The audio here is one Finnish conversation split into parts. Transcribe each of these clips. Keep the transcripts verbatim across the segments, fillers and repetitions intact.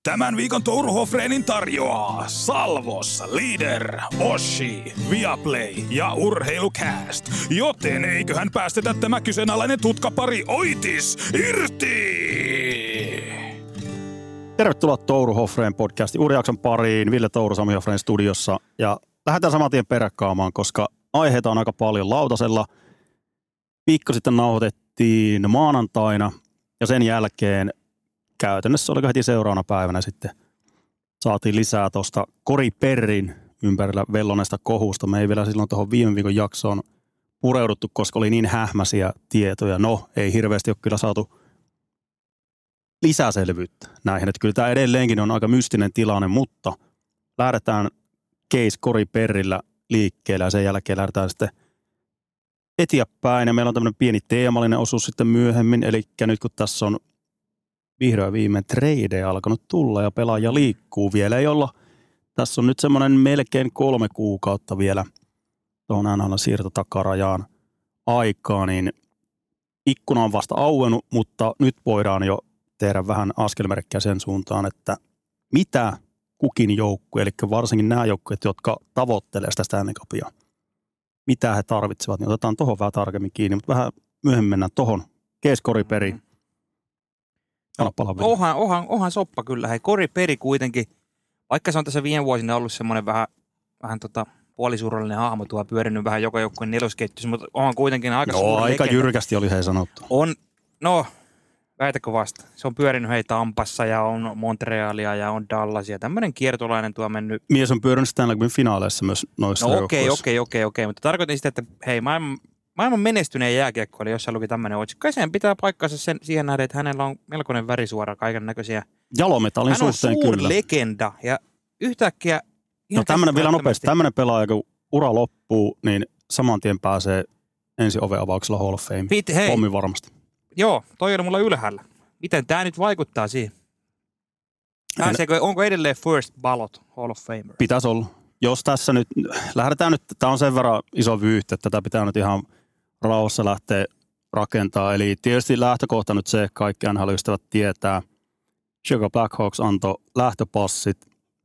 Tämän viikon Touru Hofreenin tarjoaa Salvos, Leader, Oshi, Viaplay ja Urheilukääst. Joten eiköhän päästetä tämä kyseenalainen tutkapari Oitis irti! Tervetuloa Touru Hofreen podcastin uuden jakson pariin. Ville Touru, Sami Hofreen studiossa. Ja lähdetään saman tien peräkkaamaan, koska aiheita on aika paljon lautasella. Viikko sitten nauhoitettiin maanantaina ja sen jälkeen käytännössä oliko heti seuraavana päivänä sitten saatiin lisää tuosta Corey Perryn ympärillä velloneesta kohusta. Me ei vielä silloin tuohon viime viikon jaksoon pureuduttu, koska oli niin hähmäisiä tietoja. No, ei hirveästi ole kyllä saatu lisäselvyyttä näihin. Että kyllä tämä edelleenkin on aika mystinen tilanne, mutta lähdetään case Corey Perryllä liikkeelle ja sen jälkeen lähdetään sitten eteenpäin. Ja meillä on tämmöinen pieni teemallinen osuus sitten myöhemmin, eli nyt kun tässä on vihdoin viimein tradeja alkanut tulla ja pelaaja liikkuu vielä, ei olla. Tässä on nyt semmoinen melkein kolme kuukautta vielä tuohon N H L siirtotakarajaan aikaa, niin ikkuna on vasta auennut, mutta nyt voidaan jo tehdä vähän askelmerkkiä sen suuntaan, että mitä kukin joukkue, eli varsinkin nämä joukkueet, jotka tavoittelee sitä Stanley Cupia, mitä he tarvitsevat, niin otetaan tuohon vähän tarkemmin kiinni, mutta vähän myöhemmin mennään tuohon. Case Corey Perry. No, ohan, ohan, ohan soppa kyllä. Hei, Corey Perry kuitenkin, vaikka se on tässä viime vuosina ollut semmoinen vähän, vähän tota, puolisuurallinen hahmo, tuo pyörinyt vähän joka joukkueen nelosketjussa, mutta onhan kuitenkin aika no, suuri aika legenda. Jyrkästi oli he sanottu. On, no, väitäkö vasta. Se on pyörinyt hei Tampassa ja on Montrealia ja on Dallasia. Tämmöinen kiertolainen tuo mennyt. Mies on pyörinyt Stanley Cupin finaaleissa myös noissa no, okei, okei, okei, okei, mutta tarkoitin sitä, että hei, maailman, maailman menestyneen jääkiekko oli, jossa luki tämmöinen otsikko. Ja sen pitää paikkansa sen, siihen nähdä, että hänellä on melkoinen värisuora, kaiken näköisiä. Jalometallin hän on suhteen suuri kyllä. legenda ja yhtäkkiä. No tämmöinen vielä nopeasti. Tämmöinen pelaaja, kun ura loppuu, niin saman tien pääsee ensi ovenavauksella Hall of Fame. Pit, hei. Pommi varmasti. Joo, toi oli mulla ylhäällä. Miten tämä nyt vaikuttaa siihen? Pääseekö, onko edelleen first ballot Hall of Famer? Pitäisi olla. Jos tässä nyt, lähdetään nyt, tämä on sen verran iso vyyhti, että tätä pitää nyt ihan rauhassa lähteä rakentaa. Eli tietysti lähtökohta nyt se, kaikki N H L-ystävät tietää. Chicago Blackhawks antoi lähtöpassit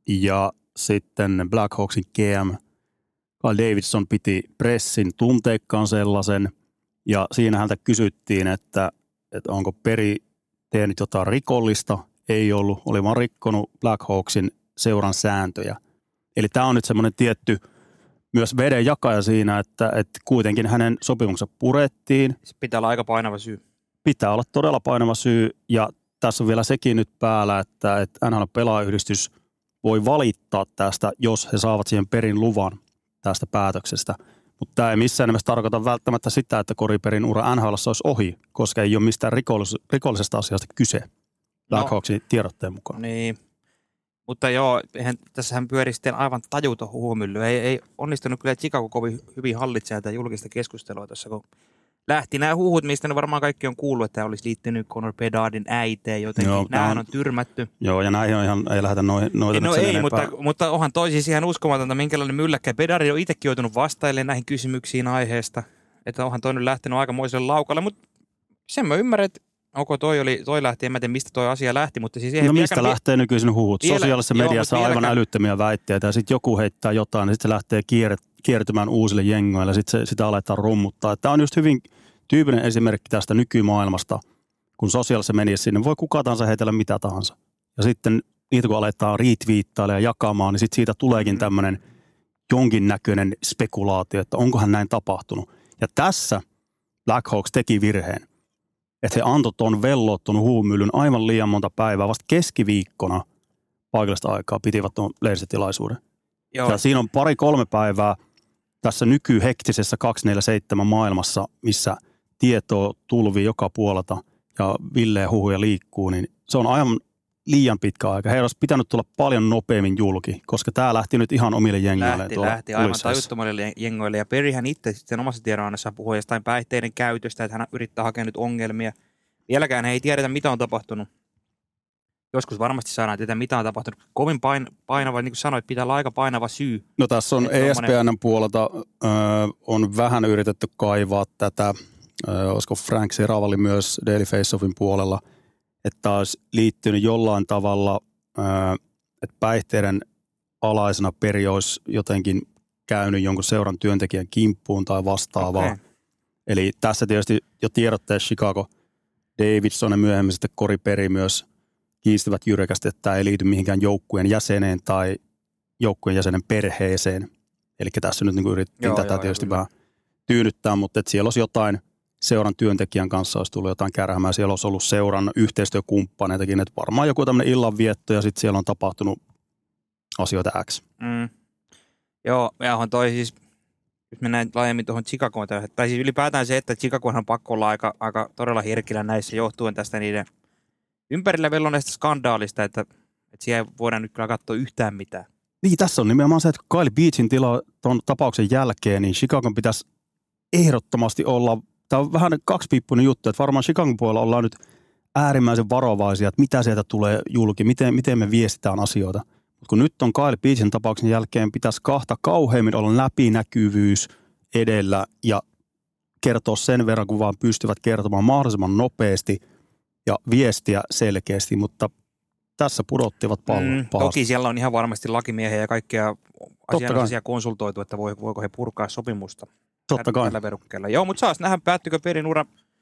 ja sitten Blackhawksin G M Kyle Davidson piti pressin tunteikkaan sellaisen. Ja siinä häntä kysyttiin, että, että onko Perry tehnyt jotain rikollista. Ei ollut, oli vaan rikkonut Blackhawksin seuran sääntöjä. Eli tämä on nyt semmoinen tietty myös veden jakaja siinä, että, että kuitenkin hänen sopimuksensa purettiin. Se pitää olla aika painava syy. Pitää olla todella painava syy ja tässä on vielä sekin nyt päällä, että, että N H L-pelaajayhdistys voi valittaa tästä, jos he saavat siihen Perryn luvan tästä päätöksestä. Mutta tämä ei missään nimessä tarkoita välttämättä sitä, että Corey Perryn ura N H L:ssä olisi ohi, koska ei ole mistään rikollis- rikollisesta asiasta kyse Blackhawksin no, tiedotteen mukaan. Niin, mutta joo, eihän, tässähän pyöri sitten aivan tajuton huomylly. Ei, ei onnistunut kyllä Chicago kovin hyvin hallitsemaan tätä julkista keskustelua tuossa, kun lähti nämä huhut, mistä ne varmaan kaikki on kuullut, että olisi liittynyt Connor Bedardin äiteen jotenkin. Joo, nämähän on, on tyrmätty. Joo, ja näihin on ihan, ei lähdetä noita no nyt sen ei, mutta, mutta onhan toisiksi ihan uskomatonta, minkälainen mylläkkä. Bedard on itsekin joutunut vastailemaan näihin kysymyksiin aiheesta, että onhan toi nyt lähtenyt aikamoiselle laukalle, mutta sen mä ymmärrän, että onko toi, oli, toi lähti, en mä tiedä mistä toi asia lähti, mutta siis... No mistä vieläkään, lähtee nykyisin huhut? Vielä, sosiaalisessa mediassa on aivan vieläkään älyttömiä väitteitä ja sitten joku heittää jotain ja sitten se lähtee kier, kiertymään uusille jengoille ja sitten sitä aletaan rummuttaa. Tämä on just hyvin tyypillinen esimerkki tästä nykymaailmasta, kun sosiaalisessa mediassa sinne voi kuka tahansa heitellä mitä tahansa. Ja sitten niitä kun aletaan retweettailemaan ja jakamaan, niin sitten siitä tuleekin tämmöinen jonkinnäköinen spekulaatio, että onkohan näin tapahtunut. Ja tässä Blackhawks teki virheen. Että he antoi tuon velloittunut huumyllyn aivan liian monta päivää. Vasta keskiviikkona paikallista aikaa pitivät tuon lehdistötilaisuuden. Ja siinä on pari-kolme päivää tässä nykyhektisessä kaksikymmentäneljä seitsemän maailmassa, missä tietoa tulvii joka puolelta ja villeä huhuja liikkuu, niin se on aivan liian pitkä aika. Heillä olisi pitänyt tulla paljon nopeammin julki, koska tämä lähti nyt ihan omille jengoille. Lähti, lähti aivan tajuttomille jengoille. Ja Perryhän itse sitten omassa tiedonannossaan puhui jostain päihteiden käytöstä, että hän yrittää hakea nyt ongelmia. Vieläkään he ei tiedetä, mitä on tapahtunut. Joskus varmasti saadaan tietää, mitä on tapahtunut. Kovin pain, painava, niin kuin sanoit, pitää olla aika painava syy. No tässä on E S P N:n puolelta ö, on vähän yritetty kaivaa tätä, ö, olisiko Frank Seravalli myös Daily Faceoffin puolella, että olisi liittynyt jollain tavalla että päihteiden alaisena peri olisi jotenkin käynyt jonkun seuran työntekijän kimppuun tai vastaavaa. Okay. Eli tässä tietysti jo tiedotteessa Chicago Davidson ja myöhemmin sitten Corey Perry myös kiistivät jyrkästi, että tämä ei liity mihinkään joukkueen jäseneen tai joukkueen jäsenen perheeseen. Eli tässä nyt niin yritettiin joo, tätä joo, tietysti vähän tyynyttää, mutta että siellä olisi jotain seuran työntekijän kanssa olisi tullut jotain kärhämää. Siellä olisi ollut seuran yhteistyökumppaneitakin, että varmaan joku tämmöinen illanvietto ja sitten siellä on tapahtunut asioita X. Mm. Joo, ja on toi siis, jos mennään laajemmin tuohon Chicagoon, tai siis ylipäätään se, että Chicagohan on pakko olla aika, aika todella herkillä näissä johtuen tästä niiden ympärillä velloneesta skandaalista, että, että siellä voidaan nyt kyllä katsoa yhtään mitään. Niin, tässä on nimenomaan se, että Kyle Beachin tila tuon tapauksen jälkeen, niin Chicagon pitäisi ehdottomasti olla, tämä on vähän kaksipiippuinen juttu, että varmaan Chicagon puolella ollaan nyt äärimmäisen varovaisia, että mitä sieltä tulee julki, miten, miten me viestitään asioita. Mutta kun nyt on Kyle Beachin tapauksen jälkeen, pitäisi kahta kauheimmin olla läpinäkyvyys edellä ja kertoa sen verran, kun vaan pystyvät kertomaan mahdollisimman nopeasti ja viestiä selkeästi, mutta tässä pudottivat pallon mm, Toki siellä on ihan varmasti lakimiehiä ja kaikkia asianosaisia konsultoitu, että voiko he purkaa sopimusta. Totta kai. Tällä verukkeella. Joo, mutta saas nähdä, päättyykö Perin ura.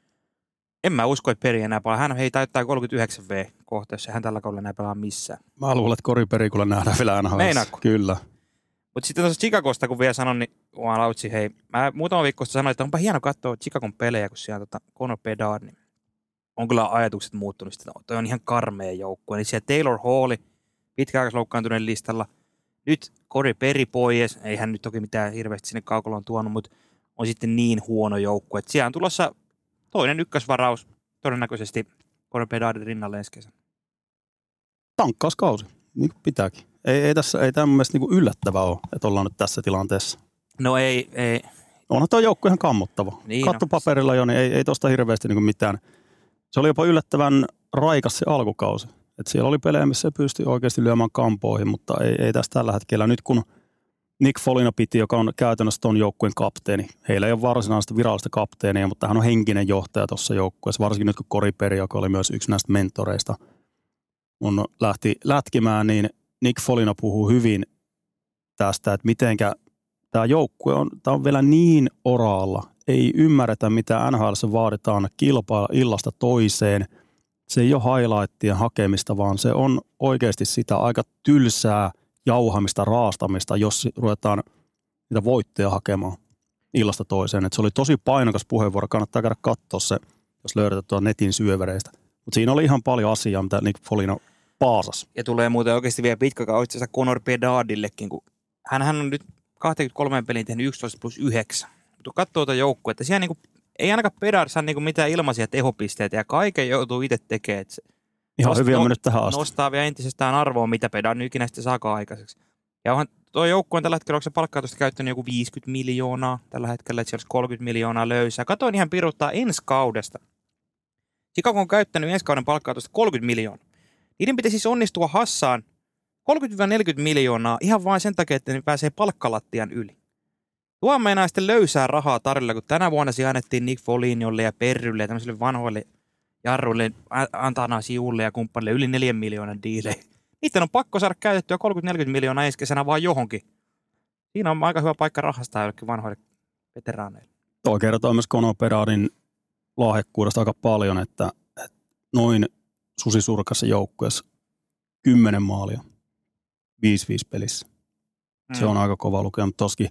En mä usko, että Peri enää paljon. Hän hei täyttää kolmekymmentäyhdeksän vuotta kohteessa. Hän tällä kaudella enää pelaa missään. Mä luulen, että Corey Perry kyllä nähdään vielä N H L:ssä. Meinaatko? Kyllä. Mutta sitten tuossa Chicagosta, kun vielä sanon, niin vaan lautsi, hei. Mä muutama viikko sanoin, että onpa hieno katsoa Chicagon pelejä, kun siellä on tota Connor Bedard, niin on kyllä ajatukset muuttunut. Sitten, no, toi on ihan karmea joukkue. Niin siellä Taylor Halli, pitkäaikaisloukkaantuneen listalla. Nyt Corey Perry pois. Ei hän nyt toki mitään hirveästi sinne kaukoloon tuonut, mutta on sitten niin huono joukkue. Että siellä on tulossa toinen ykkösvaraus todennäköisesti Corey Bedardin rinnalle ensi kesän. Tankkauskausi, niin kuin pitääkin. Ei, ei tässä ei tämä mun mielestä niin kuin yllättävää ole, että ollaan nyt tässä tilanteessa. No ei, ei. Onhan tuo joukko ihan kammottava. Niin Katso no. paperilla jo, niin ei, ei tuosta hirveästi niin kuin mitään. Se oli jopa yllättävän raikas se alkukausi. Et siellä oli pelejä, missä se pystyi oikeasti lyömään kampoihin, mutta ei, ei tässä tällä hetkellä. Nyt kun Nick Foligno piti, joka on käytännössä tuon joukkueen kapteeni. Heillä ei ole varsinaista virallista kapteenia, mutta hän on henkinen johtaja tuossa joukkueessa. Varsinkin nyt kun Corey Perry, joka oli myös yksi näistä mentoreista, on lähti lätkimään, niin Nick Foligno puhuu hyvin tästä, että mitenkä tämä joukkue on, tämä on vielä niin oraalla. Ei ymmärretä, mitä N H L:ssä vaaditaan kilpailla illasta toiseen. Se ei ole highlightien hakemista, vaan se on oikeasti sitä aika tylsää jauhamista, raastamista, jos ruvetaan niitä voittoja hakemaan illasta toiseen. Et se oli tosi painokas puheenvuoro, kannattaa käydä katsoa se, jos löydetään tuon netin syövereistä. Mutta siinä oli ihan paljon asiaa, mitä Nick Foligno paasasi. Ja tulee muuten oikeasti vielä pitkä kausi Connor Bedardillekin, kun hänhän on nyt kaksikymmentäkolme peliin tehnyt yksitoista plus yhdeksän. Mutta katsoo tuota joukkuetta, siellä niinku, ei ainakaan Bedard saa niinku mitään ilmaisia tehopisteitä ja kaiken joutuu itse tekemään. Ihan hyvin on mennyt tähän asti. Nostaa vielä entisestään arvoa, mitä Bedard nyt ikinä sitten saakaan aikaiseksi. Ja onhan tuo joukkue on tällä hetkellä, onko se palkkautusta käyttänyt joku viisikymmentä miljoonaa tällä hetkellä, että siellä olisi kolmekymmentä miljoonaa löysää. Katoin ihan piruttaa ensi kaudesta. Chicago on käyttänyt ensi kauden palkkautusta kolmekymmentä miljoonaa. Niiden pitäisi siis onnistua hassaan kolmekymmentä neljäkymmentä miljoonaa ihan vain sen takia, että ne pääsee palkkalattian yli. Tuo meinaa sitten löysää rahaa tarjolla, kun tänä vuonna se annettiin Nick Folignolle ja Perrylle ja tämmöisille vanhoille jarruille, Antana Siulle ja kumppanille yli neljän miljoonan diilejä. Niiden on pakko saada käytettyä kolmekymmentä neljäkymmentä miljoonaa ensi kesänä vaan johonkin. Siinä on aika hyvä paikka rahastaa jollekin vanhoille veteraaneille. Tuo kertoo myös Connor Bedardin lahjakkuudesta aika paljon, että, että noin susisurkassa joukkueessa kymmenen maalia viisi viisi pelissä. Mm. Se on aika kova lukea, mutta toskin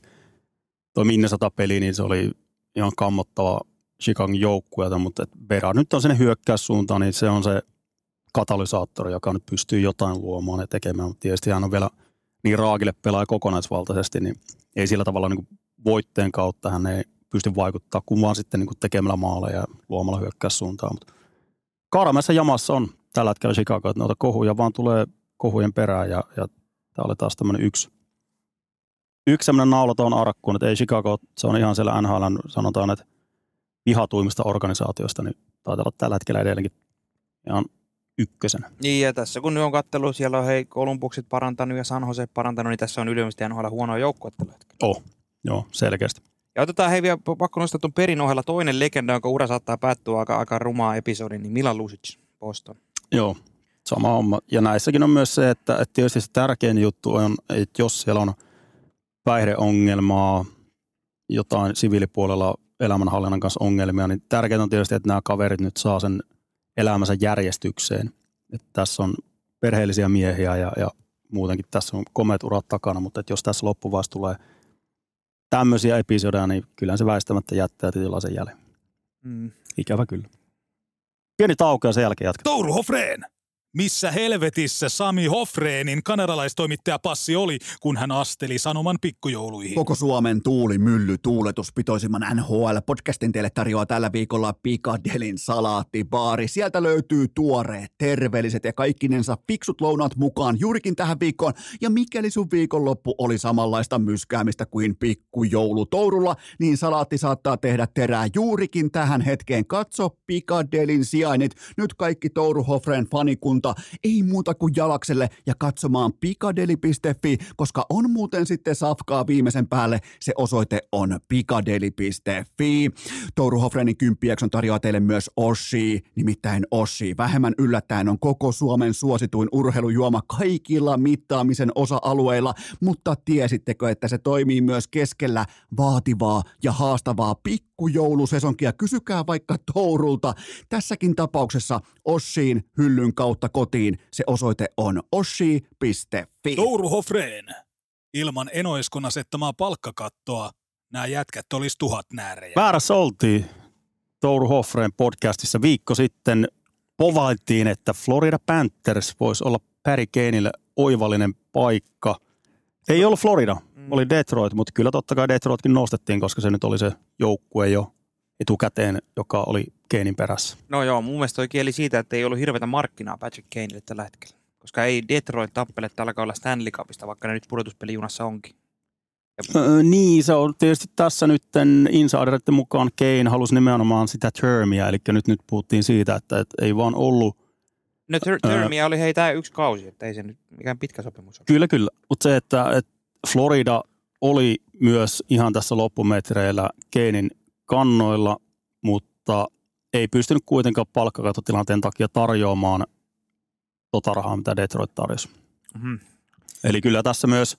tuo Minnesota-peli, niin se oli ihan kammottava Chicagon joukkueelta, mutta Bedard nyt on sinne hyökkäyssuuntaan, niin se on se katalysaattori, joka nyt pystyy jotain luomaan ja tekemään, mutta tietysti hän on vielä niin raakille pelaaja kokonaisvaltaisesti, niin ei sillä tavalla niin kuin voitteen kautta hän ei pysty vaikuttaa, kun vaan sitten niin kuin tekemällä maaleja ja luomalla hyökkäyssuuntaan. Mutta karmeessa jamassa on tällä hetkellä Chicago, että noita kohuja vaan tulee kohujen perään ja, ja tämä oli taas tämmöinen yksi, yksi sellainen naulaton arkkuun, että ei Chicago, se on ihan siellä N H L:n, sanotaan, että vihatuimmista organisaatioista, niin taitaa olla tällä hetkellä edelleenkin ihan ykkösenä. Niin ja tässä kun nyt on katselu, siellä on hei Columbukset parantanut ja San Jose parantanut, niin tässä on yleisesti N H L huonoa joukkoa tällä hetkellä. Oh, joo, selkeästi. Ja otetaan hei vielä pakko nostaa tuon Perin ohella toinen legenda, jonka ura saattaa päättyä aika, aika rumaa episodin, niin Milan Lucic, Boston. Joo. Sama homma. Ja näissäkin on myös se, että, että tietysti se tärkein juttu on, että jos siellä on päihdeongelmaa, jotain siviilipuolella elämänhallinnan kanssa ongelmia, niin tärkeintä on tietysti, että nämä kaverit nyt saa sen elämänsä järjestykseen. Että tässä on perheellisiä miehiä ja, ja muutenkin tässä on komeat urat takana, mutta että jos tässä loppuvaiheessa tulee tämmöisiä episodeja, niin kyllähän se väistämättä jättää tietynlaisen jäljen. Mm. Ikävä kyllä. Pieni tauko ja sen jälkeen jatketaan. Touru Hofreen! Missä helvetissä Sami Hofreenin kanadalaistoimittajapassi oli, kun hän asteli Sanoman pikkujouluihin? Koko Suomen tuuli, mylly, tuuletus, pitoisimman N H L-podcastin teille tarjoaa tällä viikolla Piccadillyn salaattibaari. Sieltä löytyy tuoreet, terveelliset ja kaikkinensa fiksut lounaat mukaan juurikin tähän viikkoon. Ja mikäli sun viikonloppu oli samanlaista myskäämistä kuin pikkujoulu Tourulla, niin salaatti saattaa tehdä terää juurikin tähän hetkeen. Katso Piccadillyn sijainnit. Nyt kaikki Touru Hofreen fanikunta ei muuta kuin jalakselle ja katsomaan Piccadilly piste fi, koska on muuten sitten safkaa viimeisen päälle. Se osoite on Piccadilly piste fi. Touru Hofreenin kymppijakson tarjoaa teille myös Oshi, nimittäin Oshi. Vähemmän yllättäen on koko Suomen suosituin urheilujuoma kaikilla mittaamisen osa-alueilla, mutta tiesittekö, että se toimii myös keskellä vaativaa ja haastavaa pikkujoulusesonkia? Kysykää vaikka Tourulta. Tässäkin tapauksessa Oshiin hyllyn kautta kotiin. Se osoite on oshi piste fi. Touru Hofreen. Ilman Enoeskon asettamaa palkkakattoa nämä jätkät olisi tuhat näärejä. Väärässä oltiin. Touru Hofreen podcastissa viikko sitten povailtiin, että Florida Panthers voisi olla Harry Kanelle oivallinen paikka. Ei ollut Florida, oli Detroit, mutta kyllä totta kai Detroitkin nostettiin, koska se nyt oli se joukkue jo etukäteen, joka oli Kanen perässä. No joo, mun mielestä toi kieli siitä, että ei ollut hirveätä markkinaa Patrick Kanelle tällä hetkellä. Koska ei Detroit tappele tällä kaudella Stanley Cupista, vaikka ne nyt pudotuspelijunassa onkin. Ja... Öö, niin, se on tietysti tässä nyt insideritten mukaan Kane halusi nimenomaan sitä termiä, eli nyt, nyt puhuttiin siitä, että, että ei vaan ollut... No ter- termiä öö, oli hei tää yksi kausi, että ei se nyt mikään pitkä sopimus ole. Kyllä, kyllä, mutta se, että, että Florida oli myös ihan tässä loppumetreillä Kanen kannoilla, mutta ei pystynyt kuitenkaan palkkakatotilanteen takia tarjoamaan tota rahaa, mitä Detroit tarjosi. Mm-hmm. Eli kyllä tässä myös,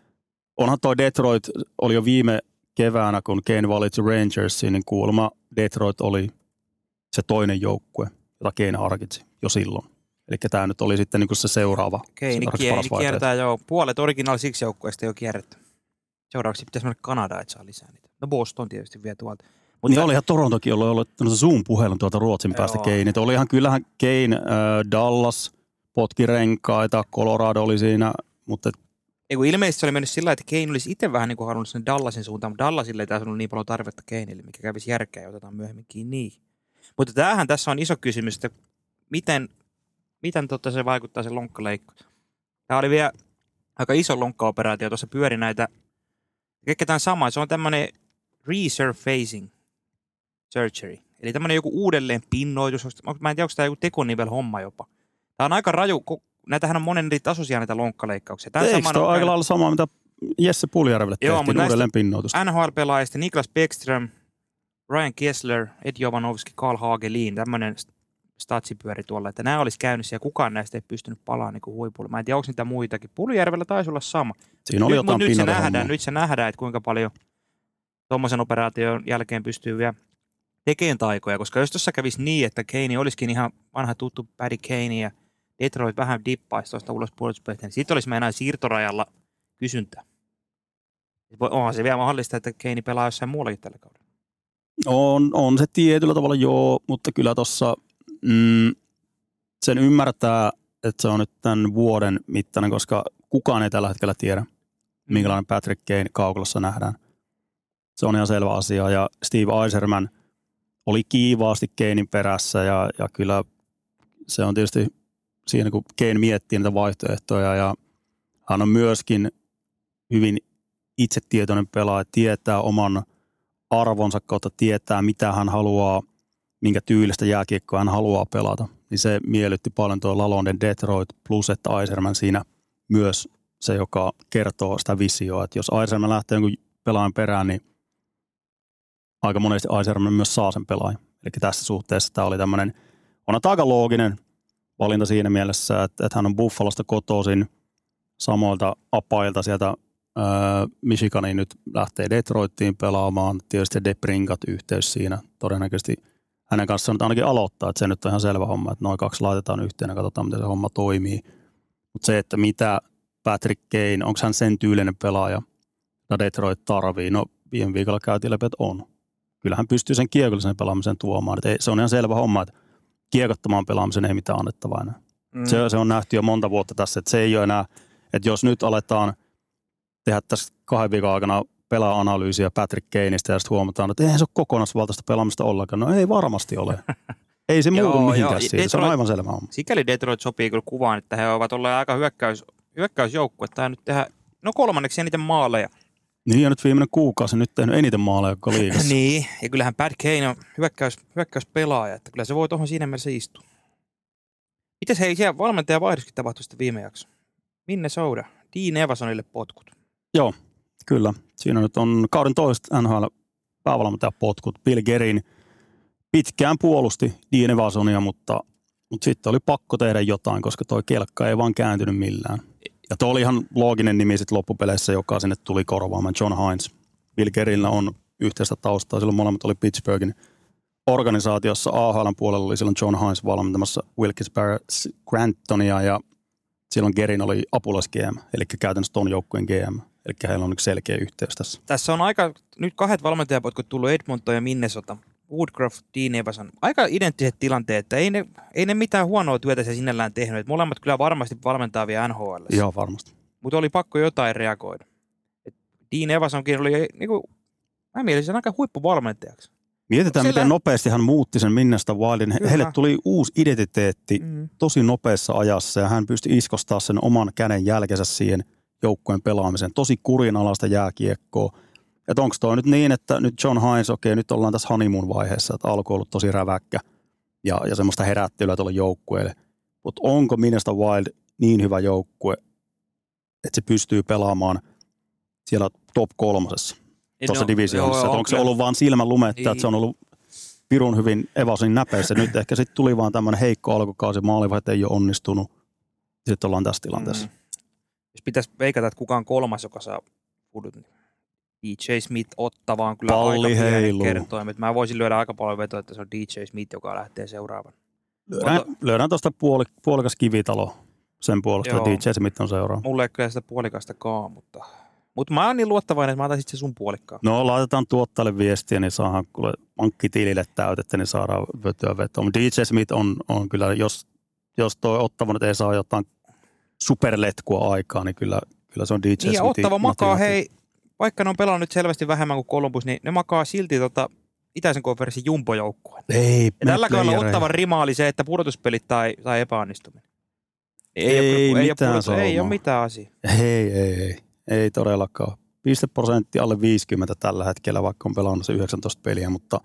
onhan toi Detroit oli jo viime keväänä, kun Kane valitsi Rangersiin, niin kuulemma Detroit oli se toinen joukkue, jota Kane harkitsi jo silloin. Eli tämä nyt oli sitten niin kuin se seuraava. Kane kier- kiertää jo puolet originaali siksi joukkueesta jo kierretty. Seuraavaksi pitäisi mennä Kanadaan, että saa lisää niitä. No Boston tietysti vie tuolta. Mutta niin olihan Torontokin ollut, ollut Zoom-puhelun tuolta Ruotsin päästä Kane. Olihan kyllähän Kane, äh, Dallas potki renkaita, Colorado oli siinä, mutta... Eiku, ilmeisesti se oli mennyt sillä, että Kane olisi itse vähän niin kuin halunnut sinne Dallasin suuntaan, mutta Dallasille ei taas ollut niin paljon tarvetta Kanelle, mikä kävisi järkeä ja otetaan myöhemmin kiinni. Mutta tämähän tässä on iso kysymys, että miten, miten totta se vaikuttaa se lonkkaleikko. Tämä oli vielä aika iso lonkkaoperaatio, tuossa pyöri näitä, kaikketaan sama, se on tämmöinen resurfacing surgery. Eli tämmöinen joku uudelleen pinnoitus. Mä en tiedä, onko tämä joku tekonivel homma jopa. Tämä on aika raju. Näitähän on monen eri tasoisia näitä lonkkaleikkauksia. Tämä Eikö tämä ole aika lailla sama, mitä Jesse Puljärvelle tehtiin uudelleen pinnoitusta? N H L-pelaajista Niklas Bäckström, Ryan Kessler, Ed Jovanovski, Carl Hagelin, tämmöinen statsipyöri tuolla. Että nämä olisi käynnissä ja kukaan näistä ei pystynyt palaamaan niin kuin huipulle. Mä en tiedä, onko niitä muitakin. Puljärvellä taisi olla sama. Siinä oli nyt, jotain nyt se pinnoitushommaa. nähdään, nyt se nähdään, että kuinka paljon tuommoisen operaation jälkeen pystyy vielä tekemään taikoja, koska jos tuossa kävisi niin, että Kane olisikin ihan vanha tuttu Paddy Kane ja Detroit vähän dippaisi tuosta ulos puolustuspelistä, niin siitä olisi meidän siirtorajalla kysyntää. Onhan se vielä mahdollista, että Kane pelaa jossain muullakin tällä kaudella. On, on se tietyllä tavalla joo, mutta kyllä tuossa mm, sen ymmärtää, että se on nyt tämän vuoden mittainen, koska kukaan ei tällä hetkellä tiedä, minkälainen Patrick Kane kaukalossa nähdään. Se on ihan selvä asia ja Steve Yzerman oli kiivaasti Kanen perässä ja, ja kyllä se on tietysti siinä, kun Kane miettii niitä vaihtoehtoja ja hän on myöskin hyvin itsetietoinen pelaaja, tietää oman arvonsa kautta, tietää mitä hän haluaa, minkä tyylistä jääkiekkoa hän haluaa pelata. Niin se miellytti paljon tuo Lalonden Detroit plus, että Yzerman siinä myös se, joka kertoo sitä visioa. Että jos Yzerman lähtee jonkun pelaajan perään, niin aika monesti Yzerman myös saa sen pelaajan. Eli tässä suhteessa tämä oli tämmöinen, on aika looginen valinta siinä mielessä, että, että hän on Buffalosta kotoisin samoilta apailta sieltä öö, Michiganiin nyt lähtee Detroittiin pelaamaan. Tietysti Debrinkat yhteys siinä todennäköisesti hänen kanssaan nyt ainakin aloittaa, että se nyt on ihan selvä homma, että noin kaksi laitetaan yhteen ja katsotaan, miten se homma toimii. Mutta se, että mitä Patrick Kane, onko hän sen tyylinen pelaaja, jota Detroit tarvii, no viime viikolla käytiin läpi, että on. Kyllähän pystyy sen kiekollisen pelaamisen tuomaan. Ei, se on ihan selvä homma, että kiekottomaan pelaamisen ei mitään annettavaa enää. Mm. Se, se on nähty jo monta vuotta tässä, että se ei ole enää, että jos nyt aletaan tehdä tässä kahden viikon aikana pelaa-analyysiä Patrick Kaneista ja sitten huomataan, että eihän se ole kokonaisvaltaista pelaamista ollenkaan. No ei varmasti ole. Ei se muutu mihinkään siitä. Detroit, se on aivan selvä homma. Sikäli Detroit sopii kyllä kuvaan, että he ovat olleet aika hyökkäys, hyökkäysjoukkue. Tämä nyt tehdä, no kolmanneksi eniten maaleja. Niin ja nyt viimeinen kuukausi nyt tehnyt eniten maaleja koko liigassa. Niin, ja kyllähän Pat Kane on hyökkäys, hyökkäyspelaaja, että kyllä se voi tuohon siinä mielessä istua. Mites hei, siellä valmentajan vaihdoskin tapahtui sitten viime jakso? Minnesota, Dean Evasonille potkut. Joo, kyllä. Siinä nyt on kauden toista N H L-päävalmentajan potkut. Bill Guerin pitkään puolusti Dean Evasonia, mutta, mutta sitten oli pakko tehdä jotain, koska toi kelkka ei vaan kääntynyt millään. Ja tuo oli ihan looginen nimi sitten loppupeleissä, joka sinne tuli korvaamaan, John Hines. Bill Guerillä on yhteistä taustaa, silloin molemmat oli Pittsburghin organisaatiossa. A H L:n puolella oli silloin John Hines valmentamassa Wilkes-Barre Grantonia ja silloin Guerin oli apulais-G M, eli käytännössä ton joukkueen G M. Eli heillä on selkeä yhteys tässä. Tässä on aika, nyt kahdet valmentajapotkut tullut Edmonton ja Minnesota. Woodcroft, Dean Evason. Aika identtiset tilanteet, että ei ne, ei ne mitään huonoa työtä se sinällään tehnyt. Että molemmat kyllä varmasti valmentaa vielä N H L. Joo, varmasti. Mutta oli pakko jotain reagoida. Et Dean Evasonkin oli, niinku, mä mielisin aika huippuvalmentajaksi. Mietitään, Sillä... miten nopeasti hän muutti sen Minnesota Wildin. Kyllä. Heille tuli uusi identiteetti mm. tosi nopeassa ajassa ja hän pystyi iskostaa sen oman käden jälkensä siihen joukkueen pelaamiseen. Tosi kurinalaista jääkiekkoa. Että onko toi nyt niin, että nyt John Hines, okei, nyt ollaan tässä honeymoon-vaiheessa, että alku on ollut tosi räväkkä ja, ja semmoista herättelyä tuolle joukkueelle. Mutta onko Minnesota Wild niin hyvä joukkue, että se pystyy pelaamaan siellä top kolmosessa tuossa no, divisioonassa? Onko kyllä. se ollut vaan silmän lumetta, että se on ollut pirun hyvin Evasonin näpeissä. Nyt ehkä sitten tuli vaan tämmöinen heikko alkukausi, maalivahdet ei ole onnistunut. Sitten ollaan tässä tilanteessa. Mm. Jos pitäisi veikata, että kukaan kolmas, joka saa pudut, niin D J Smith Ottava on kyllä Palli aika heiluu. pieni kertoimet. Mä voisin lyödä aika paljon vetoa, että se on D J Smith, joka lähtee seuraavan. Lyödään, Ota... lyödään tuosta puoli, puolikas kivitalo sen puolesta, että D J Smith on seuraava. Mulla ei kyllä sitä puolikastakaan, mutta, mutta mä oon niin luottavainen, että mä otan sitten se sun puolikkaan. No laitetaan tuottajalle viestiä, niin saadaan pankkitilille täytettä, niin saadaan vötyä vetoa. Mutta D J Smith on, on kyllä, jos, jos toi Ottava nyt ei saa jotain superletkua aikaa, niin kyllä, kyllä se on D J Smithin. Niin ja Ottava makaa, hei, vaikka ne on pelannut nyt selvästi vähemmän kuin Columbus, niin ne makaa silti tota itäisen konferenssin jumbojoukkueen. Ei, ja tällä kaudella Ottavan rima oli se, että pudotuspelit tai, tai epäonnistuminen. Ei, ei, ole, ei, mitään ole, pudotus, ei ole mitään asiaa. Ei, ei, ei. Ei todellakaan. Pisteprosentti alle viisikymmentä tällä hetkellä, vaikka on pelannut se yhdeksäntoista peliä, mutta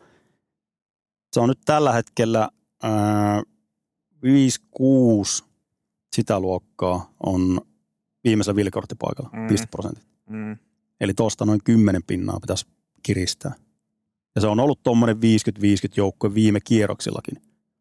se on nyt tällä hetkellä ää, viisi kuusi sitä luokkaa on viimeisellä vilkorttipaikalla, mm. pisteprosentit. Mm. Eli tuosta noin kymmenen pinnaa pitäisi kiristää. Ja se on ollut tuommoinen viisikymmentä viisikymmentä joukkue viime kierroksillakin.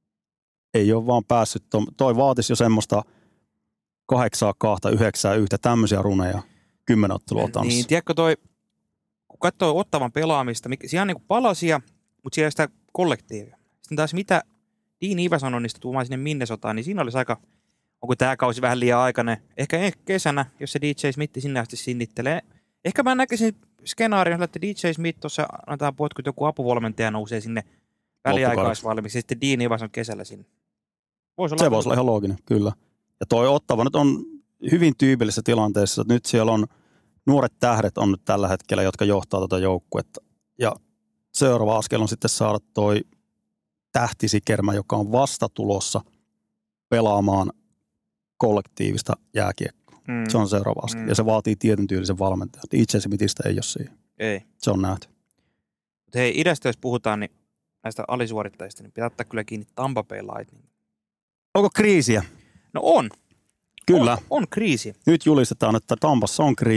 Ei ole vaan päässyt, toi vaatisi jo semmoista kahdeksaa, kahta, yhdeksää, yhtä tämmöisiä runeja kymmenen ottelua tanssia. Niin, tiedätkö toi, kun katsoo Ottavan pelaamista, siellä on niin kuin palasia, mutta siellä on sitä kollektiivia. Sitten taas mitä Dean Evason onnistui tuomaan sinne Minnesotaan, niin siinä olisi aika, onko tämä kausi vähän liian aikainen. Ehkä kesänä, jos se D J Smith sinne asti sinnittelee. Ehkä mä näkisin skenaarion, että D J Smith tuossa antaa potkut, joku apuvalmentaja nousee sinne väliaikaisvalmiiksi, ja sitten Dean Evason kesällä sinne. Vois se voisi olla ihan looginen, kyllä. Ja toi Ottava nyt on hyvin tyypillisessä tilanteessa, että nyt siellä on nuoret tähdet on nyt tällä hetkellä, jotka johtaa tuota joukkuetta. Ja seuraava askel on sitten saada toi tähtisikermä, joka on vasta tulossa pelaamaan kollektiivista jääkiekkoa. Mm. Se on seuraava askel. Mm. Ja se vaatii tietyn tyylisen valmentajan. D J Smithistä ei ole siihen. Ei. Se on nähty. Mutta hei, idästä jos puhutaan, niin näistä alisuorittajista, niin pitää ottaa kyllä kiinni Tampa Bay Lightning. Onko kriisiä? No on. Kyllä. On, on kriisi. Nyt julistetaan, että Tampassa on kriisi.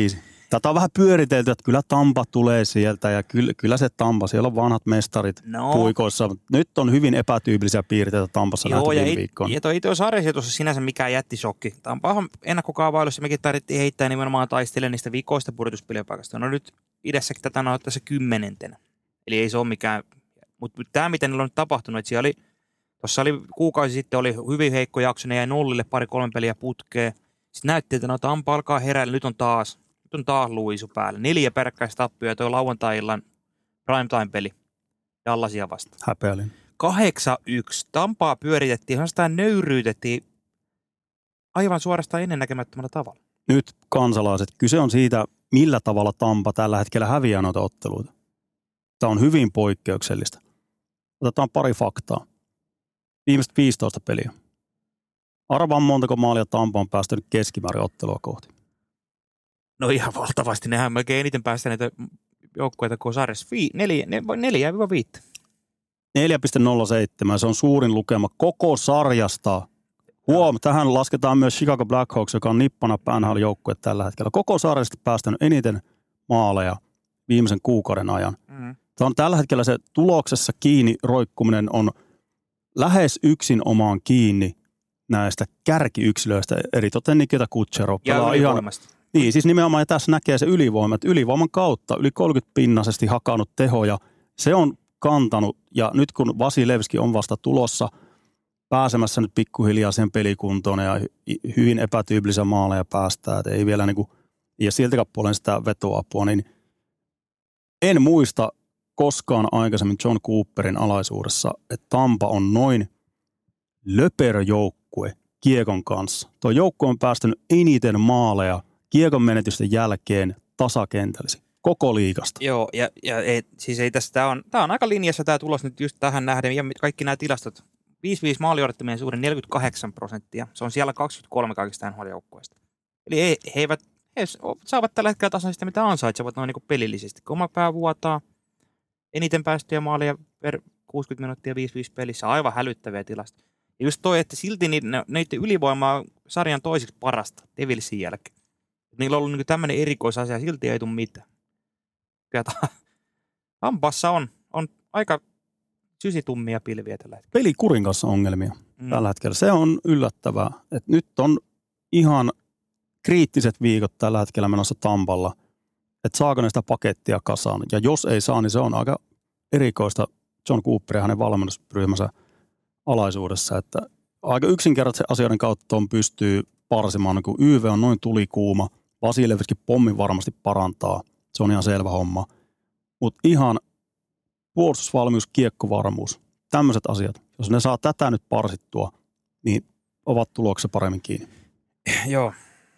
Tätä on vähän pyöritelty, että kyllä Tampa tulee sieltä ja kyllä, kyllä se Tampa, siellä on vanhat mestarit no. puikoissa. Nyt on hyvin epätyypillisiä piirteitä Tampassa nähty viime viikkoon. Ja toi, toi sarja tuossa sinänsä mikään jättisokki. Tampahan ennakkokaavailussa mekin tarvittiin heittää nimenomaan taistelemaan niistä vikoista pudotuspelipaikasta. No nyt idässäkin tätä on ottaa se kymmenentenä. Eli ei se ole mikään, mutta tämä mitä niillä on nyt tapahtunut, että siellä oli, tuossa oli kuukausi sitten oli hyvin heikko jakso, ne jäi nollille pari kolme peliä putkeen. Sitten näytti, että no Tampa alkaa heräillä, nyt on taas, nyt on taas luisu päällä. Neljä peräkkäistä tappia ja tuo lauantai-illan primetime-peli Dallasia vastaan. Häpeälin. kahdeksan yksi. Tampaa pyöritettiin, ihan sitä nöyryytettiin aivan suorastaan ennennäkemättömällä tavalla. Nyt kansalaiset, kyse on siitä, millä tavalla Tampa tällä hetkellä häviää noita otteluita. Tämä on hyvin poikkeuksellista. Otetaan pari faktaa. Viimeiset viisitoista peliä. Arvaan montako maalia Tampa on päästänyt keskimäärin ottelua kohti. No ihan valtavasti. Nehän melkein eniten päästä näitä joukkueita kuin sarjassa. Neljä, neljä viisi. neljä pilkku nolla seitsemän. Se on suurin lukema koko sarjasta. Huom, tähän lasketaan myös Chicago Blackhawks, joka on nippana N H L-joukkue tällä hetkellä. Koko sarjasta päästänyt eniten maaleja viimeisen kuukauden ajan. Mm. Tämä on tällä hetkellä se tuloksessa kiinni roikkuminen on lähes yksin omaan kiinni näistä kärkiyksilöistä, eritoten Nikita Kucherov. Ja ylivoimasta. Ihan, niin, siis nimenomaan ja tässä näkee se ylivoima, että ylivoiman kautta yli kolmekymmentä-pinnaisesti hakannut tehoja. Se on kantanut ja nyt kun Vasilevski on vasta tulossa pääsemässä nyt pikkuhiljaa sen pelikuntoon ja hyvin epätyypillisiä maaleja päästään, että ei vielä niinku, ja siltäkään puolen sitä vetoapua, niin en muista koskaan aikaisemmin John Cooperin alaisuudessa, että Tampa on noin löperö joukkue kiekon kanssa. Tuo joukkue on päästänyt eniten maaleja kiekon menetysten jälkeen tasakentällisiin. Koko liigasta. Joo, ja, ja ei, siis ei tässä, tämä on, tämä on aika linjassa tämä tulos nyt just tähän nähden, ja kaikki nämä tilastot. viisi viisi maaliodottaminen suurin neljäkymmentäkahdeksan prosenttia. Se on siellä kaksikymmentäkolme kaikista N H L-joukkueista. Eli ei, he, eivät, he saavat tällä hetkellä tasan sitä, mitä ansaitsevat noin niin kuin pelillisesti. Kun oma pää vuotaa eniten päästöjä maalia per kuusikymmentä minuuttia viisi viisi pelissä. Aivan hälyttäviä tilasta. Ja just toi, että silti niiden ylivoimaa sarjan toisiksi parasta Devilsin jälkeen. Niillä on ollut niin tämmöinen erikoisasia, silti ei tule mitään. Tampassa on, on aika sysitummia pilviä tällä hetkellä. Pelikurin kanssa ongelmia mm. tällä hetkellä. Se on yllättävää. Et nyt on ihan kriittiset viikot tällä hetkellä menossa Tampalla, että saako ne sitä pakettia kasaan. Ja jos ei saa, niin se on aika erikoista John Cooper ja hänen valmennusryhmänsä alaisuudessa. Että aika yksinkertaisen asioiden kautta on pystyy parsimaan, kun Y V on noin tulikuuma. Vasilevski pommi varmasti parantaa. Se on ihan selvä homma. Mutta ihan puolustusvalmius, kiekkovarmuus, tämmöiset asiat. Jos ne saa tätä nyt parsittua, niin ovat tuloksessa paremmin kiinni. Joo.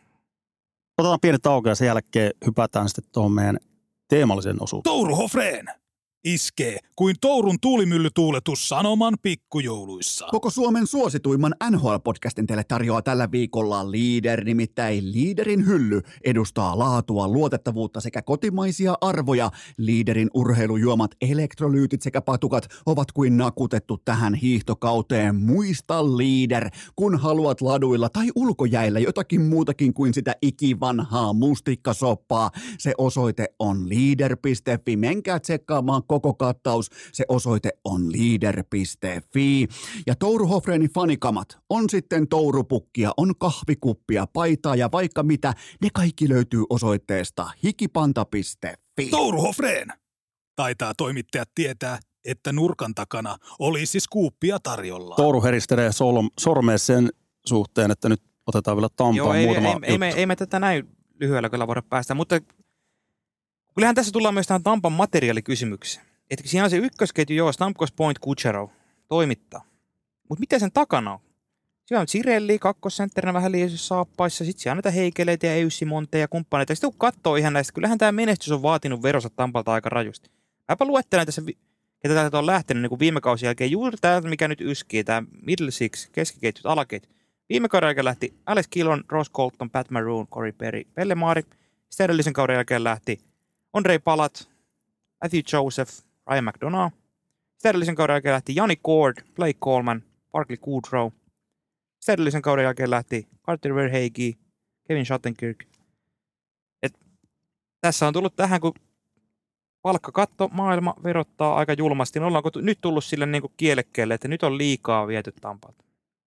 Otetaan pieni tauko ja sen jälkeen hypätään sitten tuohon meidän teemallisen osuuteen. Touru Hofreen iskee kuin Tourun tuulimyllytuuletus sanoman pikkujouluissa. Koko Suomen suosituimman N H L-podcastin teille tarjoaa tällä viikolla Leader, nimittäin Leaderin hylly edustaa laatua, luotettavuutta sekä kotimaisia arvoja. Leaderin urheilujuomat, elektrolyytit sekä patukat ovat kuin nakutettu tähän hiihtokauteen. Muista Leader, kun haluat laduilla tai ulkojäillä jotakin muutakin kuin sitä ikivanhaa mustikkasoppaa. Se osoite on leader piste fi. Menkää tsekkaamaan koko kattaus. Se osoite on leader piste fi. Ja Touru Hofreenin fanikamat on sitten tourupukkia, on kahvikuppia, paitaa ja vaikka mitä. Ne kaikki löytyy osoitteesta hikipanta piste fi. Touru Hofreen! Taitaa toimittajat tietää, että nurkan takana olisi skuuppia tarjolla. Touru heristelee sormeen sen suhteen, että nyt otetaan vielä Tampaan Joo, ei, muutama ei, juttu. ei, me, ei me tätä näin lyhyellä kyllä voida päästä, mutta kyllähän tässä tullaan myös tähän Tampan materiaalikysymykseen. Että siinä on se ykkösketju, joo, Stamkos, Point, Kucherov toimittaa. Mutta mitä sen takana on? Siellä on Cirelli kakkosentterinä vähän liian saappaissa, sitten siellä on näitä Heikeleitä ja Eyssi-Monteja ja kumppaneita. Sitten kun katsoo ihan näistä, kyllähän tämä menestys on vaatinut veronsa Tampalta aika rajusti. Mäpä luettelen tässä, ketä täältä on lähtenyt niin kuin viime kausien jälkeen, juuri täältä, mikä nyt yskii, tämä middle six, keskiketjut, alaketjut. Viime kauden jälkeen lähti Alex Killon, Ross Colton, Pat Maroon, Corey Perry, Pellemaari. Sitten edellisen kauden jälkeen lähti Ondrej Palat, Matthew Joseph, Ryan McDonough. Sitten edellisen kauden jälkeen lähti Yanni Cord, Blake Coleman, Barkley Goodrow. Sitten edellisen kauden jälkeen lähti Carter Verhaeghe, Kevin Shattenkirk. Et tässä on tullut tähän, kun palkkakatto maailma verottaa aika julmasti. No ollaanko nyt tullut sille niin kuin kielekkeelle, että nyt on liikaa viety Tampalta?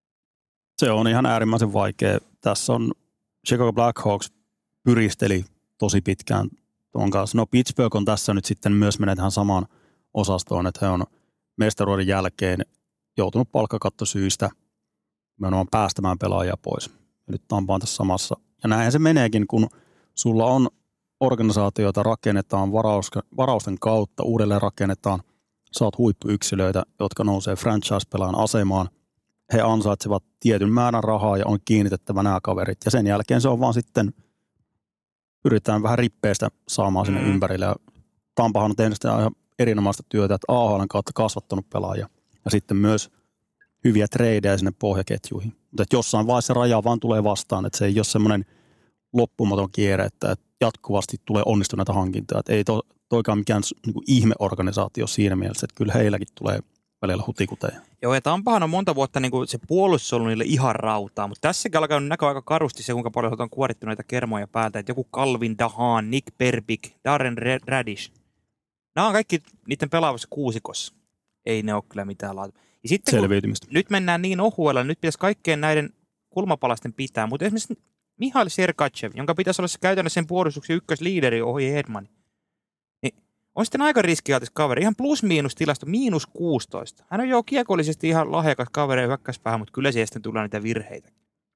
Se on ihan äärimmäisen vaikea. Tässä on Chicago Blackhawks pyristeli tosi pitkään tuon kanssa. No Pittsburgh on tässä nyt sitten myös menee tähän samaan osastoon, että he on mestaruuden jälkeen joutunut palkkakattosyistä nimenomaan päästämään pelaajia pois. Ja nyt Tampa on tässä samassa. Ja näinhän se meneekin, kun sulla on organisaatioita rakennetaan varausten kautta, uudelleen rakennetaan, saat huippuyksilöitä, jotka nousee franchise-pelaajan asemaan. He ansaitsevat tietyn määrän rahaa ja on kiinnitettävä nämä kaverit. Ja sen jälkeen se on vaan sitten, yritetään vähän rippeistä saamaan sinne mm. ympärille. Ja Tampahan on tehnyt sitä ihan erinomaista työtä, että A H L:n kautta kasvattanut pelaajia. Ja sitten myös hyviä treidejä sinne pohjaketjuihin. Mutta jossain vaiheessa raja vaan tulee vastaan, että se ei ole semmoinen loppumaton kierre, että jatkuvasti tulee onnistuneita hankintoja. Että ei to, toikaan mikään niin kuin ihmeorganisaatio siinä mielessä, että kyllä heilläkin tulee välillä hutikuteja. Joo, ja Tampahan on monta vuotta niin kuin se puolustus on ollut niille ihan rautaa, mutta tässäkin alkaa näkyä aika karusti se, kuinka paljon on kuorittu näitä kermoja päältä. Että joku Calvin Dahan, Nick Perbik, Darren Radish. Nämä on kaikki niiden pelaavassa kuusikossa. Ei ne ole kyllä mitään laatu. Ja sitten selviytymistä. Nyt mennään niin ohuella, nyt pitäisi kaikkien näiden kulmapalasten pitää, mutta esimerkiksi Mihail Sergachev, jonka pitäisi olla se käytännössä sen puolustuksen ykkösliideri ohi Hedman, niin on sitten aika riskialtis kaveri. Ihan plus-miinus tilasto, miinus kuusitoista. Hän on jo kiekollisesti ihan lahjakas kaveri ja hyökkäyspäähän, mutta kyllä siellä sitten tulee niitä virheitä.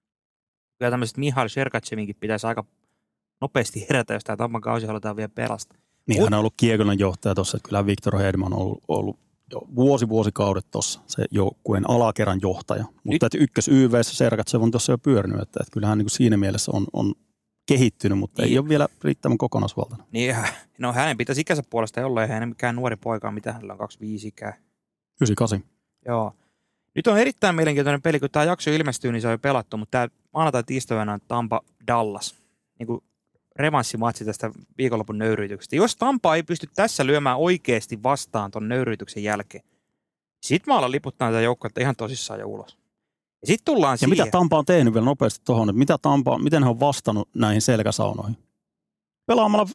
Kyllä tämmöiset Mihail Sergachevinkin pitäisi aika nopeasti herätä, jos tämä Tampan kausi halutaan vielä pelastaa. Niin Mut, hän on ollut kiekollinen johtaja tuossa, että kyllä Victor Hedman on ollut, ollut jo vuosi vuosikaudet tuossa se joukkueen alakerran johtaja. Mutta että ykkös Y V:ssä Sergatsev on tuossa jo pyörinyt, että, että kyllähän niin kuin siinä mielessä on, on kehittynyt, mutta niin, ei ole vielä riittävän kokonaisvaltainen. Niin, no hänen pitäisi ikänsä puolesta olla, ei hän mikään nuori poika, mitä hänellä on kaksikymmentäviisi ikää. yhdeksänkymmentäkahdeksan. Joo. Nyt on erittäin mielenkiintoinen peli, kun tämä jakso ilmestyy, niin se on jo pelattu, mutta tämä maanantai-tiistaina on Tampa Dallas. Niin kuin revanssimatsi tästä viikonlopun nöyryytyksestä. Jos Tampa ei pysty tässä lyömään oikeasti vastaan ton nöyryytyksen jälkeen, sit mä alan liputtaa tätä joukkuetta ihan tosissaan jo ulos. Ja sit tullaan ja siihen. Mitä Tampa on tehnyt vielä nopeasti tuohon, että mitä Tampa, miten he on vastannut näihin selkäsaunoihin? Pelaamalla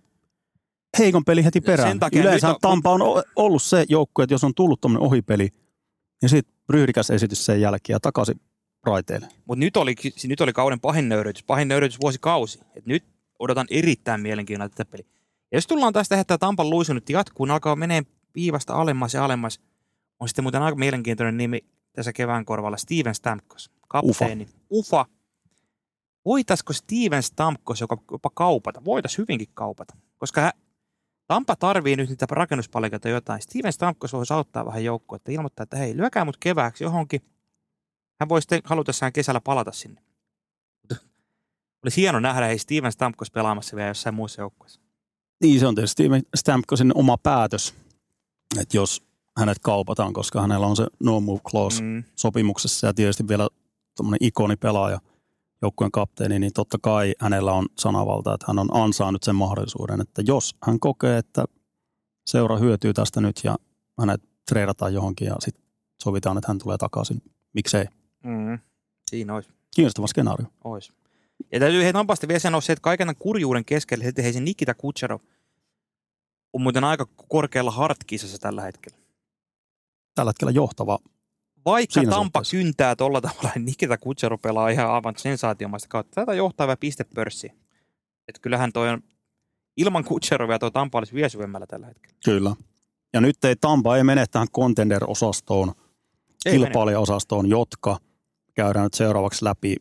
heikon peli heti perään. Yleensä on, Tampa on ollut se joukkue, että jos on tullut tuommoinen ohipeli, niin sitten ryhdikäs esitys sen jälkeen ja takaisin raiteille. Mutta nyt oli, nyt oli kauden pahin nöyryytys, pahin nöyryytys vuosikausi. Et nyt odotan erittäin mielenkiinnolla tätä peliä. Ja jos tullaan taas tehdä tämä Tampan luisu nyt jatkuu, niin alkaa menee viivasta alemmas ja alemmas. On sitten muuten aika mielenkiintoinen nimi tässä kevään korvalla, Steven Stamkos, kapteeni. Ufa. Ufa. Voitaisiko Steven Stamkos jopa kaupata? Voitaisiin hyvinkin kaupata, koska hän, Tampa tarvii nyt niitä rakennuspalikoita jotain. Steven Stamkos voisi auttaa vähän joukkoa, että ilmoittaa, että hei, lyökää mut kevääksi johonkin. Hän voisi halutessaan kesällä palata sinne. Olisi hieno nähdä hei Steven Stamkos pelaamassa vielä jossain muussa joukkueessa. Niin, se on tietysti Steven Stamkosin oma päätös, että jos hänet kaupataan, koska hänellä on se no move clause mm. sopimuksessa ja tietysti vielä tuommoinen ikonipelaaja, joukkueen kapteeni, niin totta kai hänellä on sanavalta, että hän on ansainnut sen mahdollisuuden, että jos hän kokee, että seura hyötyy tästä nyt ja hänet treidataan johonkin ja sitten sovitaan, että hän tulee takaisin, miksei. Mm. Siinä olisi. Kiinnostava skenaario. Olisi. Ja täytyy hei Tampasta vielä sanoa se, että kaiken tämän kurjuuden keskellä, että hei se Nikita Kucherov on muuten aika korkealla Hart-kisassa tällä hetkellä. Tällä hetkellä johtava. Vaikka Tampa kyntää tuolla tavalla, niin Nikita Kucherov pelaa ihan aivan sensaatiomaista kautta. Tätä johtaa vähän pistepörssiä. Että kyllähän toi on, ilman Kucherovia toi Tampa olisi vielä syvemmällä tällä hetkellä. Kyllä. Ja nyt ei Tampa ei mene tähän contender-osastoon, kilpailija-osastoon, jotka käydään nyt seuraavaksi läpi,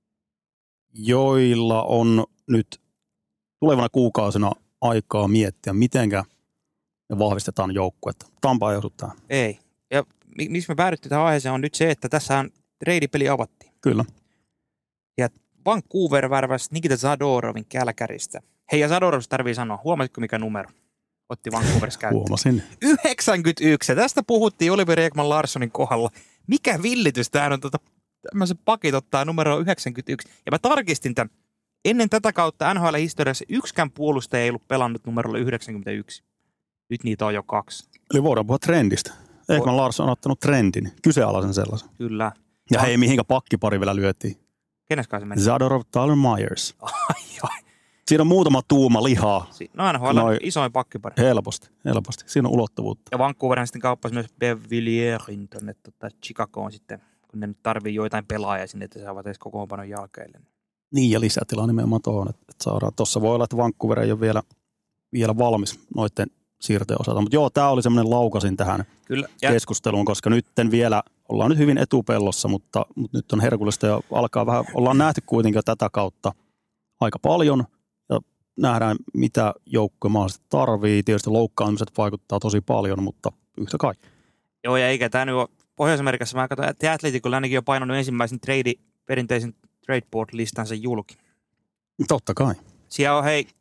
joilla on nyt tulevana kuukausina aikaa miettiä, mitenkä me vahvistetaan joukkuetta. Tampa ei osu tähän. Ei. Ja miksi me päädyttiin tähän aiheeseen on nyt se, että tässähän treidipeli avattiin. Kyllä. Ja Vancouver värväsi Nikita Zadorovin Kälkäristä. Hei, ja Zadorov tarvii sanoa, huomasitko mikä numero otti Vancouverissa käyttöön? Huomasin. yhdeksänkymmentäyksi. Ja tästä puhuttiin Oliver Ekman Larssonin kohdalla. Mikä villitys tämä on? Tuota, tämmöisen pakit ottaa numero yhdeksänkymmentäyksi. Ja mä tarkistin tämän. Ennen tätä kautta N H L-historiassa yksikään puolustaja ei ollut pelannut numerolla yhdeksänkymmentäyksi. Nyt niitä on jo kaksi. Eli voidaan puhua trendistä. Ekman Larsson on ottanut trendin, kyseenalaisen sellaisen. Kyllä. Ja hei, mihinkä pakkipari vielä lyötiin? Keneskaan se meni? Zadorov, Tyler Myers. Ai, ai. Siinä on muutama tuuma lihaa. Si- no N H L on isoin pakkipari. Helposti, helposti. Siinä on ulottuvuutta. Ja Vancouverhan sitten kauppasi myös Bevilierin tuonne tota Chicagoon sitten, kun ne nyt tarvii joitain pelaajia sinne, että saavat edes kokoonpanon jalkeille. Niin, ja lisätilaa nimenomaan tuohon, että saadaan. Tuossa voi olla, että Vancouver ei ole vielä, vielä valmis noiden siirtojen osalta. Mutta joo, tämä oli semmoinen laukasin tähän Kyllä. keskusteluun, koska nyt vielä ollaan nyt hyvin etupellossa, mutta, mutta nyt on herkullista ja alkaa vähän, ollaan nähty kuitenkin tätä kautta aika paljon ja nähdään, mitä joukkoja mahdollisesti tarvii. Tietysti loukkaamiset vaikuttaa tosi paljon, mutta yhtä kaikki. Joo, ja eikä tämä nyt ole Pohjois-Amerikassa. Mä katson, että Athleticilla ainakin on painanut ensimmäisen trade, perinteisen tradeboard-listansa julki. Totta kai. Siellä on, hei,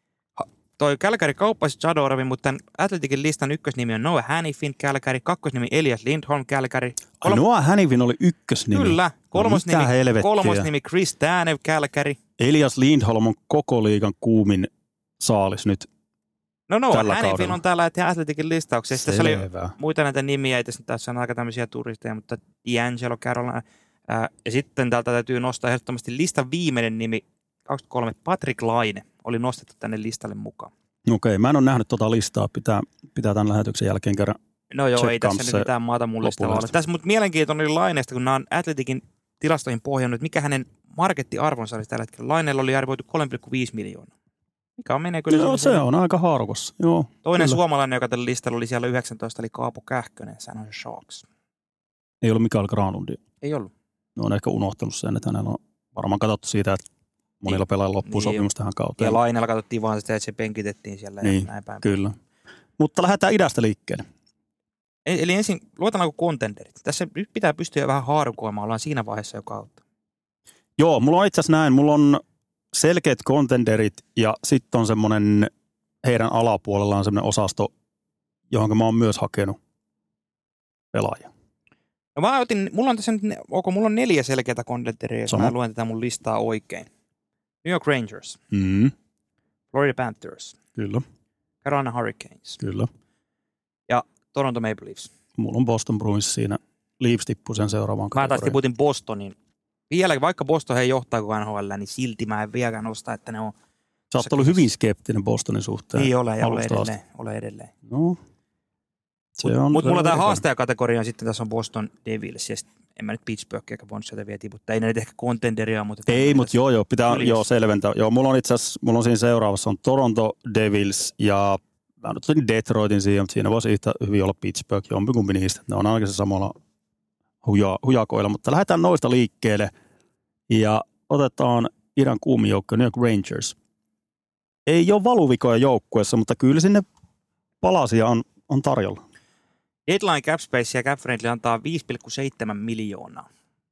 toi Calgary kauppasi Jadorovin, mutta tämän Athleticin listan ykkösnimi on Noah Hannifin Calgary, kakkosnimi Elias Lindholm Calgary. Kolm... Noah Hannifin oli ykkösnimi? Kyllä. Kolmosnimi, no, kolmosnimi Chris Tanev Calgary. Elias Lindholm on koko liigan kuumin saalis nyt. No Noah Hannifin on täällä Athleticin listauksessa. Tässä oli muita näitä nimiä, ei tässä on aika tämmöisiä turisteja, mutta D'Angelo Carolina. Ää, ja sitten täältä täytyy nostaa ehdottomasti listan viimeinen nimi, kaksikymmentäkolme, Patrick Laine, oli nostettu tänne listalle mukaan. Okei, mä en ole nähnyt tuota listaa, pitää, pitää tämän lähetyksen jälkeen käydä. No joo, ei tässä nyt mitään maata mun listalla ole. Tässä mutta mielenkiintoinen oli Laineesta, kun nämä on Athleticin tilastoihin pohjannut, mikä hänen markettiarvonsa olisi tällä hetkellä. Laineella oli arvioitu kolme pilkku viisi miljoonaa. Mikä on menee kyllä. Joo, se on aika harvossa. Joo, toinen kyllä. Suomalainen, joka tällä listalla oli siellä yhdeksäntoista, eli Kaapo Kähkönen, San Jose Sharks. Ei ollut Mikael Granlundi. Ei ollut. Ne on ehkä unohtanut sen, että hänellä on varmaan katsottu siitä, että monilla pelaajilla loppuu niin, sopimus tähän kauteen. Ja Lainella katsottiin vaan sitä, että se penkitettiin siellä niin, ja näin päin. Kyllä. Mutta lähdetään idästä liikkeelle. Eli ensin luetaan kuin contenderit. Tässä nyt pitää pystyä vähän haarukoimaan, ollaan siinä vaiheessa jo kautta. Joo, mulla on itse asiassa näin. Mulla on selkeät contenderit ja sitten on semmoinen, heidän alapuolellaan semmoinen osasto, johon mä oon myös hakenut pelaajia. No mä otin, mulla on tässä nyt, onko mulla on neljä selkeää contenderia, jos mä luen tätä mun listaa oikein. New York Rangers, mm. Florida Panthers, kyllä. Carolina Hurricanes, kyllä. Ja Toronto Maple Leafs. Mulla on Boston Bruins siinä. Leafs tippui sen seuraavaan kategoriaan. Mä taas tiputin Bostonin. Vielä, vaikka Boston ei johtaa kuin N H L, niin silti mä en vieläkään nosta, että ne on... Sä oot ollut hyvin skeptinen Bostonin suhteen. Niin ole, ja ole edelleen, ole edelleen. No. Mutta mut mulla tämä haastajakategoria on sitten, tässä on Boston Devils, ja en mä nyt Pittsburgh eikä voinut sieltä vielä tiputtaa. Ei ne nyt ehkä contenderia, mutta... Ei, mutta joo, joo, pitää joo, selventää. Joo, mulla on itse asiassa, mulla on siinä seuraavassa on Toronto Devils ja mä nyt otin Detroitin siihen, mutta siinä voisi yhtä hyvin olla Pittsburgh, jompikumpi niistä. Ne on ainakin se samalla huja, hujakoilla, mutta lähdetään noista liikkeelle ja otetaan idän kuumin joukko, New York Rangers. Ei ole valuvikoja joukkueessa, mutta kyllä sinne palasia on, on tarjolla. Deadline cap space ja cap friendly antaa viisi pilkku seitsemän miljoonaa.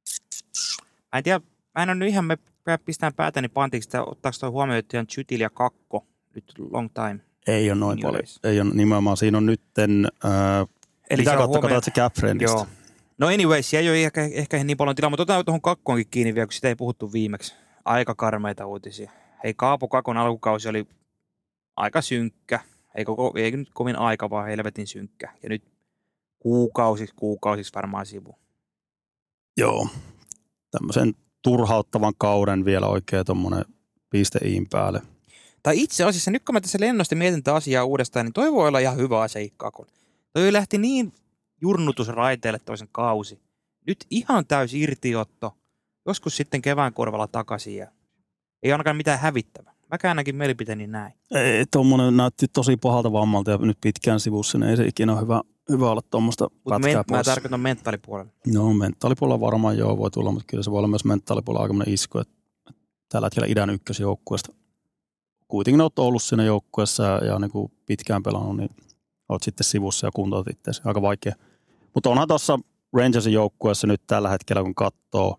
Mä en tiedä, mä en ole nyt ihan, me pistään päätäni pantiksi, että ottaako toi huomioon, että on Chytil ja Kakko nyt long time. Ei ole noin paljon. Ei ole nimenomaan. Siinä on nytten, äh, eli mitä kautta katsotaan se cap friendlistä. Joo. No anyways, ei ole ehkä, ehkä niin paljon tilaa, mutta otetaan tuohon Kakkoonkin kiinni vielä, kun sitä ei puhuttu viimeksi. Aika karmeita uutisia. Hei, Kaapo Kakon alkukausi oli aika synkkä. Ei, koko, ei nyt kovin aika, vaan helvetin synkkä. Ja nyt kuukausiksi, kuukausiksi varmaan sivu. Joo. Tämmöisen turhauttavan kauden vielä oikein tuommoinen piste iin päälle. Tai itse asiassa, nyt kun mä tässä lennosti mietin tätä asiaa uudestaan, niin toi voi olla ihan hyvä asia Kakon. Toi lähti niin jurnutusraiteelle toisen kausi. Nyt ihan täysi irtiotto. Joskus sitten kevään korvalla takaisin ja ei ainakaan mitään hävittävää. Mä käännänkin mielipiteeni näin. Ei, tuommoinen näytti tosi pahalta vammalta ja nyt pitkään sivussa, niin ei se ikinä ole hyvä, hyvä olla tuommoista pätkää men- pois. Mä tarkoitan mentaalipuolella. No mentaalipuolella varmaan joo voi tulla, mutta kyllä se voi olla myös mentaalipuolella aikamoinen isku. Että tällä hetkellä idän ykkösjoukkueesta. Kuitenkin olet ollut siinä joukkueessa ja, ja niin kuin pitkään pelannut, niin olet sitten sivussa ja kuntoutat itseäsi. Aika vaikea. Mutta onhan tuossa Rangersin joukkueessa nyt tällä hetkellä, kun katsoo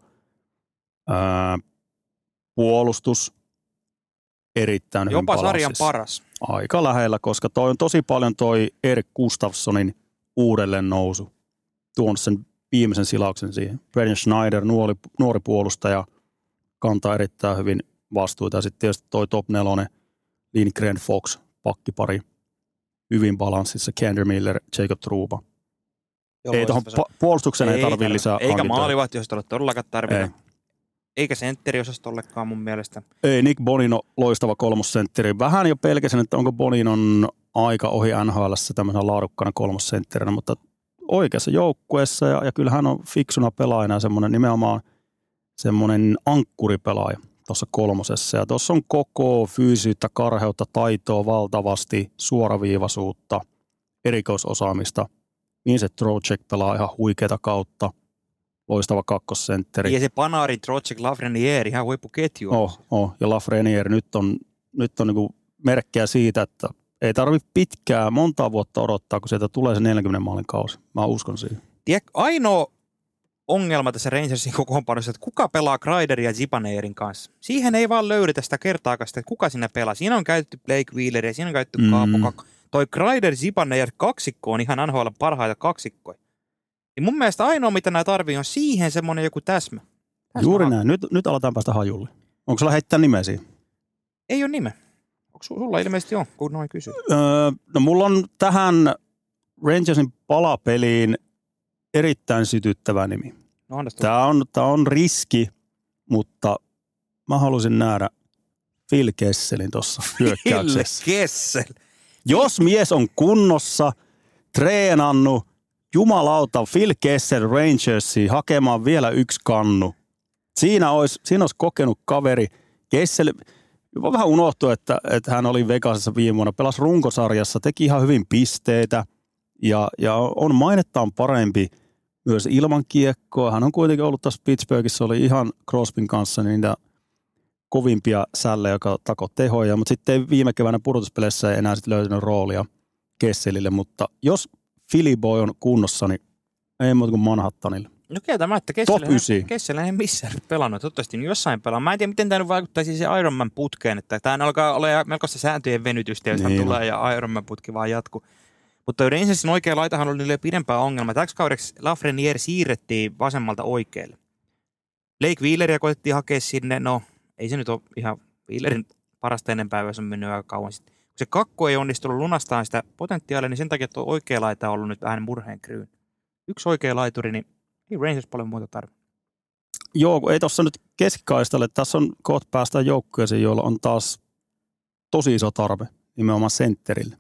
ää, puolustus erittäin hyvin jopa palansissa. Sarjan paras. Aika lähellä, koska toi on tosi paljon toi Erik Gustafssonin uudelleen nousu. Tuon sen viimeisen silauksen siihen. Brendan Schneider, nuori, nuori puolustaja, kantaa erittäin hyvin vastuuta. Ja sitten tietysti toi top nelonen, Lindgren Fox, pakkipari, hyvin balanssissa, Kender Miller, Jacob Trouba. Joo, ei tuohon pa- puolustukseen ei, ei tarvitse lisää eikä maalivahti, jos ole todellakaan tarvita. Eikä sentteriosastollekaan mun mielestä. Ei, Nick Bonino loistava kolmosentteri. Vähän jo pelkäsin, että onko Boninon aika ohi N H L:ssä tämmöisenä laadukkana kolmosentterinä, mutta oikeassa joukkueessa ja, ja kyllä hän on fiksuna pelaajana semmoinen nimenomaan semmoinen ankkuripelaaja tuossa kolmosessa. Ja tuossa on koko fyysisyyttä, karheutta, taitoa valtavasti, suoraviivaisuutta, erikoisosaamista. Niin se Trocheck pelaa ihan huikeata kautta. Loistava kakkosentteri. Ja se Panarin, Trocheck, Lafreniere, ihan huippuketju. Oh, oh. Ja Lafreniere nyt on, nyt on niinku merkkejä siitä, että ei tarvitse pitkää, montaa vuotta odottaa, kun sieltä tulee se neljänkymmenen maalin kausi. Mä uskon siihen. Tiedätkö, ainoa ongelma tässä Rangersin kokoonpanossa, että kuka pelaa Kreiderin ja Zibanerin kanssa. Siihen ei vaan löydetä sitä kertaakaan sitä, että kuka siinä pelaa. Siinä on käytetty Blake Wheeleria, siinä on käytetty mm. Kaapo. Toi Kreider-Zibaner kaksikko on ihan N H L parhaita kaksikkoja. Ja mun mielestä ainoa, mitä nämä tarvii, on siihen semmoinen joku täsmä. täsmä Juuri näin. Nyt, nyt aletaan päästä hajulle. Onko sulla heittää nimeä siihen? Ei ole nimeä. Onko sulla ilmeisesti on, kun noin kysyy? Öö, no mulla on tähän Rangersin palapeliin erittäin sytyttävä nimi. No, tämä, on, tämä on riski, mutta mä halusin nähdä Phil Kesselin tuossa hyökkäyksessä. Phil Kessel. Jos mies on kunnossa, treenannut, jumalauta Phil Kessel Rangersiin hakemaan vielä yksi kannu. Siinä olisi, siinä olisi kokenut kaveri. Kessel, vähän unohtui, että, että hän oli Vegasissa viime vuonna, pelasi runkosarjassa, teki ihan hyvin pisteitä ja, ja on mainettaan parempi myös ilman kiekkoa. Hän on kuitenkin ollut tässä Pittsburghissa, oli ihan Crosbyn kanssa niitä kovimpia sällejä, joka takoi tehoja, mutta sitten viime keväänä pudotuspeleissä ei enää sitten löytynyt roolia Kesselille, mutta jos Philly Boy on kunnossa, niin ei muuta kuin Manhattanille. No kieltämättä, Kessel ei missään pelannut, toivottavasti jossain pelaa. Mä en tiedä, miten tämä nyt vaikuttaisi se Ironman putkeen, että tämä alkaa olla melkoista sääntöjen venytystä, jos niin tulee ja Ironman putki vaan jatkuu. Mutta Rangersin oikea laitahan oli niille pidempää ongelmaa. Täksi kaudeksi Lafreniere siirrettiin vasemmalta oikealle. Blake Wheeleria koitettiin hakea sinne, no ei se nyt ole ihan Wheelerin parasta ennen päivää, se on mennyt aika kauan sitten. Kun se kakko ei onnistunut lunastaan sitä potentiaalia, niin sen takia tuo oikea laita on ollut nyt vähän murheen kryyn. Yksi oikea laituri, niin ei Rangers paljon muuta tarvitse. Joo, ei tuossa nyt keskikaistalle. Tässä on kohta päästään joukkueeseen, joilla on taas tosi iso tarve nimenomaan sentterille.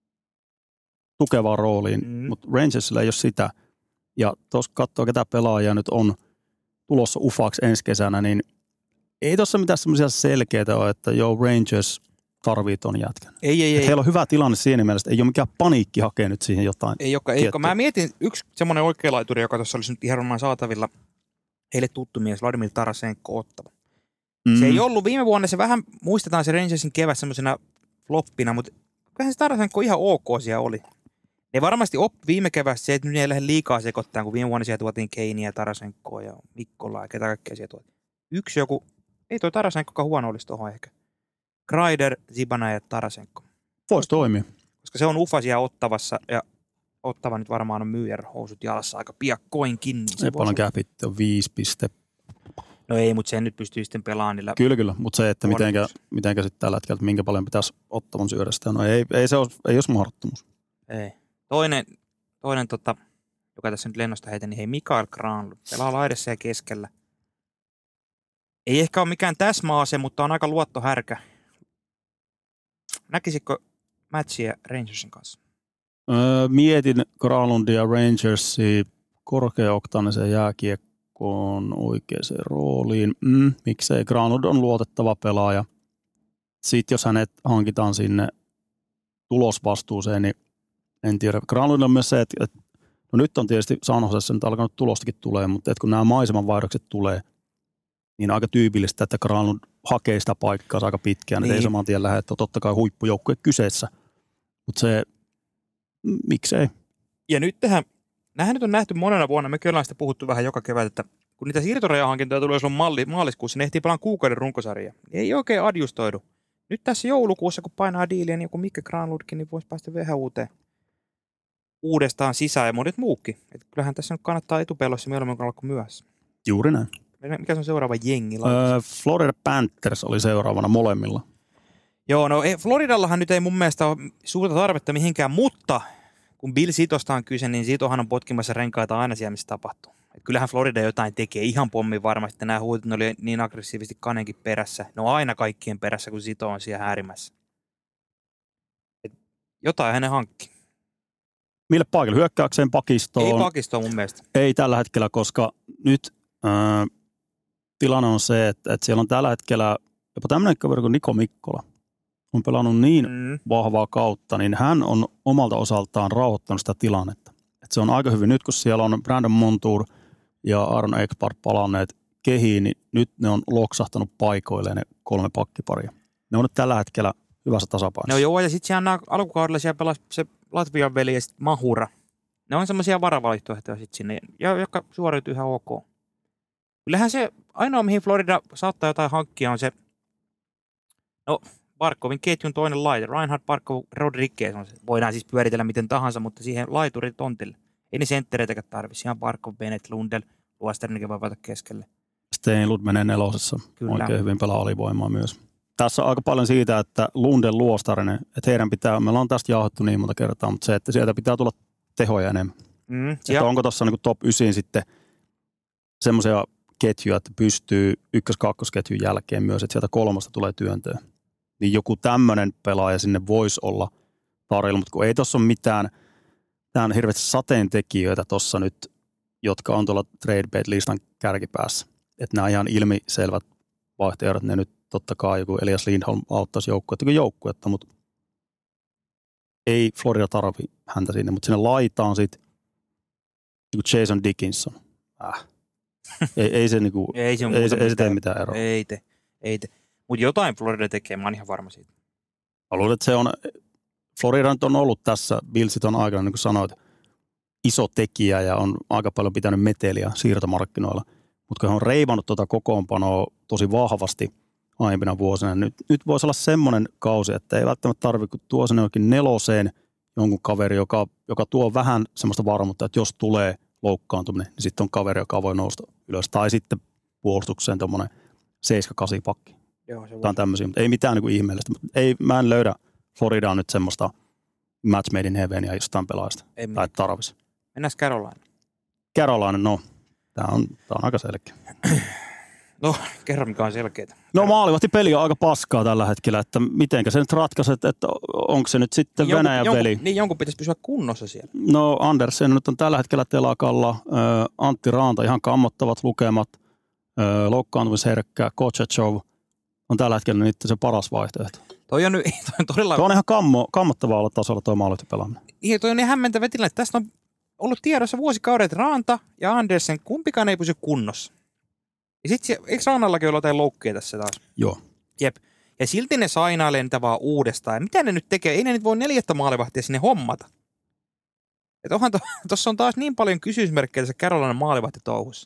Tukevaan rooliin, mm. mutta Rangersilla ei ole sitä. Ja tuossa katsoo, ketä pelaajia nyt on tulossa ufaksi ensi kesänä, niin ei tuossa mitään semmoisia selkeitä ole, että joo, Rangers tarvii ton jätkän. Ei, ei, ei. Heillä on hyvä tilanne siinä mielessä, ei ole mikään paniikki hakea nyt siihen jotain. Ei joka, ei joka. Mä mietin yksi semmoinen oikea laituri, joka tuossa olisi nyt ihan varmaan saatavilla, heille tuttu mies, Vladimir Tarasenko Ottava. Mm. Se ei ollut viime vuonna, se vähän muistetaan se Rangersin kevät semmoisena floppina, mutta kyllähän se Tarasenko ihan ok siellä oli. Ne varmasti oppi viime kevästä se, että nyt ei lähde liikaa sekoittaa, kun viime vuonna siellä tuotiin Keiniä, Tarasenkoa ja Mikkolaa ja ketä kaikkea siellä tuotiin. Yksi joku, ei toi Tarasenkokaan huono olisi tuohon ehkä. Kreider, Zibana ja Tarasenko. Voisi toimia. Koska se on ufasia Ottavassa ja Ottava nyt varmaan on myyjär housut jalassa aika piakkoinkin. Niin ei paljon käpitti, on viisi piste. No ei, mutta sen nyt pystyy sitten pelaamaan niillä. Kyllä, kyllä. Mutta se, että mitenkä, mitenkä sitten tällä hetkellä, minkä paljon pitäisi Ottavan syödä sitä. No ei, ei se ole, ei olisi mahdottomuus. Ei. Toinen, toinen tota, joka tässä nyt lennosta heitä, niin hei Mikael Granlund. Pelaa laidassa ja keskellä. Ei ehkä ole mikään täsmäase, mutta on aika luottohärkä. Näkisitkö matchia Rangersin kanssa? Öö, mietin Granlundia Rangersia korkeaoktaanisen jääkiekkoon oikeaan rooliin. Mm, miksei? Granlund on luotettava pelaaja. Sitten jos hänet hankitaan sinne tulosvastuuseen, niin en tiedä. Granlund on myös se, että, että no nyt on tietysti San Josessa nyt alkanut tulostakin tulee, mutta että kun nämä maisemanvaihdokset tulee, niin aika tyypillistä, että Granlund hakee sitä paikkaa aika pitkään, niin ei saman tien lähde, että totta kai huippujoukkue kyseessä. Mutta se, miksei? Ja nyt tähän, nämähän nyt on nähty monena vuonna, mekin ollaan sitä puhuttu vähän joka kevät, että kun niitä siirtorajahankintoja tulee silloin malli, maaliskuussa, ne ehtii pelaan kuukauden runkosarja. Ei oikein adjustoidu. Nyt tässä joulukuussa, kun painaa diiliä, niin joku Mikke Granlundkin, niin voisi päästä vähän uuteen, uudestaan sisään ja monet muukin. Että kyllähän tässä nyt kannattaa etupelossa mieluummin kuin alkoi myöhässä. Juuri näin. Mikä se on seuraava jengi? Öö, Florida Panthers oli seuraavana molemmilla. Joo, no ei, Floridallahan nyt ei mun mielestä ole suurta tarvetta mihinkään, mutta kun Bill Sitosta on kyse, niin Sitohan on potkimassa renkaita aina siellä, missä tapahtuu. Et kyllähän Florida jotain tekee ihan pommin varmasti, että nämä huutit oli niin aggressiivisesti Kanenkin perässä. Ne on aina kaikkien perässä, kun Sito on siellä äärimmässä. Et jotain hänen hankki. Mille paikalle? Hyökkääkseen pakistoon? Ei pakistoon mun mielestä. Ei tällä hetkellä, koska nyt äh, tilanne on se, että, että siellä on tällä hetkellä jopa tämmöinen kaveri kuin Niko Mikkola. On pelannut niin mm. vahvaa kautta, niin hän on omalta osaltaan rauhoittanut sitä tilannetta. Että se on aika hyvin. Nyt kun siellä on Brandon Montour ja Aaron Ekblad palanneet kehiin, niin nyt ne on loksahtanut paikoilleen ne kolme pakkiparia. Ne on nyt tällä hetkellä hyvässä tasapainossa. No joo, ja sitten siellä alkukaudella siellä pelasi se Latvian veli ja sitten Mahura. Ne on semmoisia varavaihtoehtoja sitten sinne, jotka suoriutuu ihan ok. Kyllähän se ainoa, mihin Florida saattaa jotain hankkia, on se, no Barkovin ketjun toinen laite. Reinhard Barkov Rodriguez on se. Voidaan siis pyöritellä miten tahansa, mutta siihen laituri-tontille. Ei ne senttereitäkään tarvitse. Ihan Barkov, Bennett, Lundell, Luosternikin voi vaata keskelle. Steinlund menee nelosessa. Kyllä. Oikein hyvin pelaa alivoimaa myös. Tässä on aika paljon siitä, että Lundell, Luostarinen, että heidän pitää, meillä on tästä jauhettu niin monta kertaa, mutta se, että sieltä pitää tulla tehoja enemmän. Mm, että onko tuossa niin top yhdeksän sitten semmoisia ketjuja, että pystyy ykkös-kakkosketjun jälkeen myös, että sieltä kolmasta tulee työntöä. Niin joku tämmöinen pelaaja sinne voisi olla tarjolla, mutta kun ei tuossa ole mitään, tämä on hirveästi sateentekijöitä tuossa nyt, jotka on tuolla TradeBait-listan kärkipäässä. Että nämä ihan ilmiselvät vaihtoehdot, ne nyt totta kai joku Elias Lindholm auttaisi joukkuetta kuin joukkuetta, mutta ei Florida tarvi häntä sinne, mutta sinne laitaan sitten Jason Dickinson. Äh. ei, ei se niinku, ei se, ei, ei se tee mitään eroa. Ei te, ei te. Mutta jotain Florida tekee, mä oon ihan varma siitä. Haluan, että se on, Florida on ollut tässä Billsit on aikana, niin kuin sanoit, iso tekijä ja on aika paljon pitänyt meteliä siirtomarkkinoilla. Mutta kun he on reivannut tuota kokoonpanoa tosi vahvasti aiempina vuosina, nyt, nyt voisi olla semmoinen kausi, että ei välttämättä tarvitse, kun tuo sinne jokin neloseen jonkun kaveri, joka, joka tuo vähän semmoista varmuutta, että jos tulee loukkaantuminen, niin sitten on kaveri, joka voi nousta ylös. Tai sitten puolustukseen tuommoinen seitsemän kahdeksan pakki. Joo, se on tämmöisiä, mutta ei mitään niin kuin ihmeellistä. Ei, mä en löydä Floridaan nyt semmoista match made in heavenia jostain pelaajasta. Ei tai tarvisi. Mennään Carolina. Carolina, no. Tämä on, tää on aika selkeä. No, kerro mikä on selkeää. No maalivahti peli on aika paskaa tällä hetkellä, että mitenkä se nyt ratkaiset, että onko se nyt sitten niin Venäjän jonkun, veli? Jonkun, niin jonkun pitäisi pysyä kunnossa siellä. No Andersen nyt on tällä hetkellä telakalla, Antti Raanta ihan kammottavat lukemat, loukkaantumisherkkä, Kochechov on tällä hetkellä nyt se paras vaihtoehto. Toi on, nyt, toi on todella... Tuo on ihan kammo, kammottavaa olla tasolla tuo maalivahti pelaaminen. Niin, toi on niin hämmentävä tilanne. Tästä on ollut tiedossa vuosikaudet Raanta ja Andersen, kumpikaan ei pysy kunnossa. Ja sitten eikö Raanallakin ole jotain loukkia tässä taas? Joo. Jep. Ja silti ne sainailee niitä vaan uudestaan. Ja mitä ne nyt tekee? Ei ne nyt voi neljättä maalivahtia sinne hommata. Että onhan tuossa to, on taas niin paljon kysymysmerkkejä tässä Carolinan maalivahtitouhussa.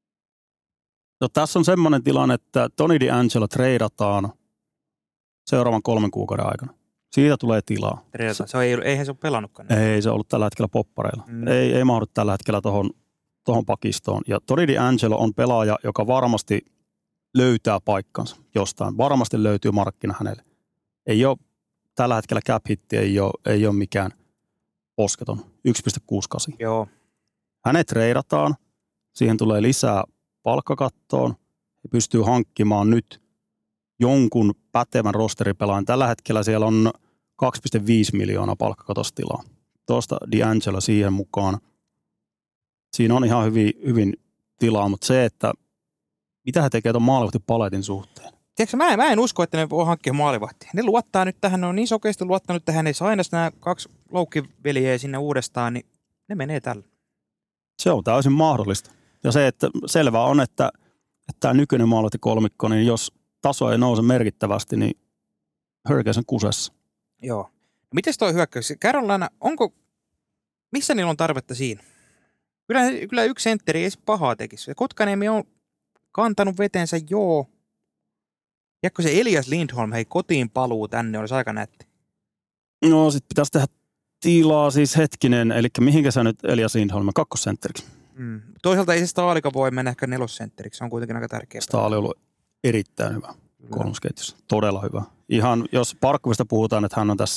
No tässä on semmoinen tilanne, että Tony DeAngelo treidataan seuraavan kolmen kuukauden aikana. Siitä tulee tilaa. Treidataan. Se on, eihän se ole pelannutkaan. Ei se ollut tällä hetkellä poppareilla. Mm. Ei, ei mahdu tällä hetkellä tuohon tuohon pakistoon. Ja Tony DeAngelo on pelaaja, joka varmasti löytää paikkansa jostain. Varmasti löytyy markkina hänelle. Ei ole tällä hetkellä cap hitti, ei ole, ei ole mikään posketon. yksi pilkku kuusikymmentäkahdeksan. Joo. Hänet treidataan. Siihen tulee lisää palkkakattoon. Ja pystyy hankkimaan nyt jonkun pätevän rosteripelaajan. Tällä hetkellä siellä on kaksi pilkku viisi miljoonaa palkkakatostilaa. Tuosta DeAngelo siihen mukaan. Siinä on ihan hyvin, hyvin tilaa, mutta se, että mitä he tekevät tuon maalivahtipaletin suhteen? Tiedätkö, mä en, mä en usko, että ne voi hankkia maalivahtia. Ne luottaa nyt tähän, ne on niin sokeasti luottanut tähän, ne sainas nämä kaksi loukkiveliä sinne uudestaan, niin ne menee tällä. Se on täysin mahdollista. Ja se, että selvää on, että, että tämä nykyinen maalivahtikolmikko, niin jos taso ei nouse merkittävästi, niin Hurricanes on kusessa. Joo. No mites toi hyökkäys? Carolina, onko, missä niillä on tarvetta siinä? Kyllä, kyllä yksi sentteri ei se pahaa tekisi. Kotkaniemi on kantanut vetensä, joo. Jääkö se Elias Lindholm, hei kotiin paluu tänne, olisi aika nätti. No sit pitäisi tehdä tilaa siis hetkinen, eli mihinkä sä nyt Elias Lindholm kakkosentteriksi? Mm. Toisaalta ei se Staalika voi mennä ehkä nelossentteriksi, se on kuitenkin aika tärkeä. Staali on ollut erittäin hyvä kolmosketjussa, todella hyvä. Ihan jos Parkkovista puhutaan, että hän on tässä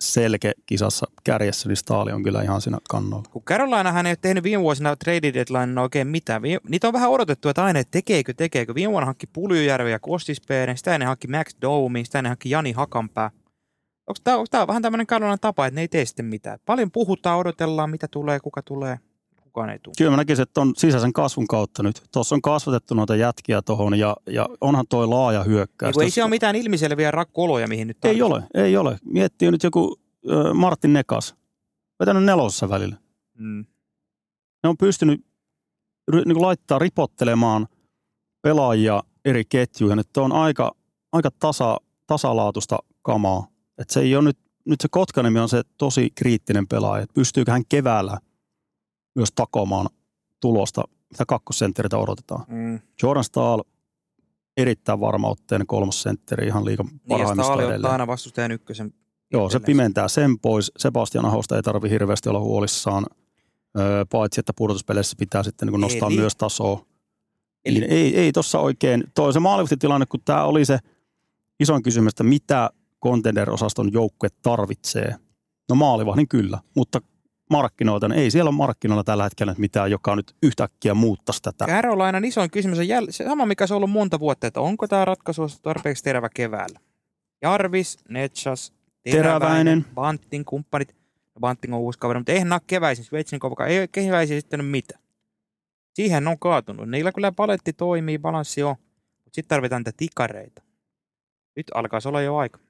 selkeä kisassa kärjessä, niin Staal on kyllä ihan siinä kannolla. Kun Carolinahan ei ole tehnyt viime vuosina trade deadline oikein mitään. Niitä on vähän odotettu, että aina, että tekeekö, tekeekö. Viime vuonna hankki Puljujärvi ja Kostispeeren, sitä ennen hankki Max Domi, sitä ennen hankki Jani Hakanpää. Onko tämä, onko tämä vähän tämmöinen Carolinan tapa, että ne ei tee sitten mitään? Paljon puhutaan, odotellaan, mitä tulee, kuka tulee, kukaan ei tule. Kyllä mä näkisin, että on sisäisen kasvun kautta nyt. Tuossa on kasvatettu noita jätkiä tuohon ja, ja onhan toi laaja hyökkäys. Niin, ei se ole mitään ilmiselviä rakkoloja, mihin nyt tarvitsen. Ei ole, ei ole. Miettii nyt joku äh, Martin Nekas, vetänyt nelosessa välillä. Mm. Ne on pystynyt niin kuin laittaa ripottelemaan pelaajia eri ketjuihin. Että on aika, aika tasa, tasalaatuista kamaa. Että se ei ole nyt, nyt se Kotkaniemi on se tosi kriittinen pelaaja. Että pystyykö hän keväällä myös takomaan tulosta, mitä kakkosentteriltä odotetaan. Mm. Jordan Staal, erittäin varma otteinen kolmosentteri, ihan liigan parhaimmista niin, edelleen. ottaa aina vastustajan ykkösen. Joo, se pimentää sen pois. Sebastian Ahosta ei tarvitse hirveästi olla huolissaan, öö, paitsi että pudotuspeleissä pitää sitten niin nostaa Eli. myös tasoa. Eli. Niin ei, ei tuossa oikein. Toi se maalivahtitilanne, kun tämä oli se isoin kysymys, että mitä contender-osaston joukkue tarvitsee. No maalivahdin kyllä, mutta markkinoilta, niin ei siellä ole markkinoilla tällä hetkellä mitään, joka nyt yhtäkkiä muuttaisi tätä. Carolinan isoin kysymys on jäl- se sama, mikä se on ollut monta vuotta, että onko tämä ratkaisu tarpeeksi terävä keväällä. Jarvis, Netsas, Teräväinen, Teräväinen. Banting, kumppanit. Banting on uusi kaveri, mutta eihän nämä keväisin. Svetsnikov, ei keväisin sitten mitään. Siihen on kaatunut. Niillä kyllä paletti toimii, balanssi on, mutta sitten tarvitaan niitä tikareita. Nyt alkaisi olla jo aika.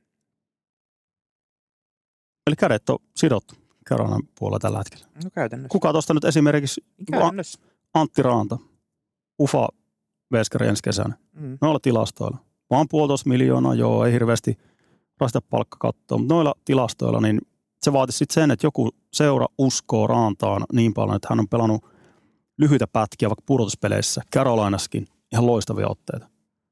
Eli kädet on sidottu Carolinan puolella tällä hetkellä. No käytännössä. Kuka tuosta nyt esimerkiksi käytännössä. Antti Raanta, Ufa veskari ensi kesänä. Mm. Noilla tilastoilla. Vaan puolitoista miljoonaa, joo, ei hirveästi rasita palkkakattoa, mutta noilla tilastoilla niin se vaatisi sitten sen, että joku seura uskoo Raantaan niin paljon, että hän on pelannut lyhyitä pätkiä vaikka pudotuspeleissä, Carolinassakin, ihan loistavia otteita.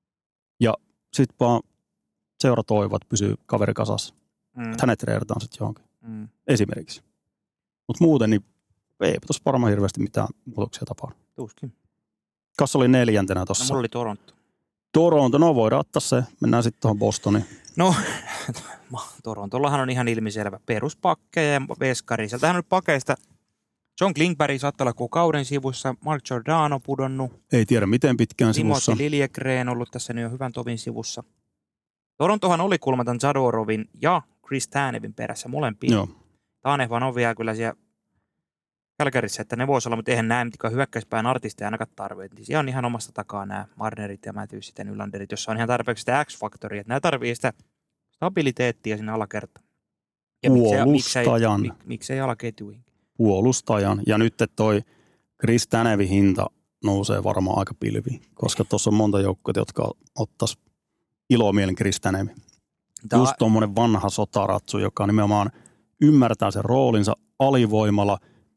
Ja sitten vaan seura toivoo, että pysyy kaveri kasassa. Mm. Että hänet treerataan sitten johonkin. Mm. Esimerkiksi. Mutta muuten niin ei tuossa varmaan hirveästi mitään muutoksia tapahdu. Tuskin. Kas oli neljäntenä tuossa. No mulla oli Toronto. Toronto, no voidaan ottaa se. Mennään sitten tuohon Bostoniin. No, Torontollahan on ihan ilmiselvä peruspakkeja ja veskari. Sieltähän on nyt pakeista. John Klingberg saattaa olla koko kauden sivussa. Mark Giordano pudonnut. Ei tiedä miten pitkään sivussa. Timothy Liljegren on ollut tässä nyt jo hyvän tovin sivussa. Torontohan oli kulmatan Zadorovin ja Chris Tanevin perässä molempia. Joo. Tanev on vielä kyllä siellä Kälkärissä, että ne voisi olla, mutta eihän näe mitään hyökkäyspään artisteja ainakaan tarvitse. Niin siellä on ihan omasta takaa nämä Marnerit ja Matthewsit ja Nylanderit, jossa on ihan tarpeeksi sitä X-faktoria. Nämä tarvitsee sitä stabiliteettia sinne alakertaan. Ja puolustajan. Miksei, miksei alaketjuihin. Puolustajan. Ja nyt toi Chris Tanevin hinta nousee varmaan aika pilviin, koska tuossa on monta joukkoa, jotka ottaisi ilomielen Chris Tanevin. Tämä... Just tuommoinen vanha sotaratsu, joka nimenomaan ymmärtää sen roolinsa alivoimalla.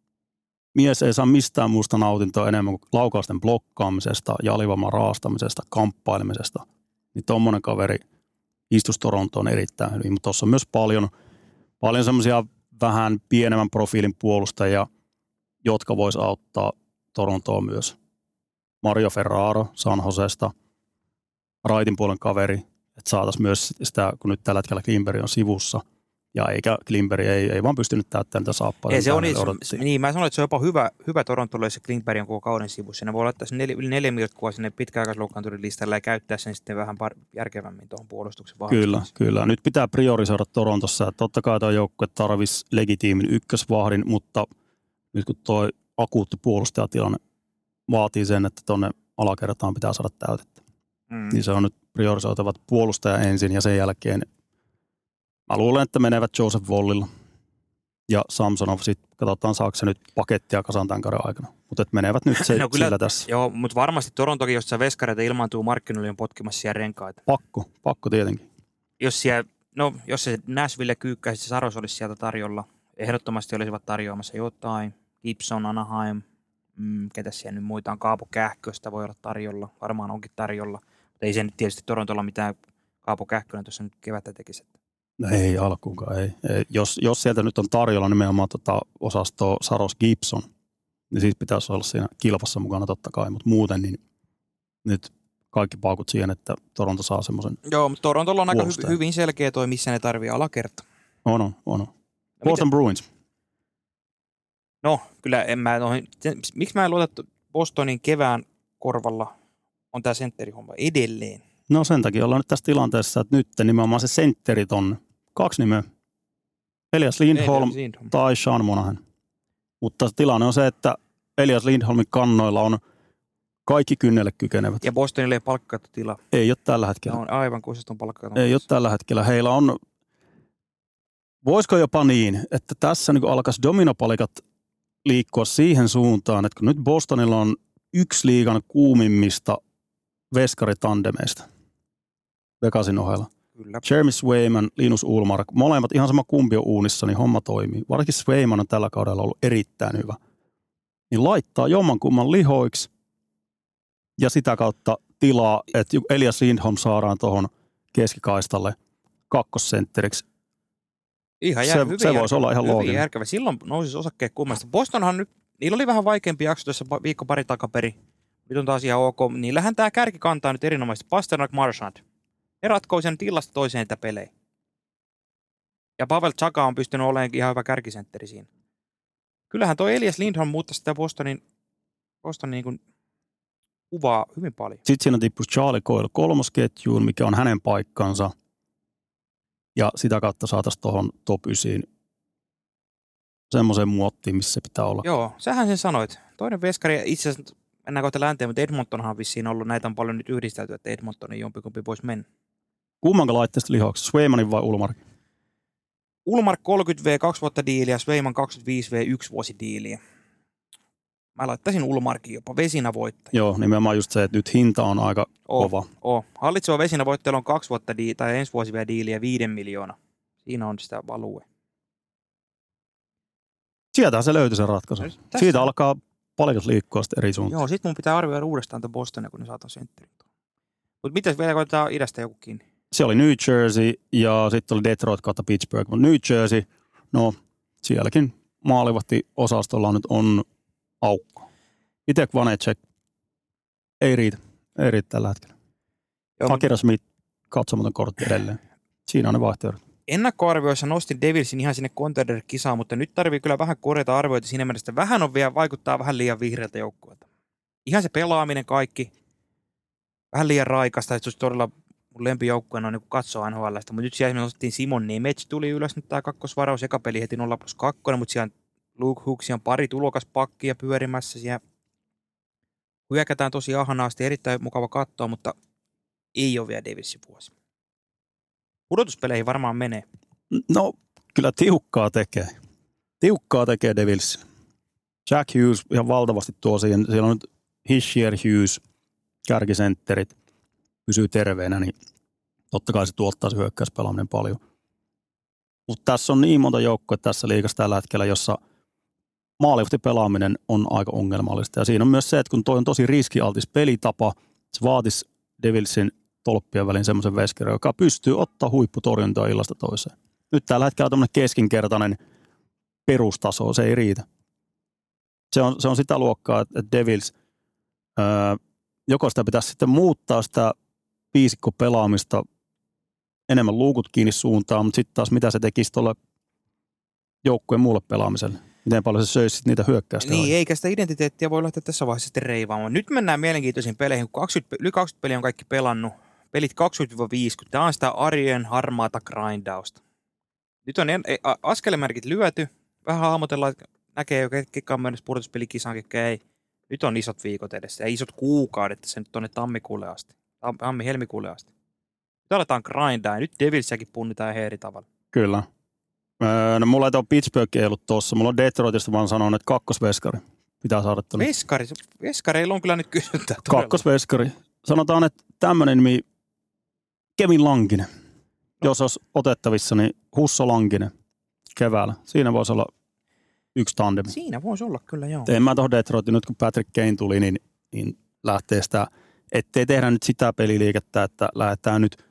Mies ei saa mistään muusta nautintoa enemmän kuin laukausten blokkaamisesta ja alivoiman raastamisesta, kamppailemisesta. Niin tommonen kaveri istus Torontoon erittäin hyvin, mutta tuossa on myös paljon, paljon semmoisia vähän pienemmän profiilin puolustajia, jotka vois auttaa Torontoa myös. Mario Ferraro San Josesta, raitin puolen kaveri, että saataisiin myös sitä, kun nyt tällä hetkellä Klingberg on sivussa. Ja eikä Klingberg ei, ei vaan pystynyt täyttämään niitä saappaita. Ei se on niin, mä sanoin, että se on jopa hyvä, hyvä Torontolle, jos se Klingberg on koko kauden sivussa. Ne voi laittaa sen neljä, yli neljä miljoonaa sinne pitkäaikaisloukkaanturin listalle ja käyttää sen sitten vähän par, järkevämmin tuohon puolustuksen vahvistamiseen. Kyllä, kyllä. Nyt pitää priorisoida Torontossa. Totta kai tuo joukkue tarvitsisi legitiimin ykkösvahdin, mutta nyt kun tuo akuutti puolustajatilanne vaatii sen, että tuonne alakertaan pitää saada täytettä. Mm. Niin se on nyt priorisoitavat puolustaja ensin ja sen jälkeen mä luulen, että menevät Joseph Wollilla ja Samsonov. Sitten katsotaan, saako se nyt pakettia kasaan tämän kauden aikana. Mutta menevät nyt se, no kyllä, sillä tässä. Joo, mutta varmasti Torontokin, jos veskareita ilmaantuu markkinoille, on potkimassa siellä renkaita. Pakko, pakko tietenkin. Jos, siellä, no, jos se Nashville kyykkäisi, se Saros olisi sieltä tarjolla. Ehdottomasti olisivat tarjoamassa jotain. Gibson, Anaheim, mm, ketä siellä nyt muita on. Kaapo Kähköstä voi olla tarjolla. Varmaan onkin tarjolla. Mutta ei se nyt tietysti Torontolla mitään Kaapo Kähkönen tuossa nyt kevättä tekisi. No ei alkuunkaan, ei. ei. Jos, jos sieltä nyt on tarjolla nimenomaan tota osastoa Saros Gibson, niin siitä pitäisi olla siinä kilpassa mukana totta kai, mutta muuten niin nyt kaikki paukut siihen, että Toronto saa semmoisen. Joo, mutta Torontolla on aika hy- hyvin selkeä toi, missä ne tarvii alakerta. On, on, on. Boston no, Bruins. No, kyllä en mä noin. Miksi mä en luota Bostonin kevään korvalla on tää sentterihomma edelleen? No sen takia ollaan nyt tässä tilanteessa, että nyt nimenomaan se sentterit on kaksi nimeä. Elias Lindholm, Elias Lindholm. tai Sean Monahan. Mutta tilanne on se, että Elias Lindholmin kannoilla on kaikki kynnelle kykenevät. Ja Bostonille ei palkkattu tilaa. Ei ole tällä hetkellä. No on aivan kuusesta on palkkattu. Ei ole tällä hetkellä. Heillä on, voisiko jopa niin, että tässä niin alkaisi dominopalikat liikkua siihen suuntaan, että kun nyt Bostonilla on yksi liigan kuumimmista veskaritandemeista Vegasin ohella. Kyllä. Jeremy Swayman, Linus Ullmark, molemmat ihan sama kumpi on uunissa, niin homma toimii. Varsinkin Swayman on tällä kaudella ollut erittäin hyvä. Niin laittaa jommankumman lihoiksi ja sitä kautta tilaa, että Elias Lindholm saadaan tuohon keskikaistalle kakkossentteriksi. Ihan jär, se hyvin se järkevä, voisi olla ihan looginen. Järkevä. Silloin nousisi osakkeet kummasta. Bostonhan nyt, niillä oli vähän vaikeampi jakso tässä viikko pari takaperi. Nyt on taas ihan ok. Niillähän tämä kärki kantaa nyt erinomaisesti. Pasternak, Marchand. Ne ratkoo sen tilasta toiseen niitä pelejä. Ja Pavel Chaka on pystynyt olemaan ihan hyvä kärkisentteri siinä. Kyllähän toi Elias Lindholm muuttaa sitä Bostonin, Bostonin niin kuin kuvaa hyvin paljon. Sitten siinä tippuisi Charlie Coyle kolmosketjuun, mikä on hänen paikkansa. Ja sitä kautta saataisiin tuohon top ysiin semmoiseen muottiin, missä se pitää olla. Joo, sähän sen sanoit. Toinen veskari, itse asiassa mennään kohta länteen, mutta Edmontonhan on vissiin ollut, näitä on paljon nyt yhdistelty, että Edmontonin jompikumpi voisi mennä. Kummanko laitteesta lihoksi, Swaymanin vai Ullmark? Ullmark kolmekymmentä vuotta kaksi vuotta diiliä, Swayman kaksikymmentäviisi vuotta yksi vuosi diiliä. Mä laittaisin Ullmarkin jopa vesinävoittaja. Joo, nimenomaan just se, että nyt hinta on aika oh, kova. Oh. Hallitseva vesinävoittaja on kaksi vuotta di- tai ensi vuosi vielä diiliä viiden miljoonaa. Siinä on sitä value. Sieltähän se löytyi se ratkaisu. Tässä. Siitä alkaa paljon liikkua sitten eri suuntaan. Joo, sit mun pitää arvioida uudestaan tuon Bostonia, kun ne saa ton sentterin. Mutta mitäs vielä koetaan idästä joku kiinni? Se oli New Jersey ja sitten oli Detroit kautta Pittsburgh. Mutta New Jersey, no sielläkin maalivahti osastolla nyt on aukko. Itse Vanecek ei riitä. Ei riitä tällä hetkellä. Akira Smith katsomaton kortti edelleen. Siinä on ne vaihtoehdot. Ennakkoarvioissa nostin Devilsin ihan sinne Contender-kisaan, mutta nyt tarvii kyllä vähän korjata arvioita siinä mielessä, että vähän on vielä, vaikuttaa vähän liian vihreältä joukkueelta. Ihan se pelaaminen kaikki, vähän liian raikasta, että se olisi todella mun lempijoukkueena on niin katsoa N H L:stä, mutta nyt siellä nostettiin Simon Nemec, tuli ylös nyt tämä kakkosvaraus, eka peli heti nolla plus kaksi, mutta siellä on Luke Hooks, on pari tulokaspakkia pyörimässä, siellä hyökätään tosi ahanaasti, erittäin mukava katsoa, mutta ei ole vielä Devilsin vuosi. Pudotuspeleihin varmaan menee. No, kyllä tiukkaa tekee. Tiukkaa tekee Devils. Jack Hughes ihan valtavasti tuo siihen. Siellä on nyt Hischier, Hughes, kärkisentterit, pysyy terveenä, niin totta kai se tuottaa se hyökkäyspelaaminen paljon. Mutta tässä on niin monta joukkoa tässä liigassa tällä hetkellä, jossa maalivahtipelaaminen on aika ongelmallista. Ja siinä on myös se, että kun toi on tosi riskialtis pelitapa, se vaatisi Devilsin tolppien välin semmoisen veskarin, joka pystyy ottaa huipputorjuntaa illasta toiseen. Nyt tällä hetkellä tämmöinen keskinkertainen perustaso, se ei riitä. Se on, se on sitä luokkaa, että Devils, öö, joko sitä pitäisi sitten muuttaa sitä viisikkopelaamista enemmän luukut kiinni suuntaan, mutta sitten taas mitä se tekisi tuolle joukkueen muulle pelaamiselle. Miten paljon se söisi niitä hyökkäystä. Niin, vai? Eikä sitä identiteettiä voi lähteä tässä vaiheessa sitten reivaamaan. Nyt mennään mielenkiintoisiin peleihin, kun kaksikymmentä, yli kaksikymmentä peliä on kaikki pelannut. Pelit kaksikymmentä viisikymmentä. Tämä on sitä arjen harmaata grindausta. Nyt on en, askelemerkit lyöty. Vähän hahmotellaan, näkee jo ketkä on mennessä pudotuspelikisaan, ketkä ei. Nyt on isot viikot edessä ja isot kuukaudet sen tuonne tammikuulle asti. Tammi-helmikuulle asti. Nyt aletaan grindaa ja nyt Devilsiäkin punnitaan ihan eri tavalla. Kyllä. Öö, no mulla ei ole Pittsburgh ei ollut tossa. Mulla on Detroitista vaan sanonut, että kakkosveskari pitää saada tuonne. Veskari? Veskareilla on kyllä nyt kysyntää. Kakkosveskari. Sanotaan, että tämmöinen nimi Kevin Lankinen. No. Jos olisi otettavissa, niin Husso Lankinen keväällä. Siinä voisi olla yksi tandem. Siinä voisi olla kyllä, joo. En mä tuohon Detroitin, nyt kun Patrick Kane tuli, niin, niin lähtee sitä, ettei tehdä nyt sitä peliliikettä, että lähdetään nyt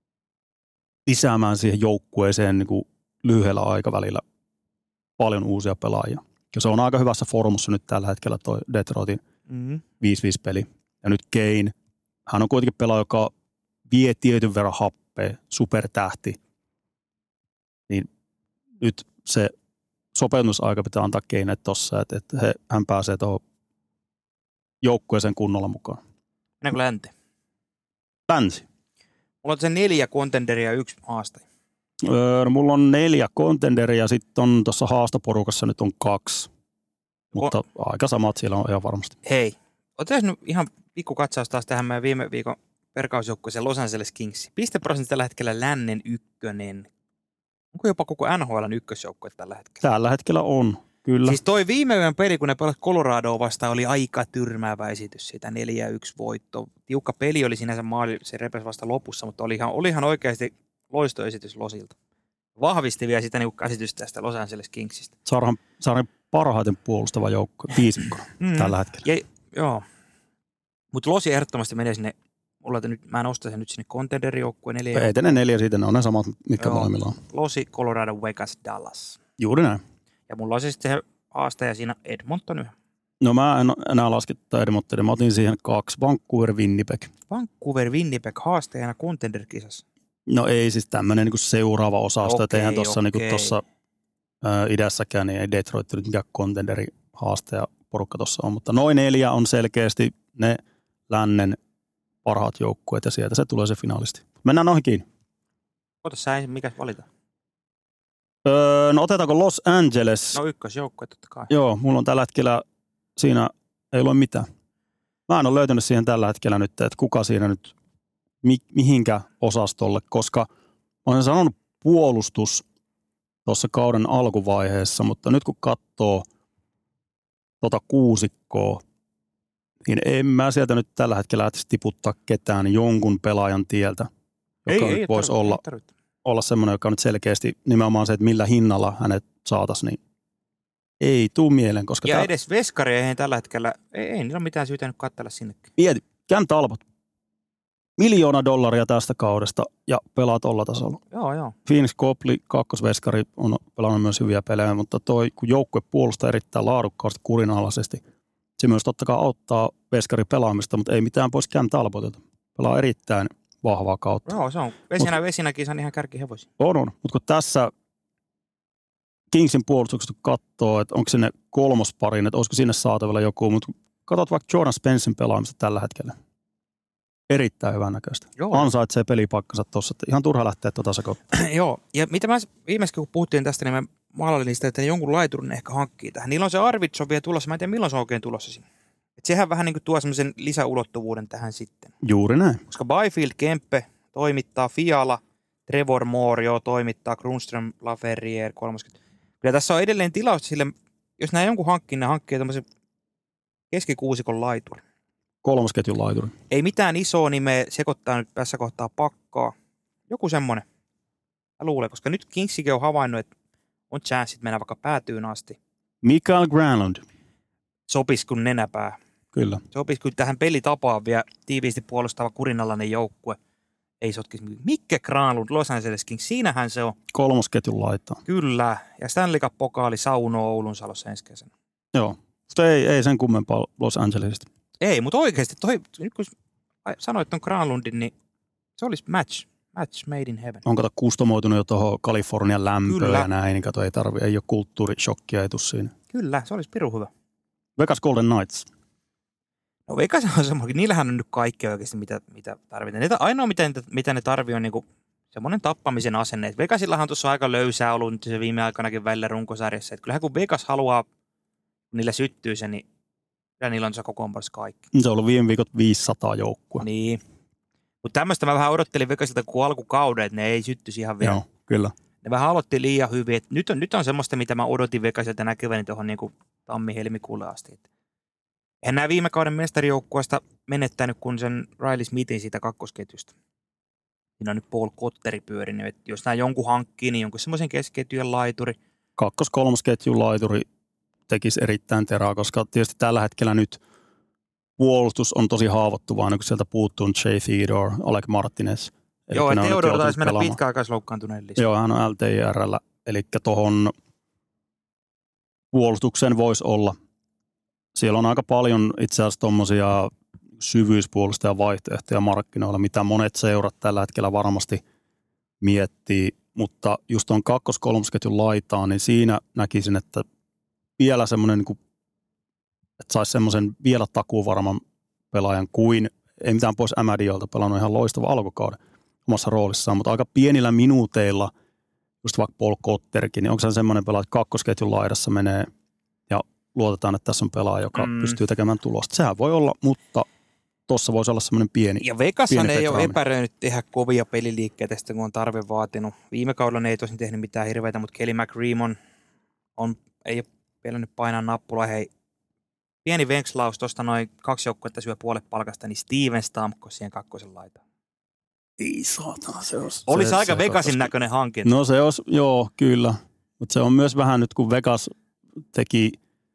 lisäämään siihen joukkueeseen niin kuin lyhyellä aikavälillä paljon uusia pelaajia. Ja se on aika hyvässä formussa nyt tällä hetkellä toi Detroitin mm-hmm. viisi viisi peli. Ja nyt Kane, hän on kuitenkin pelaaja, joka vie tietyn verran happea, supertähti. Niin nyt se sopeutumisaika pitää antaa Keineille tossa, että, että he, hän pääsee tuohon joukkueeseen kunnolla mukaan. Mennäänkö länteen? Länsi. Mulla on se neljä contenderia ja yksi haastaja. Öö, no mulla on neljä contenderia ja sitten on tuossa haastoporukassa nyt on kaksi. Mutta o- aika samat siellä on ihan varmasti. Hei, otetaan nyt ihan pikku katsaus taas tähän meidän viime viikon perkausjoukkueeseen Los Angeles Kings. Pisteprosentti tällä hetkellä lännen ykkönen. Onko jopa koko N H L:n ykkösjoukkue tällä hetkellä? Tällä hetkellä on, kyllä. Siis toi viime yön peli, kun ne pelasivat Coloradoa vastaan, oli aika tyrmäävä esitys siitä neljä yksi voitto. Tiukka peli oli sinänsä maali, se repesi vasta lopussa, mutta olihan, olihan oikeasti loistoesitys Losilta. Vahvisti vielä sitä niin käsitystä tästä Los Angeles Kingsistä. Saadaan, saadaan parhaiten puolustava joukkue, viisikko mm. tällä hetkellä. Ja, joo, mutta Losi ehdottomasti menee sinne. Mulla nyt, mä nostan sen nyt sinne contenderijoukkueen neljä. Ei ne neljä siitä, ne on ne samat, mitkä molemmilla on. Losi, Colorado, Vegas, Dallas. Juuri näin. Ja mulla on siis se haastaja siinä Edmonton yhä. No mä en enää laskettaa Edmontonia, mä otin siihen kaksi, Vancouver, Winnipeg. Vancouver, Winnipeg haastajana contender-kisassa. No ei siis tämmöinen niin seuraava osasto, että eihän tuossa niin tuossa idässäkään, niin ei Detroit nyt mikään contenderi haastaja porukka tuossa on, mutta noin neljä on selkeästi ne lännen parhaat joukkueet ja sieltä se tulee se finaalisti. Mennään noihin kiinni. Ota sä ensin, mikä valita? Öö, no otetaanko Los Angeles? No ykkösjoukkue totta kai. Joo, mulla on tällä hetkellä, siinä ei ole mitään. Mä en ole löytänyt siihen tällä hetkellä nyt, että kuka siinä nyt, mi, mihinkä osastolle, koska mä olen sanonut puolustus tuossa kauden alkuvaiheessa, mutta nyt kun katsoo tota kuusikkoa, niin en mä sieltä nyt tällä hetkellä lähtisi tiputtaa ketään jonkun pelaajan tieltä, joka ei, nyt ei, voisi tarvitse, olla, olla semmoinen, joka on nyt selkeästi nimenomaan se, että millä hinnalla hänet saataisiin, niin ei tuu mieleen. Koska ja tää... edes veskari ei tällä hetkellä, ei, ei niillä ole mitään syytä nyt katsella sinnekin. Mieti, Cam Talbot, miljoona dollaria tästä kaudesta ja pelaa tuolla tasolla. Joo, joo. Phoenix Copley, kakkosveskari, on pelannut myös hyviä pelejä, mutta toi, kun joukkue puolustaa erittäin laadukkaasti, kurinalaisesti, se myös totta kai auttaa veskari pelaamista, mutta ei mitään pois Cam Talbotilta. Pelaa erittäin vahvaa kautta. Joo, se on. Vesinä, Mut, vesinäkin se on ihan kärkihevosia. On, on. Mutta kun tässä Kingsin puolustuksesta katsoo, että onko sinne kolmosparin, että olisiko sinne saatavilla joku, mutta katsot vaikka Jordan Spencein pelaamista tällä hetkellä. Erittäin hyvän näköistä. Ansaitsee pelipaikkansa tuossa, että ihan turha lähteä tuota sekoittaa. Joo, ja mitä mä viimeiskin kun puhuttiin tästä, niin mä maalailin niistä, että jonkun laiturin ehkä hankkii tähän. Niillä on se Arvidsson vielä tulossa, mä en tiedä milloin se on oikein tulossa sinne. Että sehän vähän niin kuin tuo semmoisen lisäulottuvuuden tähän sitten. Juuri näin. Koska Byfield, Kempe toimittaa, Fiala, Trevor Moore jo toimittaa, Grundström, Laferriere, kolmekymmentä. Kyllä tässä on edelleen tilausta sille, jos nämä jonkun hankkii, ne hankkii tämmöisen keskikuusikon laiturin. Kolmosketjun laituri. Ei mitään isoa nimeä sekoittaa nyt tässä kohtaa pakkaa. Joku semmoinen. Mä luulen, koska nyt Kingsikin on havainnut, että on chanssit mennä vaikka päätyyn asti. Mikael Granlund. Sopisi kun nenäpää. Kyllä. Sopisi kun tähän pelitapaan vielä tiiviisti puolustava kurinalainen joukkue. Ei sotkisi. Mikke Granlund, Los Angeles Kings, siinähän se on. Kolmosketjun laittaa. Kyllä. Ja Stanley Cup-pokaali saunoo Oulun Salossa ensi kesänä. Joo. Mutta ei, ei sen kummempaa Los Angelesista. Ei, mutta oikeasti, toi, nyt kun sanoit ton Granlundin, niin se olisi match. Match made in heaven. On kato kustomoitunut jo tuohon Kalifornian lämpöön Kyllä. ja näin, niin kato ei tarvi, ei ole kulttuurishokkia etu siinä. Kyllä, se olisi pirun hyvä. Vegas Golden Knights. No Vegas on semmoinen, niillähän on nyt kaikkea oikeasti, mitä, mitä tarvitaan. Niitä, ainoa, mitä, mitä ne tarvii, on niinku semmoinen tappamisen asenne. Et Vegasillahan on tuossa aika löysää ollut nyt se viime aikanakin välillä runkosarjassa. Et kyllähän kun Vegas haluaa, kun niillä syttyy se, niin kyllä niillä on se kokoonpanossa kaikki. Se on ollut viime viikot viisisataa joukkua. Niin. Mutta tämmöistä mä vähän odottelin Vegasilta kuin alkukauden, että ne ei syttyisi ihan vielä. Joo, kyllä. Ne vähän aloitti liian hyvin. Et nyt, on, nyt on semmoista, mitä mä odotin Vegasilta näkeväni tuohon niin tammi-helmikuulle asti. Et eihän nämä viime kauden mestarijoukkueesta menettänyt kuin sen Riley Smithin siitä kakkosketjusta. Siinä on nyt Paul Kotteri pyörinyt. Et jos nämä jonkun hankkii, niin jonkun semmoisen keskiketjujen laituri. Kakkos-kolmosketjun laituri tekisi erittäin terää, koska tietysti tällä hetkellä nyt puolustus on tosi haavoittuvainen, kun sieltä puuttuu Jay Theodore, Alec Martinez. Joo, että Theodore taisi mennä pitkäaikaisloukkaantuneen lisää. Joo, hän on L T I R:llä, eli tuohon puolustukseen voisi olla. Siellä on aika paljon itse asiassa tuommoisia syvyyspuolustajan vaihtoehtoja markkinoilla, mitä monet seurat tällä hetkellä varmasti miettii, mutta just tuon kakkos-kolmosketjun laitaan, niin siinä näkisin, että vielä semmoinen, niin kuin, että saisi semmoisen vielä takuvarman pelaajan kuin, ei mitään pois Ämädiolta, pelannut ihan loistava alkukauden omassa roolissaan, mutta aika pienillä minuuteilla, just vaikka Paul Cotterkin, niin onko se semmoinen pelaaja, että kakkosketjun laidassa menee ja luotetaan, että tässä on pelaaja, joka mm. pystyy tekemään tulosta. Sehän voi olla, mutta tuossa voisi olla semmoinen pieni. Ja Vegashan ei ole epäröinyt tehdä kovia peliliikkeitä, tästä kun on tarve vaatinut. Viime kaudella ne ei tosin tehnyt mitään hirveitä, mutta Kelly McReamon on, ei ole pelännyt painaa nappulaa. Hei, pieni venkslaus, tuosta noin kaksi joukkuetta syö puolet palkasta, niin Steven Stamkos siihen kakkosen laitaan. Ei saatana, se olisi. Olisi se, aika se, Vegasin koska, näköinen hankinta. No se olisi, joo, kyllä. Mutta se on myös vähän nyt, kun Vegas teki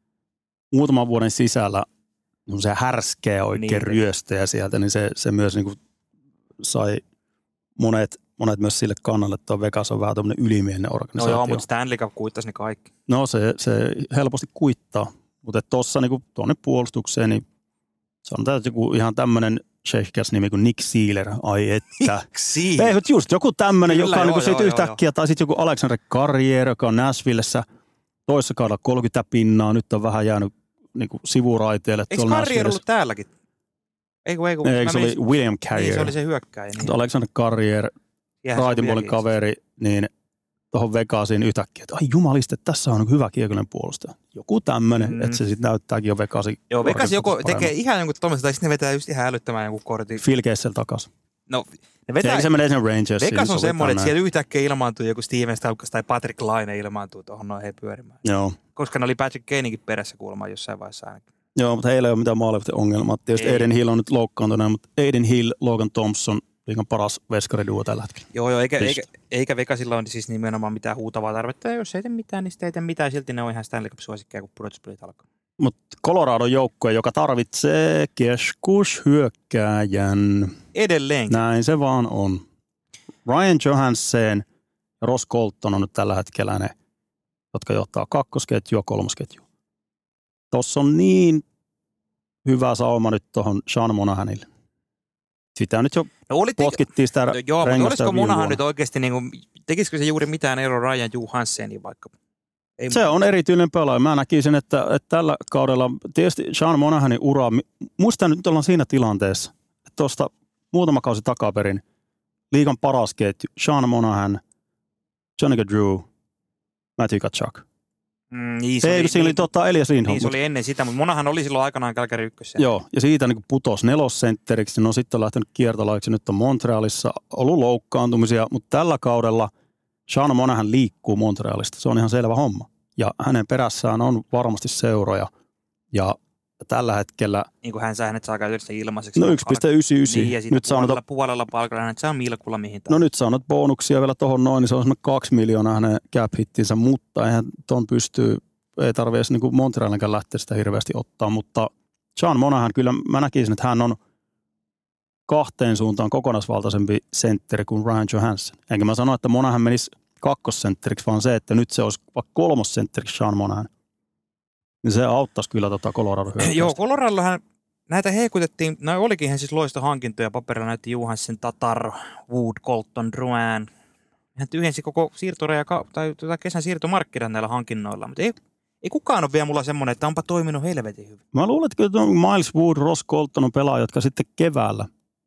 muutaman vuoden sisällä se härskeä oikein niin, ryöstejä sieltä, niin se, se myös niin kuin sai monet, monet myös sille kannalle, että Vegas on vähän tämmöinen ylimielinen organisaatio. No joo, mutta Stanley Cup kuittasi ne kaikki. No se, se helposti kuittaa, mutta tuossa niin tuonne puolustukseen, niin sanotaan, että joku ihan tämmöinen sheikäs nimi kuin Nick Sealer, ai että. Nick Sealer? Ei, just joku tämmöinen, joka on niin joo, yhtäkkiä, joo. Tai sitten joku Alexander Carrier, joka on Nashvillessä toissa kaudella kolmekymmentä pinnaa, nyt on vähän jäänyt niin kuin sivuraiteille. Eikö Carrier ollut täälläkin? Eiku, eiku, Eikö se oli William Carrier? Niin, se oli se hyökkäjä. Niin. Alexander Carrier, raitinpuolin kaveri, niin tuohon Vegasiin yhtäkkiä, että ai jumaliste, tässä on hyvä kiekollinen puolustaja. Joku tämmöinen, mm. että se sitten näyttääkin jo Vegasin. Joo, Vegas joko tekee ihan jonkun tommoista, tai sitten ne vetää just ihan älyttömään jonkun kortin. Phil Kessel takas. No, ne vetää. Se menee sen Rangersiin. Vegas on semmoinen, että siellä yhtäkkiä ilmaantuu joku Steven Stamkos tai Patrick Laine ilmaantuu tuohon noin hei pyörimään. Joo. Koska ne oli Patrick Kanekin perässä kuulemaan jossain vaiheessa ainakin. Joo, mutta heillä ei ole mitään maalivahti ongelmaa. Tietysti Aiden Hill on nyt loukkaantunut, mutta Aiden Hill, Logan Thompson, liigan paras veskariduo tällä hetkellä. Joo, joo, eikä, eikä, eikä Vegasilla ole siis nimenomaan mitään huutavaa tarvetta. Ja jos ei tee mitään, niin sitten ei tee mitään. Silti ne on ihan Stanley Cup-suosikkeja, kun pudotuspelit alkaa. Mutta Coloradon joukkue, joka tarvitsee keskushyökkääjän. Edelleen. Näin se vaan on. Ryan Johansen ja Ross Colton on nyt tällä hetkellä ne, jotka johtaa kakkosketjua, kolmosketjua. Tuossa on niin hyvä sauma nyt tuohon Sean Monahanille. Sitä nyt jo no oli potkittiin sitä no joo, mutta olisiko Monahan nyt oikeasti, niin kuin, tekisikö se juuri mitään ero Ryan Johanseniin vaikka? Ei se on erityinen pelaaja. Mä näkisin, että, että tällä kaudella, tietysti Sean Monahanin ura, muistan nyt ollaan siinä tilanteessa, että tuosta muutama kausi takaperin liigan paras ketju, Sean Monahan, Johnny Gaudreau, Matthew Tkachuk. Mm, niin, se ei, oli, siinä oli totta Elias Lindholm. Niin, se oli ennen sitä, mutta Monahan oli silloin aikanaan Calgary ykkössä. Joo, ja siitä niin putosi nelossentteriksi, no sitten on lähtenyt kiertolaiksi, nyt on Montrealissa ollut loukkaantumisia, mutta tällä kaudella Sean Monahan liikkuu Montrealista, se on ihan selvä homma. Ja hänen perässään on varmasti seuroja, ja tällä hetkellä... Niin kuin hän saa hänet saa käytössä ilmaiseksi. No yksi pilkku yhdeksänkymmentäyhdeksän. Niin, ja siitä nyt puolella, saanut, puolella palkalla hänet saa milkulla mihin taas. No nyt saanut bonuksia vielä tuohon noin, niin se on semmoinen kaksi miljoonaa hänen cap-hittinsä, mutta eihän ton pystyy, ei tarvitse niin Montrealinkään lähteä sitä hirveästi ottaa, mutta Sean Monahan, kyllä mä näkisin, että hän on kahteen suuntaan kokonaisvaltaisempi sentteri kuin Ryan Johansen. Enkä mä sano, että Monahan menisi kakkossentteriksi, vaan se, että nyt se olisi vaikka kolmossentteriksi Sean Monahan. Niin se auttaisi kyllä tota Colorado hyökkäystä. Joo, Coloradollahan näitä heikutettiin, no olikin ihan siis loista hankintoja, paperilla näytti Johansson, Tatar, Wood, Colton, Drouin. Hän tyhjensi koko siirtoreja tai tuota kesän siirtomarkkinat näillä hankinnoilla, mutta ei, ei kukaan ole vielä mulla semmoinen, että onpa toiminut helvetin hyvin. Mä luulen, että kyllä Miles Wood, Ross Colton on pelaaja, jotka sitten keväällä,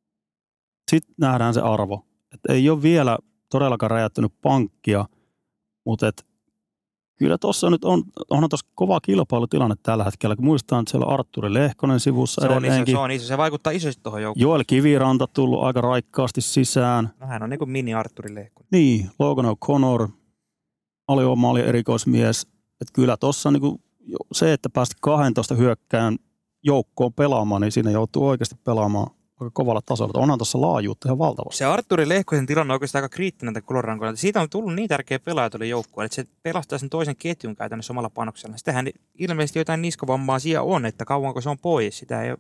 sitten nähdään se arvo. Että ei ole vielä todellakaan räjäyttänyt pankkia, mutta et kyllä tuossa nyt on, onhan tuossa kova kilpailutilanne tällä hetkellä, kun muistetaan, että siellä on Artturi Lehkonen sivussa se edelleenkin. On iso, se on iso, se vaikuttaa isosti tuohon joukkoon. Joel Kiviranta tullut aika raikkaasti sisään. No hän on niin kuin mini Artturi Lehkonen. Niin, Logan O'Connor, Alioma oli erikoismies. Että kyllä tuossa niin se, että päästä kahdentoista hyökkään joukkoon pelaamaan, niin siinä joutuu oikeasti pelaamaan aika kovalla tasolla. Onhan tuossa laajuutta ihan valtavasti. Se Artturi Lehkosen tilanne on oikeastaan aika kriittinen tämän Coloradon kohdalla. Siitä on tullut niin tärkeä pelaaja tuolle joukkueelle, että se pelastaa sen toisen ketjun käytännössä omalla panoksella. Sitähän ilmeisesti jotain niskavammaa siellä on, että kauanko se on pois. Sitä ei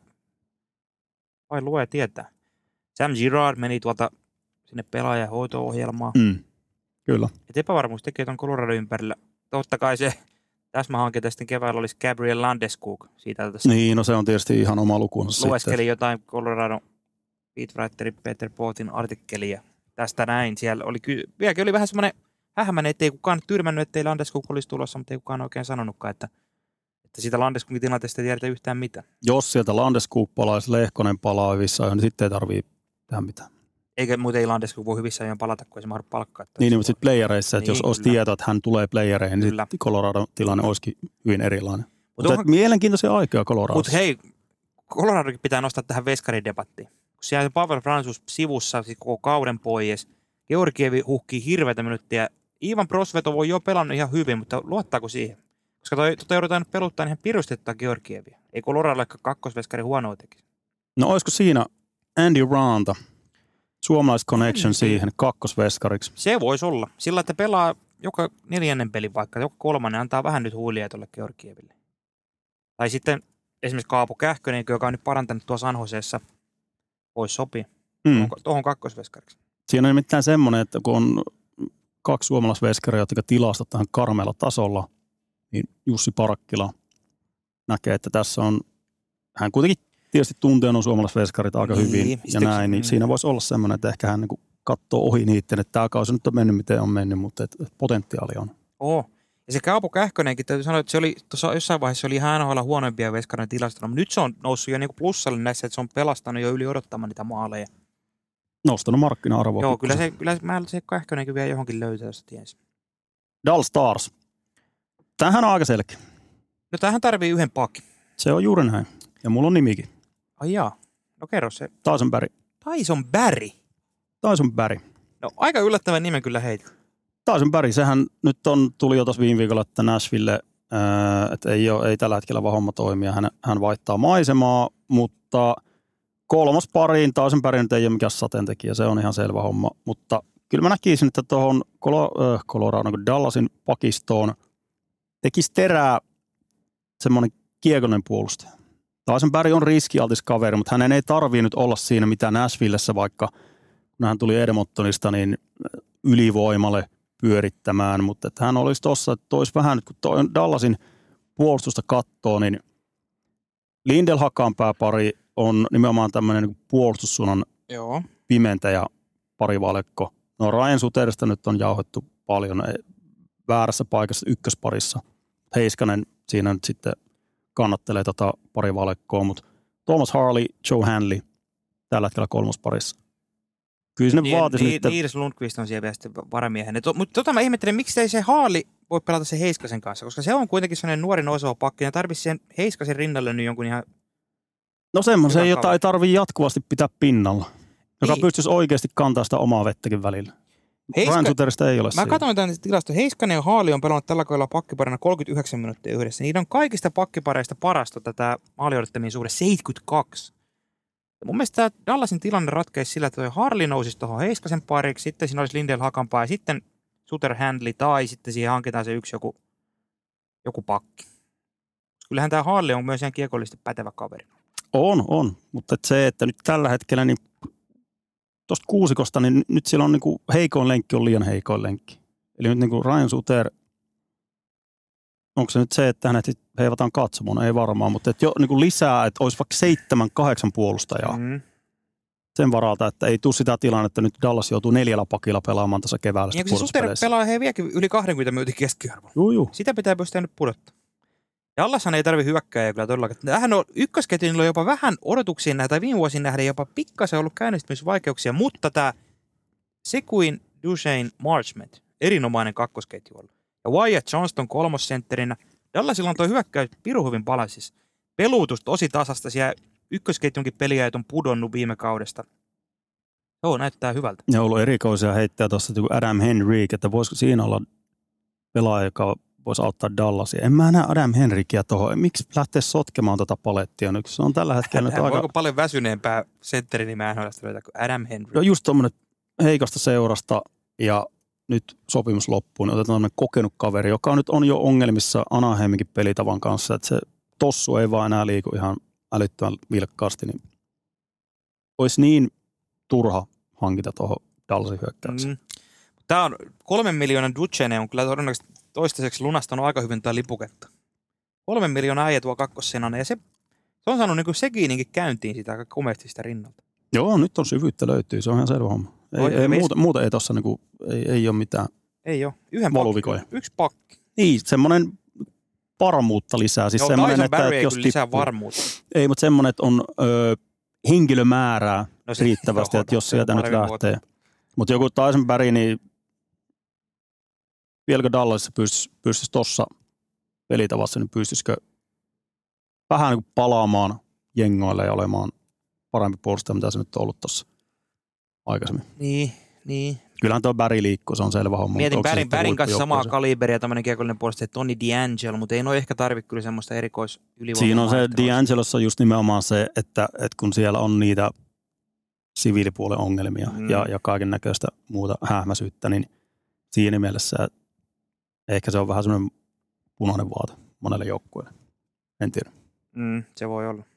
vai lue tietää. Sam Girard meni tuolta sinne pelaajan hoito-ohjelmaan. Mm, kyllä. Et epävarmuus tekee tuon Coloradon ympärillä. Totta kai se täsmähankinta sitten keväällä olisi Gabriel Landeskog. Siitä tässä niin, no se on tietysti ihan oma lukunsa. Lueskeli sitten jotain Coloradon beatwriterin Peter Bootin artikkelia tästä näin. Siellä oli, vieläkin oli vähän semmoinen Hähmänen, ettei kukaan tyrmännyt, ettei Landeskog olisi tulossa, mutta ei kukaan oikein sanonutkaan, että, että siitä Landeskogin tilanteesta ei tiedetä yhtään mitään. Jos sieltä Landeskog palaisi, Lehkonen palaa hyvissä ajoin, niin sitten ei tarvitse tehdä mitään. Eikä muuten ei Landeskog voi hyvissä ajoin palata, kun ei se mahdu palkkaa. Niin, niin mutta sitten playereissa, että niin, jos olisi tieto, että hän tulee playereihin, niin sitten Coloradon tilanne olisikin hyvin erilainen. Mutta onhan... mielenkiintoisia aikaa Coloradossa. Mutta hei, Coloradokin pitää nostaa tähän veskaridebattiin. Kun siellä Pavel Francouz sivussa siis koko kauden pois, Georgievi huhkii hirveätä minuuttia. Ivan Prosvetov voi jo pelannut ihan hyvin, mutta luottaako siihen? Koska toi, tota joudutaan nyt peluttaa ihan pirustettaa Georgievia. Ei Coloradolla kakkosveskari huonoa tekisi. No olisiko siinä Andy Ranta, suomalaisconnection siihen kakkosveskariksi? Se voisi olla. Sillä, että pelaa joka neljännen pelin vaikka, joka kolmannen, antaa vähän nyt huilia tuolle Georgieville. Tai sitten esimerkiksi Kaapo Kähkönen, joka on nyt parantanut tuossa San Joseessa, voisi sopia mm. tuohon kakkosveskariksi. Siinä on nimittäin semmoinen, että kun on kaksi suomalaisveskaria, jotka tilastot tähän karmeella tasolla, niin Jussi Parkkila näkee, että tässä on, hän kuitenkin tietysti tuntee on suomalaisveskarit aika niin, hyvin ja näin, niin mm. siinä voisi olla semmoinen, että ehkä hän niin katsoo ohi niiden, että tämä kausi nyt on mennyt miten on mennyt, mutta että potentiaali on. Oo. Ja se Kaapo Kähkönenkin täytyy sanoa, että se oli tuossa jossain vaiheessa oli ihan N H L huonoimpia veskarin tilastona, mutta nyt se on noussut jo niin kuin plussalle näissä, että se on pelastanut jo yli odottamaan niitä maaleja. Nostanut markkina-arvoa. Joo, kyllä se, kyllä mä se Kähkönenkin vielä johonkin löytää, jos tiesi. Dallas Stars. Tämähän on aika selkeä. No tämähän tarvii yhden pakin. Se on juuri näin. Ja mulla on nimikin. Ai jaa. No kerro se. Tyson Barrie. Tyson Barrie. Tyson Barrie. No aika yllättävän nimen kyllä heitä. Tyson Barrie, sehän nyt on, tuli jo tuossa viime viikolla, että Nashville, ää, että ei, ole, ei tällä hetkellä vaan homma toimia. Hän, hän vaihtaa maisemaa, mutta kolmas pariin, Tyson Barrie nyt ei ole mikään sateentekijä, se on ihan selvä homma. Mutta kyllä mä näkisin, että tuohon Colorado, äh, Dallasin pakistoon tekisi terää semmoinen kiekonen puolustaja. Tyson Barrie on riskialtis kaveri, mutta hänen ei tarvii nyt olla siinä mitä Nashvillessä, vaikka kun hän tuli Edmontonista, niin ylivoimalle pyörittämään, mutta että hän olisi tuossa, että olisi vähän, kun toi Dallasin puolustusta katsoo, niin Lindell Hakanpää-pari on nimenomaan tämmöinen niin puolustussuunnan Joo. pimentäjä parivalekko. No Ryan Suterista nyt on jauhettu paljon väärässä paikassa ykkösparissa. Heiskanen siinä nyt sitten kannattelee tota parivalekkoa, mutta Thomas Harley, Joe Hanley tällä hetkellä kolmosparissa. Kyllä sinne niin, vaatisi niin, nyt... Niiris Lundqvist on siellä vielä sitten varamiehenä. Mutta tota mä ihmettelen, miksi ei se Harley voi pelata se Heiskasen kanssa, koska se on kuitenkin sellainen nuori nouseva pakki, ja tarvitsisi sen Heiskasen rinnalle nyt jonkun ihan... No semmoisen, jota ei tarvitse jatkuvasti pitää pinnalla, joka niin. pystyisi oikeasti kantaa sitä omaa vettäkin välillä. Heiska... Ryan Suterista ei ole Mä siinä. katsoin tämän tilasto. Heiskanen ja Harley on pelannut tällä kaudella pakkiparina kolmekymmentäyhdeksän minuuttia yhdessä. Niiden on kaikista pakkipareista parasta tätä maaliodottamien suhde seitsemänkymmentäkaksi. Ja mun mielestä tämä Dallasin tilanne ratkeisi sillä, että toi Harley nousisi tuohon Heiskasen pariksi, sitten siinä olisi Lindell Hakanpää ja sitten Suter Handley tai sitten siihen hankitaan se yksi joku, joku pakki. Kyllähän tämä Harley on myös ihan kiekollisesti pätevä kaveri. On, on. Mutta et se, että nyt tällä hetkellä niin tuosta kuusikosta, niin nyt siellä on niinku heikoin lenkki on liian heikoin lenkki. Eli nyt niinku Ryan Suter, onko se nyt se, että hänet heivataan katsomaan? Ei varmaan, mutta et jo niinku lisää, että olisi vaikka seitsemän, kahdeksan puolustajaa. Mm. Sen varalta, että ei tule sitä tilannetta, että nyt Dallas joutuu neljällä pakilla pelaamaan tässä keväällä. Ja kun se Suter pelaa he vieläkin yli kaksikymmentä minuutin keskiarvoa. Juu, juu. Sitä pitää pystyä nyt pudottaa. Ja Dallashan ei tarvitse hyökkääjää kyllä todellakaan. Tämähän on ykkösketjuilla on jopa vähän odotuksiin nähdä, tai viime vuosina nähdä jopa pikkasen ollut käynnistymisvaikeuksia, mutta tämä Seguin, Duchesne, Marchment, erinomainen kakkosketju ollut. Ja Wyatt Johnston kolmossentterinä. Dallasilla on tuo hyökkäys pirun hyvin palasis. Peluutus tosi tasasta, siellä ykkösketjunkin peliäjät on pudonnut viime kaudesta. Joo, näyttää hyvältä. Ja on ollut erikoisia heittää tuossa Adam Henrique, että voisiko siinä olla pelaaja, joka voisi auttaa Dallasia. En mä näe Adam Henriquea tuohon. Miksi lähtee sotkemaan tuota palettia nyt? Se on tällä hetkellä Hän nyt aika... Voiko paljon väsyneempää sentteri nimeä N H L:stä löytää kuin Adam Henrique? No just tuommoinen heikosta seurasta ja nyt sopimus loppuu, niin otetaan tämmöinen kokenut kaveri, joka nyt on jo ongelmissa Anaheiminkin pelitavan kanssa, että se tossu ei vaan enää liiku ihan älyttömän vilkkaasti, niin olisi niin turha hankita tuohon Dallasin hyökkäykseen. Mm. Tämä on kolmen miljoonan Duchesne on kyllä todennäköisesti toistaiseksi lunastanut aika hyvin tämä lipuketta. Kolmen miljoonaa äijä tuo kakkossenana ja se, se on saanut niin kuin Seguininkin käyntiin sitä aika komeasti sitä rinnalta. Joo, nyt on syvyyttä löytyy, se on ihan selvä homma. Ei, ei, muuta, muuta ei tuossa niinku, ei, ei ole mitään. Ei ole. Yhden voluvikoja. Pakki, yksi pakki. Niin, semmoinen varmuutta lisää. Siis Joo, semmoinen, Tyson Barry että ei jos kyllä tippuu, lisää varmuutta. Ei, mutta semmoinen, että on ö, henkilömäärää No se, riittävästi, joo, että jos sieltä nyt lähtee. Vuotta. Mutta joku Tyson Barry, niin vieläkö Dallasissa pystyisi, pystyisi tuossa pelitavassa, niin pystyisikö vähän niin kuin palaamaan jengoille ja olemaan parempi puolustaja, mitä se nyt on ollut tuossa aikaisemmin. Niin, niin. Kyllähän tuo Barry liikkuu, se on selvä homma. Mietin Barryn, Barryn kanssa samaa kaliberia, tämmöinen kiekollinen puolustaja, Tony DeAngelo, mutta ei noin ehkä tarvitse kyllä semmoista erikoisylivoimaa. Siinä on se DeAngelossa just nimenomaan se, että, että kun siellä on niitä siviilipuolen ongelmia mm. ja, ja kaiken näköistä muuta hähmäisyyttä, niin siinä mielessä ehkä se on vähän semmoinen punainen vaate monelle joukkueelle. En tiedä. Mm, se voi olla.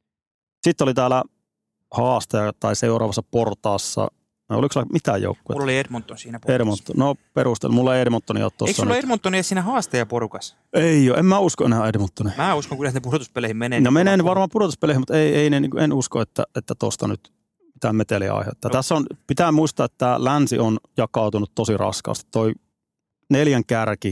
Sitten oli täällä haastaja tai seuraavassa portaassa. No, oliko sulla mitään joukkuetta? Mulla oli Edmonton siinä portaassa. Edmonton. No perustelu. Mulla ei Edmontonia ole tuossa. Eikö sulla nyt. Edmontonia siinä haastajaporukassa? Ei ole. En mä usko enää Edmontonia. Mä uskon kyllä, että ne pudotuspeleihin menee. No menee varmaan pudotuspeleihin, mutta ei, ei, en usko, että, että tuosta nyt mitään meteliä aiheuttaa. No. Tässä on, pitää muistaa, että tämä länsi on jakautunut tosi raskaasti. Toi neljän kärki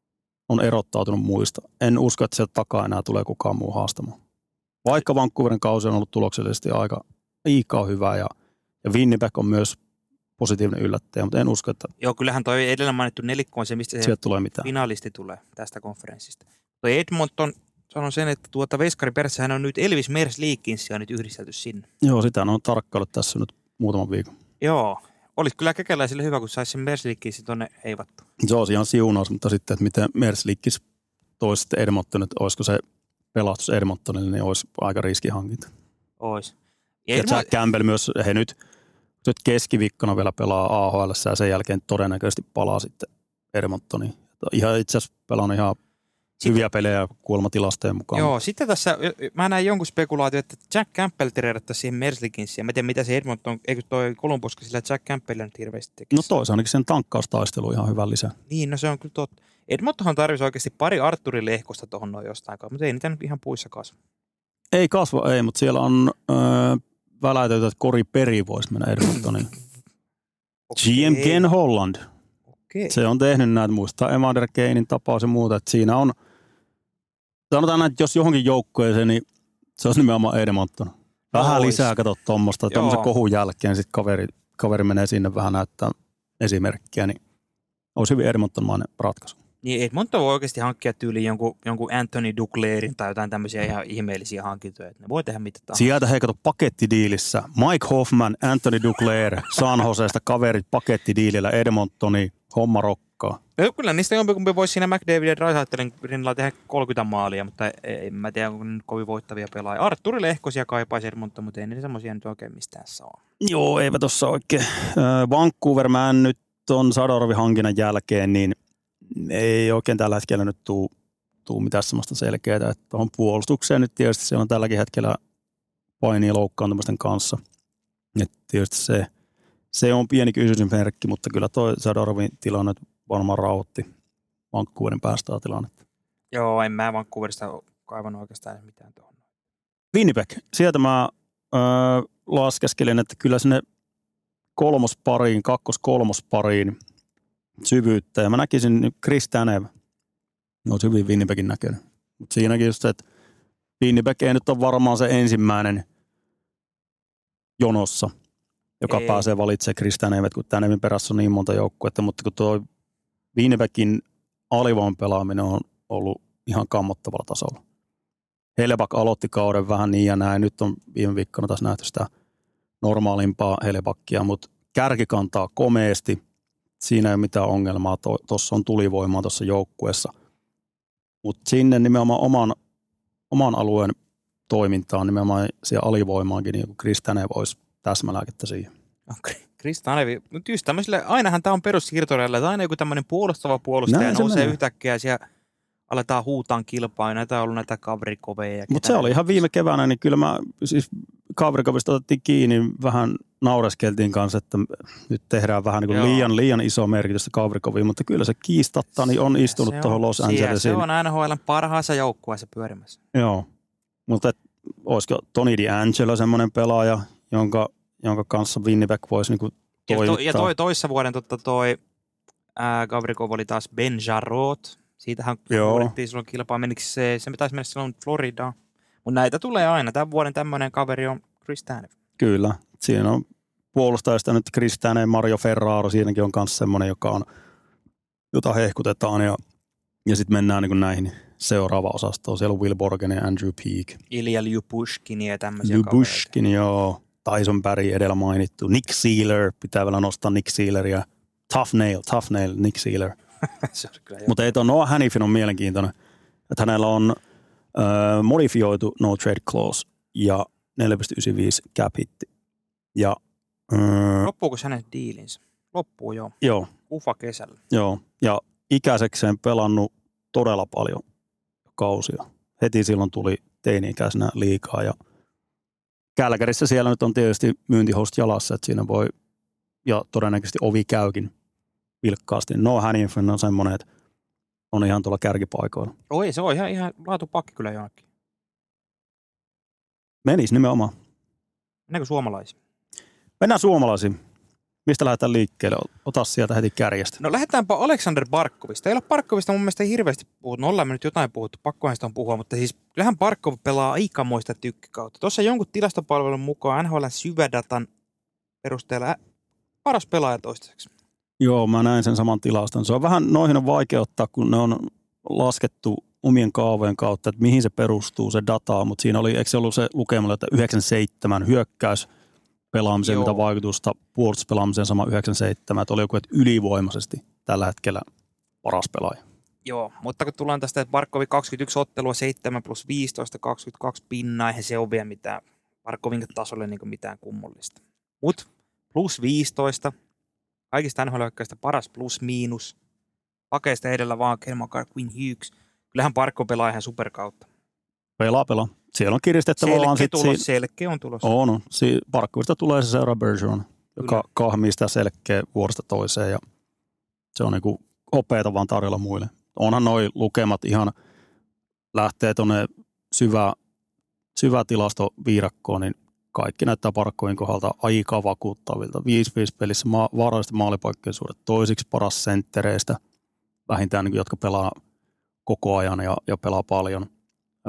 on erottautunut muista. En usko, että sieltä takaa enää tulee kukaan muu haastamaan. Vaikka Vancouverin kausi on ollut tuloksellisesti aika liikaa hyvä ja, ja Winnipeg on myös positiivinen yllättäjä, mutta en usko, että Joo, kyllähän toi edellä mainittu nelikko on se, mistä se tulee mitään. Finalisti tulee tästä konferenssista. Toi Edmonton, sanon sen, että tuota Veskari perässähän on nyt Elvis Merzlikins nyt yhdistelty sinne. Joo, sitä on tarkkaillut tässä nyt muutaman viikon. Joo, olisi kyllä kekäläisille hyvä, kun saisi sen Merzlikinsin tuonne eivattu. Se olisi ihan siunaus, mutta sitten, että miten Merzlikins toisi sitten Edmonton, että olisiko se pelastus Edmontonille, niin olisi aika riskihankinta. Ois. Ja Edmont... Jack Campbell myös, he nyt, nyt keskiviikkona vielä pelaa A H L:ssä ja sen jälkeen todennäköisesti palaa sitten Edmontoniin. Ihan itse asiassa pelannut ihan sitten, hyviä pelejä kuulematilastojen mukaan. Joo, sitten tässä, mä näin jonkun spekulaatio, että Jack Campbell tireedattaisiin siihen Merzlikinsiin. Mä tiedän, mitä se Edmonton, eikö toi Columbus, sillä Jack Campbell nyt hirveästi tekisi. No tois ainakin sen tankkaustaistelu ihan hyvä lisä. Niin, no se on kyllä totta. Edmontonhan tarvitsisi oikeasti pari Arturi Lehkosta tuohon noin jostain, mutta ei niitä nyt ihan puissa kasva. Ei kasva, ei, mutta siellä on öö, väläytetty, että Corey Perry voisi mennä Edmontoniin. okay. G M Ken Holland. Okay. Se on tehnyt näitä, muistaa Evander Kanein tapaus ja muuta, että siinä on, sanotaan näin, että jos johonkin joukkueeseen, niin se olisi nimenomaan Edmonton. Vähän Ois. lisää, kato tuommoista, tuommoisen kohun jälkeen sitten kaveri, kaveri menee sinne vähän näyttää esimerkkiä, niin olisi hyvin Edmonton-mainen ratkaisu. Niin Edmonton voi oikeasti hankkia tyyliin jonkun, jonkun Anthony Duclairin tai jotain tämmöisiä ihan ihmeellisiä hankintoja. Ne voi tehdä mitä tahansa. Sieltä hei, kato pakettidiilissä. Mike Hoffman, Anthony Duclair, San Joseesta kaverit pakettidiilillä Edmontoni, homma rokkaa. No, kyllä niistä jompikumpi voisi siinä McDavid ja Draisaitlin rinnalla tehdä kolmekymmentä maalia, mutta en mä tiedä, onko ne kovin voittavia pelaajia. Artturi Lehkosia kaipaisi Edmonton, mutta ei ne semmoisia nyt oikein mistään saa. Joo, eipä tossa oikein. Äh, Vancouver, mä en nyt ton Sadorovin hankinnan jälkeen, niin ei oikein tällä hetkellä nyt tuu, tuu mitään sellaista selkeää, että tuohon puolustukseen nyt tietysti siellä on tälläkin hetkellä painia loukkaantumisten kanssa. Et tietysti se, se on pieni kysymysmerkki, mutta kyllä toi Sadorovin tilanne varmaan rauhoitti Vancouverin päästää tilannetta. Joo, en mä Vancouverista kaivannut oikeastaan mitään tuohon. Winnipeg, sieltä mä öö, laskeskelin, että kyllä sinne kolmospariin, kakkos-kolmospariin syvyyttä. Ja mä näkisin Chris Tanev. Ne olisi hyvin Winnipegin näköinen. Mutta siinäkin just se, että Winnipeg ei nyt ole varmaan se ensimmäinen jonossa, joka ei. pääsee valitsemaan Chris Tanevet, kun Tanevin perässä on niin monta joukkuetta. Mutta kun tuo Winnipegin alivoiman pelaaminen on ollut ihan kammottavalla tasolla. Hellebak aloitti kauden vähän niin ja näin. Nyt on viime viikkona taas nähty sitä normaalimpaa Hellebakia, mutta kärki kantaa komeasti. Siinä ei ole mitään ongelmaa. Tuossa on tulivoimaa tuossa joukkueessa. Mutta sinne nimenomaan oman, oman alueen toimintaan, nimenomaan siellä alivoimaankin, niin kuin Chris Tanev olisi täsmälääkettä siihen. Chris Tanev, mutta just tämmöisille, ainahan tämä on perussiirtoreilla, että aina joku tämmöinen puolustava puolustaja Näin nousee menee. yhtäkkiä ja siellä aletaan huutaan kilpaa. Näitä on ollut näitä kaverikoveja. Mutta se oli ihan viime keväänä, niin kyllä mä siis kaverikovista otettiin kiinni, vähän naureskeltiin kanssa, että nyt tehdään vähän niin kuin liian, liian iso merkitystä kaverikoviin, mutta kyllä se kiistatta niin on istunut tuohon Los Angelesiin. Se on N H L:n parhaassa joukkueessa pyörimässä. Joo, mutta et, olisiko Tony DeAngelo semmoinen pelaaja, jonka, jonka kanssa Winnipeg voisi niinku toimittaa? Ja toi toissa vuoden totta toi Ää, Gavrikov oli taas Ben Jarrot. Siitähän kuulittiin silloin kilpaa. Menikö se, se taisi mennä silloin Floridaan. Mutta näitä tulee aina. Tämän vuoden tämmöinen kaveri on Chris Tanev. Kyllä. Siinä on puolustajista nyt Chris Tanev, Mario Ferraro. Siinäkin on myös semmoinen, joka on, jota hehkutetaan. Ja, ja sitten mennään niin kuin näihin seuraavaan osastoon. Siellä on Will Borgen ja Andrew Peak. Ilja Lyubushkin ja tämmöisiä Lyubushkin, joo. Tyson Barrie edellä mainittu. Nick Sealer. Pitää vielä nostaa Nick Sealeria. Tough nail, tough nail, Nick Sealer. Mutta ei tuo Noah Hannifin on mielenkiintoinen, että hänellä on äh, modifioitu no trade clause ja neljä pilkku yhdeksänkymmentäviisi cap hitti. Ja, äh, loppuuko hänen diilinsä? Loppuu joo. Joo. Ufa kesällä. Joo, ja ikäisekseen pelannut todella paljon kausia. Heti silloin tuli teini-ikäisenä liikaa ja Kälkärissä siellä nyt on tietysti myyntihost jalassa, että siinä voi, ja todennäköisesti ovi käykin vilkkaasti. No Hannifin on semmoinen, että on ihan tuolla kärkipaikoilla. Oi, se on ihan, ihan laatupakki kyllä johonkin. Menis nimenomaan. Mennäänkö suomalaisiin? Mennään suomalaisiin. Mistä lähdetään liikkeelle? Ota sieltä heti kärjestä. No lähdetäänpä Aleksander Barkovista. Ei ole Barkovista mun mielestä hirveästi puhuttu. No ollaan me nyt jotain puhuttu, pakkohan sitä on puhua, mutta siis kyllähän Barkov pelaa aikamoista tykkikautta. Tuossa jonkun tilastopalvelun mukaan N H L:n syvädatan perusteella paras pelaaja toistaiseksi. Joo, mä näin sen saman tilaston. Se on vähän, noihin on vaikea ottaa, kun ne on laskettu omien kaavojen kautta, että mihin se perustuu se data, mutta siinä oli, eikö se ollut se lukemalla, että yhdeksänkymmentäseitsemän hyökkäys pelaamiseen, mitä vaikutusta puolustuspelaamiseen sama yhdeksänkymmentäseitsemän, että oli joku, että ylivoimaisesti tällä hetkellä paras pelaaja. Joo, mutta kun tullaan tästä, että Barkovi kaksikymmentäyksi ottelua, seitsemän plus viisitoista, kaksikymmentäkaksi pinnaa, eihän se ole vielä mitään, Barkovin tasolle niin mitään kummollista. Mutta plus viisitoista, kaikista N H L-hyökkäistä paras plus miinus, pakeista edellä vaan Kelmakar, Quinn Hughes, kyllähän Barkov pelaa ihan superkautta. Pelaa, pelaa. Siellä on kiristettävä vaan sitten. Selkeä tulos, selkeä on tulos. On, on. Barkovista tulee se seuraava Bergeron, joka kahmii sitä selkeä vuodesta toiseen ja se on niinku hopeeta vaan tarjolla muille. Onhan noi lukemat ihan lähtee tuonne syvä, syvä tilastoviirakkoon, niin kaikki näyttää Barkovin kohdalta aika vakuuttavilta. viisi viisi pelissä ma- vaarallisesti maalipaikkojen suhde toisiksi paras senttereistä, vähintään niin, jotka pelaa koko ajan ja, ja pelaa paljon. Öö,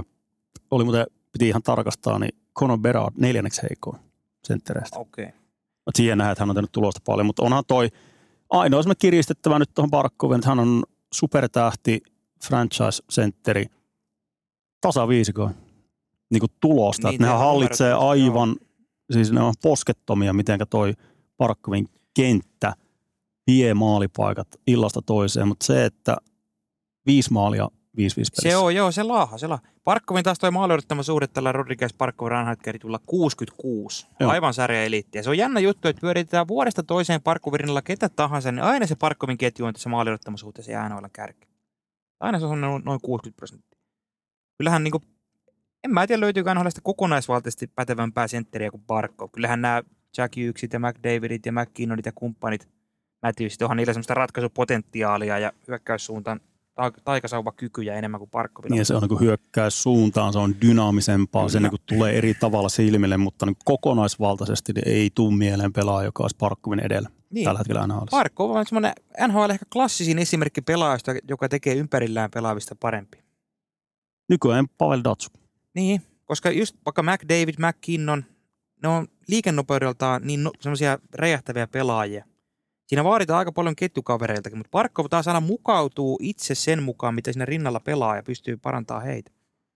oli muuten, piti ihan tarkastaa, niin Conor Bedard neljänneksi heikoin senttereistä. Okei. Okay. Siihen nähdään, että hän on tehnyt tulosta paljon, mutta onhan toi ainoa semmoinen kiristettävä nyt tuohon Barkovin, että hän on supertähti, franchise-sentteri, tasaviisikoin niin kuin tulosta. Niin, että nehän hallitsee aivan, joo. Siis ne on poskettomia, mitenkä toi Barkovin kenttä vie maalipaikat illasta toiseen, mutta se, että viisi maalia, viisi viisi pelissä. Se on, joo, se laaha, se laaha. Barkovin taas toi maaliudettama suhde tällä Rodriguez Barkov Ranhard-keritulla kuusikymmentäkuusi. Joo. Aivan sarjaeliittiä. Se on jännä juttu, että pyöritetään vuodesta toiseen Barkovin rinnalla ketä tahansa, niin aina se Barkovin ketju on tässä maaliudettama suhteessa ja N H L:n kärki. Aina se on noin kuusikymmentä prosenttia. Kyllähän niinku, en mä tiedä löytyykö N H L:stä kokonaisvaltaisesti pätevämpää sentteriä kuin Barkov. Kyllähän nämä Jack Hughesit ja McDavidit ja McKinnonit ja kumppanit, Matthewsit, onhan niillä semmoista ratkaisupotentiaalia ja hyökkäyssuuntaan taikasauvakykyjä enemmän kuin Barkovilla. Niin se on niin kuin hyökkäyssuuntaan, se on dynaamisempaa, kyllä. Se niin kuin tulee eri tavalla silmille, mutta niin kokonaisvaltaisesti niin ei tule mieleen pelaa, joka olisi Barkovin edellä niin. Tällä hetkellä N H L. Barkov on semmoinen N H L ehkä klassisin esimerkki pelaajasta, joka tekee ympärillään pelaavista parempi. Nykyään Pavel Datsyuk. Niin, koska just vaikka McDavid, McKinnon, ne on liikennopeudeltaan niin no, semmoisia räjähtäviä pelaajia. Siinä vaaditaan aika paljon ketjukavereiltakin, mutta Barkov taas aina mukautuu itse sen mukaan, mitä siinä rinnalla pelaa ja pystyy parantamaan heitä.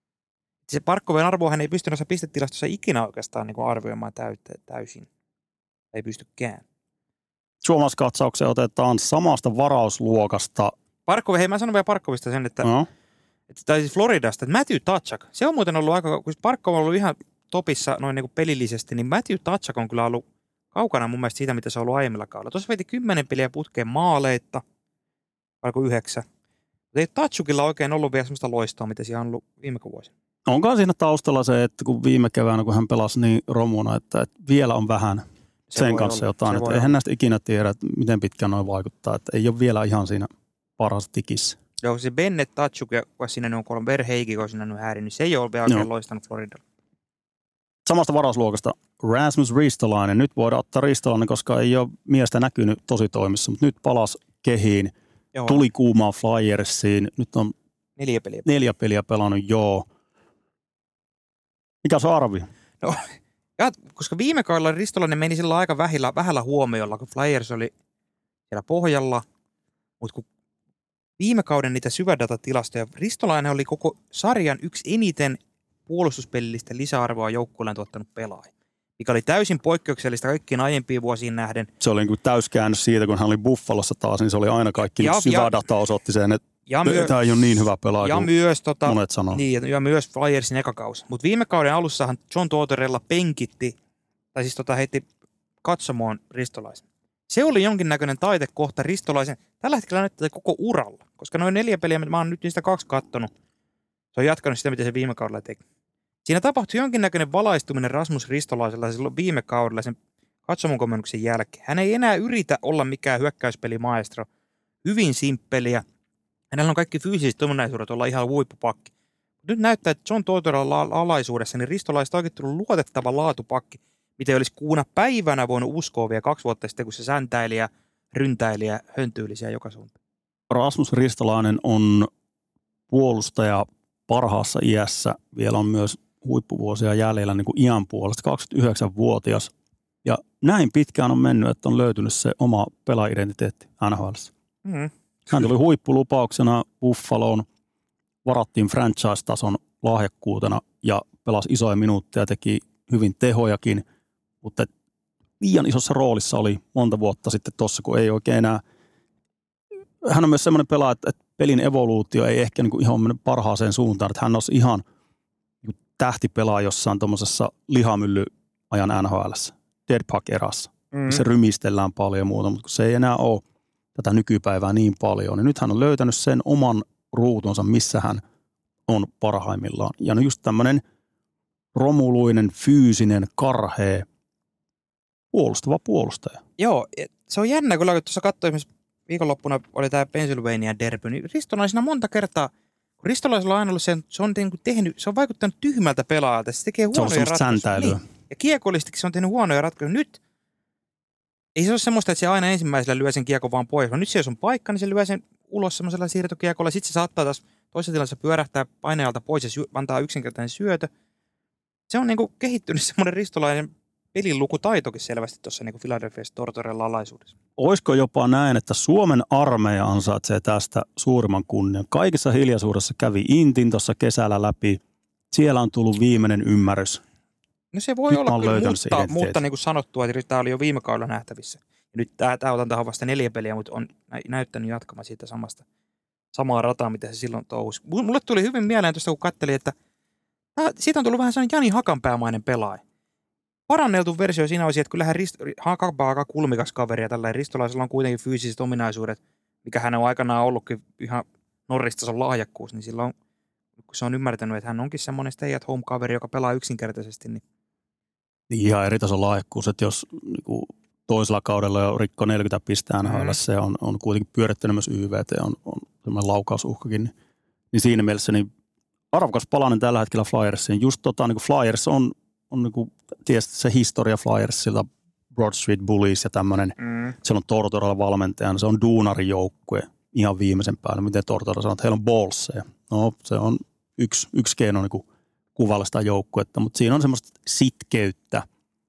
Se Barkovin arvoa hän ei pysty noissa pistetilastossa ikinä oikeastaan niin kuin arvioimaan täysin. Ei pystykään. Suomalaiskatsauksen otetaan samasta varausluokasta. Barkov, hei mä sanon vielä Barkovista sen, että, no. että tai siis Floridasta, että Matthew Tkachuk, se on muuten ollut aika, kun Barkov on ollut ihan topissa noin niin kuin pelillisesti, niin Matthew Tkachuk on kyllä ollut kaukana mun mielestä siitä, mitä se on ollut aiemmilla kaudella. Tuossa veti kymmenen peliä putkeen maaleita, vaikka yhdeksän. Mutta ei Tkachukilla oikein ollut vielä sellaista loistoa, mitä siellä on ollut viime vuosina. Onkaan siinä taustalla se, että kun viime keväänä, kun hän pelasi niin romuna, että, että vielä on vähän se sen kanssa olla. Jotain. Että eihän näistä ikinä tiedä, että miten pitkään noin vaikuttaa. Että ei ole vielä ihan siinä parhaassa tikissä. Joo, se Bennett, Tkachuk ja kun siinä on kolme Verheigi, kun siinä on häirinyt, niin se ei ole vielä oikein loistanut Floridalla. Samasta varausluokasta Rasmus Ristolainen. Nyt voidaan ottaa Ristolainen, koska ei ole miestä näkynyt tosi toimissa, mutta nyt palasi kehiin, Joo. tuli kuumaan Flyersiin, nyt on neljä peliä. neljä peliä pelannut, joo. Mikä se arvi? No, ja, koska viime kaudella Ristolainen meni sillä aika vähillä, vähällä huomiolla, kun Flyers oli siellä pohjalla, mutta kun viime kauden niitä syvädatatilastoja, Ristolainen oli koko sarjan yksi eniten puolustuspelillistä lisäarvoa joukkueelleen tuottanut pelaaja, mikä oli täysin poikkeuksellista kaikkiin aiempiin vuosiin nähden. Se oli niin kuin täyskäännös siitä, kun hän oli Buffalossa taas, niin se oli aina kaikki ja, syvä ja, data osoitti sen, että myö, tämä ei ole niin hyvä pelaaja ja kuin myös, tota, monet sanoo. Niin, ja myös Flyersin ekakausi. Mutta viime kauden alussahan John Tortorella penkitti, tai siis tota heitti katsomoon Ristolaisen. Se oli jonkinnäköinen taitekohta Ristolaisen. Tällä hetkellä näyttää koko uralla, koska noin neljä peliä, mä oon nyt niistä kaksi kattonut. Se on jatkanut sitä, mitä se viime kaudella teki. Siinä tapahtui jonkinnäköinen valaistuminen Rasmus Ristolaisella silloin viime kaudella sen katsomon komennuksen jälkeen. Hän ei enää yritä olla mikään hyökkäyspelimaestro. Hyvin simppeliä. Hänellä on kaikki fyysiset ominaisuudet olla ihan huippupakki. Nyt näyttää, että John Tortorella alaisuudessa, niin Ristolaista on oikein tullut luotettava laatupakki, mitä ei olisi kuuna päivänä voinut uskoa vielä kaksi vuotta sitten, kun se säntäili ja ryntäili ja höntyili siellä joka suuntaan. Rasmus Ristolainen on puolustaja parhaassa iässä. Vielä on myös huippuvuosia jäljellä niin kuin iän puolesta, kaksikymmentäyhdeksänvuotias. Ja näin pitkään on mennyt, että on löytynyt se oma pelaaidentiteetti N H L:ssä. Mm. Hän tuli huippulupauksena Buffaloon, varattiin franchise-tason lahjakkuutena ja pelasi isoja minuutteja, teki hyvin tehojakin, mutta liian isossa roolissa oli monta vuotta sitten tuossa, kun ei oikein enää. Hän on myös semmoinen pelaaja, että pelin evoluutio ei ehkä niin kuin ihan mennyt parhaaseen suuntaan, että hän olisi ihan niin tähtipelaaja jossain tuommoisessa lihamyllyajan N H L:ssä, dead puck-erassa, mm. missä rymistellään paljon ja muuta, mutta kun se ei enää ole tätä nykypäivää niin paljon, niin nyt hän on löytänyt sen oman ruutunsa, missä hän on parhaimmillaan. Ja no just tämmöinen romuluinen, fyysinen, karhea, puolustava puolustaja. Joo, se on jännä, kun tuossa katsoin esimerkiksi viikonloppuna oli tämä Pennsylvania derby, niin Ristolaisena monta kertaa, kun Ristolaisella on aina ollut sen, se on tehnyt, se on vaikuttanut tyhmältä pelaajalta, se tekee huonoja ratkaisuja. Niin. Ja kiekollistikin se on tehnyt huonoja ratkaisuja. Nyt ei se ole semmoista, että se aina ensimmäisellä lyö sen kiekon vaan pois, vaan nyt se jos on paikka, niin se lyö sen ulos semmoisella siirtokiekolla. Sitten se saattaa taas toisessa tilassa pyörähtää painajalta pois ja sy- antaa yksinkertainen syötö. Se on niinku kehittynyt semmoinen Ristolainen pelilukutaitokin selvästi tuossa niinku Philadelphiassa Tortorella alaisuudessa. Olisiko jopa näin, että Suomen armeija ansaitsee tästä suurimman kunnian? Kaikessa hiljaisuudessa kävi Intin tuossa kesällä läpi. Siellä on tullut viimeinen ymmärrys. No se voi nyt olla kyllä, mutta, mutta niin kuin sanottua, että tämä oli jo viime kaudella nähtävissä. Ja nyt tämä, tämä otan tähän vasta neljä peliä, mutta on näyttänyt jatkamaan siitä samasta, samaa rataa, mitä se silloin touhusi. Mulle tuli hyvin mieleen tuosta, kun katselin, että tämä, siitä on tullut vähän sellainen Jani Hakanpäämainen pelaaja. Paranneltu versio siinä olisi, että kyllähän Rist- Hakanpää on aika kulmikas kaveri ja tällä Ristolaisella on kuitenkin fyysiset ominaisuudet, mikä hän on aikanaan ollutkin ihan Norris-tason lahjakkuus, niin silloin kun se on ymmärtänyt, että hän onkin semmoinen stay at home kaveri, joka pelaa yksinkertaisesti, niin ihan eri tason lahjakkuus, että jos niin kuin toisella kaudella jo rikko neljäkymmentä pistetään N H L:ssä, se on, on kuitenkin pyörittänyt myös Y V T, on, on semmoinen laukausuhkakin, niin, niin siinä mielessä niin arvokas palanen tällä hetkellä Flyersiin. Just tota, niin kuin Flyers on, on niin kuin, tietysti se historia Flyersilta, Broad Street Bullies ja tämmöinen, mm. siellä on Tortorella valmentajana, se on duunarijoukkue ihan viimeisen päälle, miten Tortorella sanoo, että heillä on ballseja. No se on yksi, yksi keino niin kuin kuvailla sitä joukkuetta, mutta siinä on semmoista sitkeyttä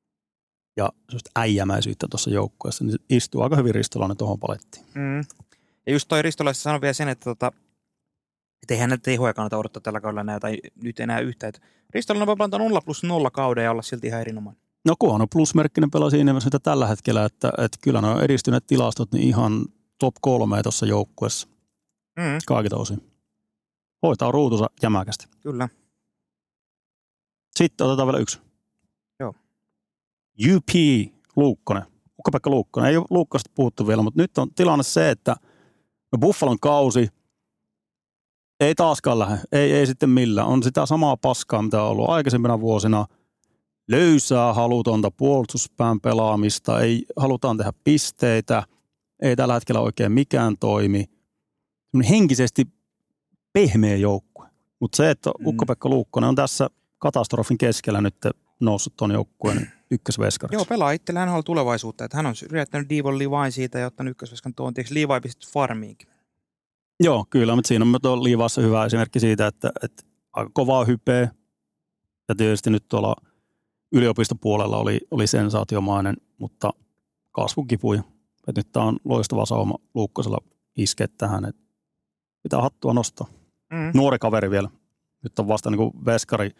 ja semmoista äijämäisyyttä tuossa joukkueessa, niin istuu aika hyvin Ristolainen tuohon palettiin. Mm. Ja just toi Ristolainen sanoi vielä sen, että, tota, että ei hänellä tehoja kannata odottaa tällä kaudella enää, tai nyt enää yhtään. Ristolainen voi antaa nolla plus nolla kauden ja olla silti ihan erinomainen. No kunhan on plusmerkkinen pelaa siinä mielessä tällä hetkellä, että, että kyllä ne on edistyneet tilastot niin ihan top kolme tuossa joukkueessa. Mm. Kaikilta osin. Hoitaa ruutunsa jämäkästi. Kyllä. Sitten otetaan vielä yksi. Joo. U P Luukkonen. Ukko-Pekka Luukkonen. Ei ole Luukkosta puhuttu vielä, mutta nyt on tilanne se, että no Buffalon kausi ei taaskaan lähde. Ei, ei sitten millään. On sitä samaa paskaa, mitä on ollut aikaisempina vuosina. Löysää, halutonta puolustuspään pelaamista. Ei halutaan tehdä pisteitä. Ei tällä hetkellä oikein mikään toimi. Henkisesti pehmeä joukkue. Mutta se, että Ukko-Pekka Luukkonen on tässä katastrofin keskellä nyt noussut ton joukkueen ykkösveskariksi. Joo, pelaa itsellään N H L tulevaisuutta. Että hän on yrittänyt Devon Levain siitä ja ottanut ykkösveskan tuontiiksi. Levi pistetty farmiinkin. Joo, kyllä, mutta siinä on tuo Levissä hyvä esimerkki siitä, että, että aika kovaa hypeä. Ja tietysti nyt tuolla yliopistopuolella oli, oli sensaatiomainen, mutta kasvukipuja. Että nyt tämä on loistava sauma Luukkosella iskeä tähän, että pitää hattua nostaa. Mm. Nuori kaveri vielä. Nyt on vasta niin kuin veskari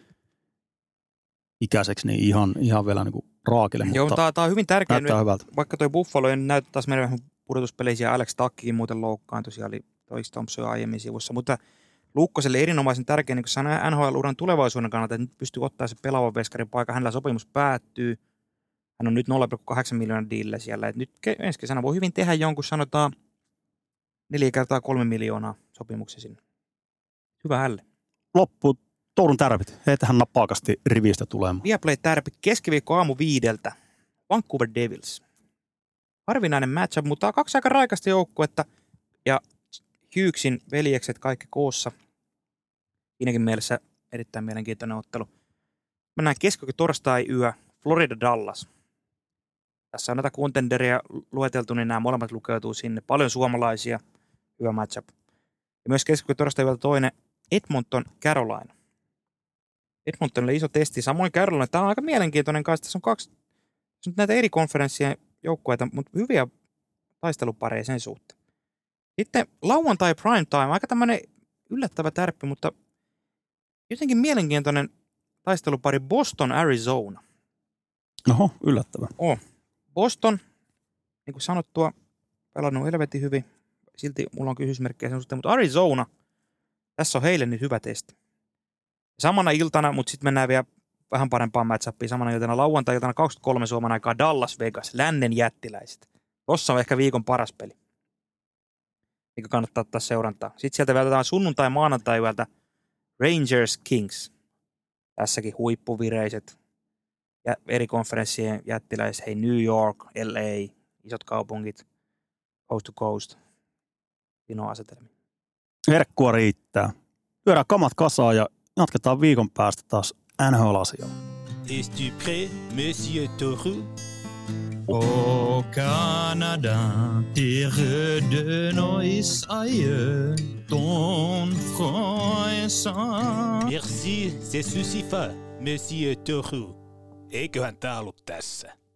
ikäiseksi, niin ihan, ihan vielä niin kuin raakille. Joo, mutta tämä on hyvin tärkeä. Näyttää hyvältä. Vaikka toi Buffalo ei näytä taas meidän pudotuspeleisiä, Alex Tuckikin muuten loukkaantui, siellä oli toi Thompson aiemmin sivussa, mutta Luukkoselle erinomaisen tärkeä niin kuin N H L-uran tulevaisuuden kannalta, että nyt pystyy ottaa se pelaavan veskarin paikan. Hänellä sopimus päättyy. Hän on nyt nolla pilkku kahdeksan miljoonaa diillä siellä. Et nyt ensi kesänä voi hyvin tehdä jonkun, sanotaan neljä kertaa kolme miljoonaa sopimuksen sinne. Hyvä hälle. Loppu Turun Tärpit. Heitähän nappaakasti rivistä tulemaan. Viaplay Tärpit keskiviikko aamu viideltä. Vancouver Devils. Harvinainen matchup, mutta kaksi aika raikasta joukkuetta. Ja Hughesin veljekset kaikki koossa. Siinäkin mielessä erittäin mielenkiintoinen ottelu. Mennään keskiviikko torstai yö. Florida Dallas. Tässä on näitä contenderia lueteltu, niin nämä molemmat lukeutuu sinne. Paljon suomalaisia. Hyvä matchup. Ja myös keskiviikko torstai yöltä toinen. Edmonton Carolina. Edmontonille iso testi. Samoin Carolina. Tämä on aika mielenkiintoinen kanssa. Tässä on kaksi tässä on näitä eri konferenssien joukkueita, mutta hyviä taistelupareja sen suhteen. Sitten lauantai prime time. Aika tämmöinen yllättävä tärppi, mutta jotenkin mielenkiintoinen taistelupari Boston Arizona. Oho, yllättävä. Oh. Boston, niin kuin sanottua, pelannut helvetin hyvin. Silti mulla on kysymysmerkkejä sen suhteen, mutta Arizona, tässä on heille nyt hyvä testi. Samana iltana, mutta sitten mennään vielä vähän parempaan matchupiin. Samana iltana lauantai-iltana kaksikymmentäkolme Suomen aikaa Dallas Vegas, lännen jättiläiset. Tossa on ehkä viikon paras peli, mikä kannattaa ottaa seurantaa. Sitten sieltä vältetään sunnuntai maanantai yöltä Rangers Kings. Tässäkin huippuvireiset ja eri konferenssien jättiläiset. Hei, New York, L A, isot kaupungit, coast to coast. Pino asetelmia. Herkkua riittää. Pyörää kamat kasaan ja jatketaan viikon päästä taas N H L-asialla. Es-tu prêt, Monsieur Toru? Au Canada, terre de nos aïeux, ton front est sans. Merci, c'est suffisant, Monsieur Toru. Eiköhän tää ollut tässä.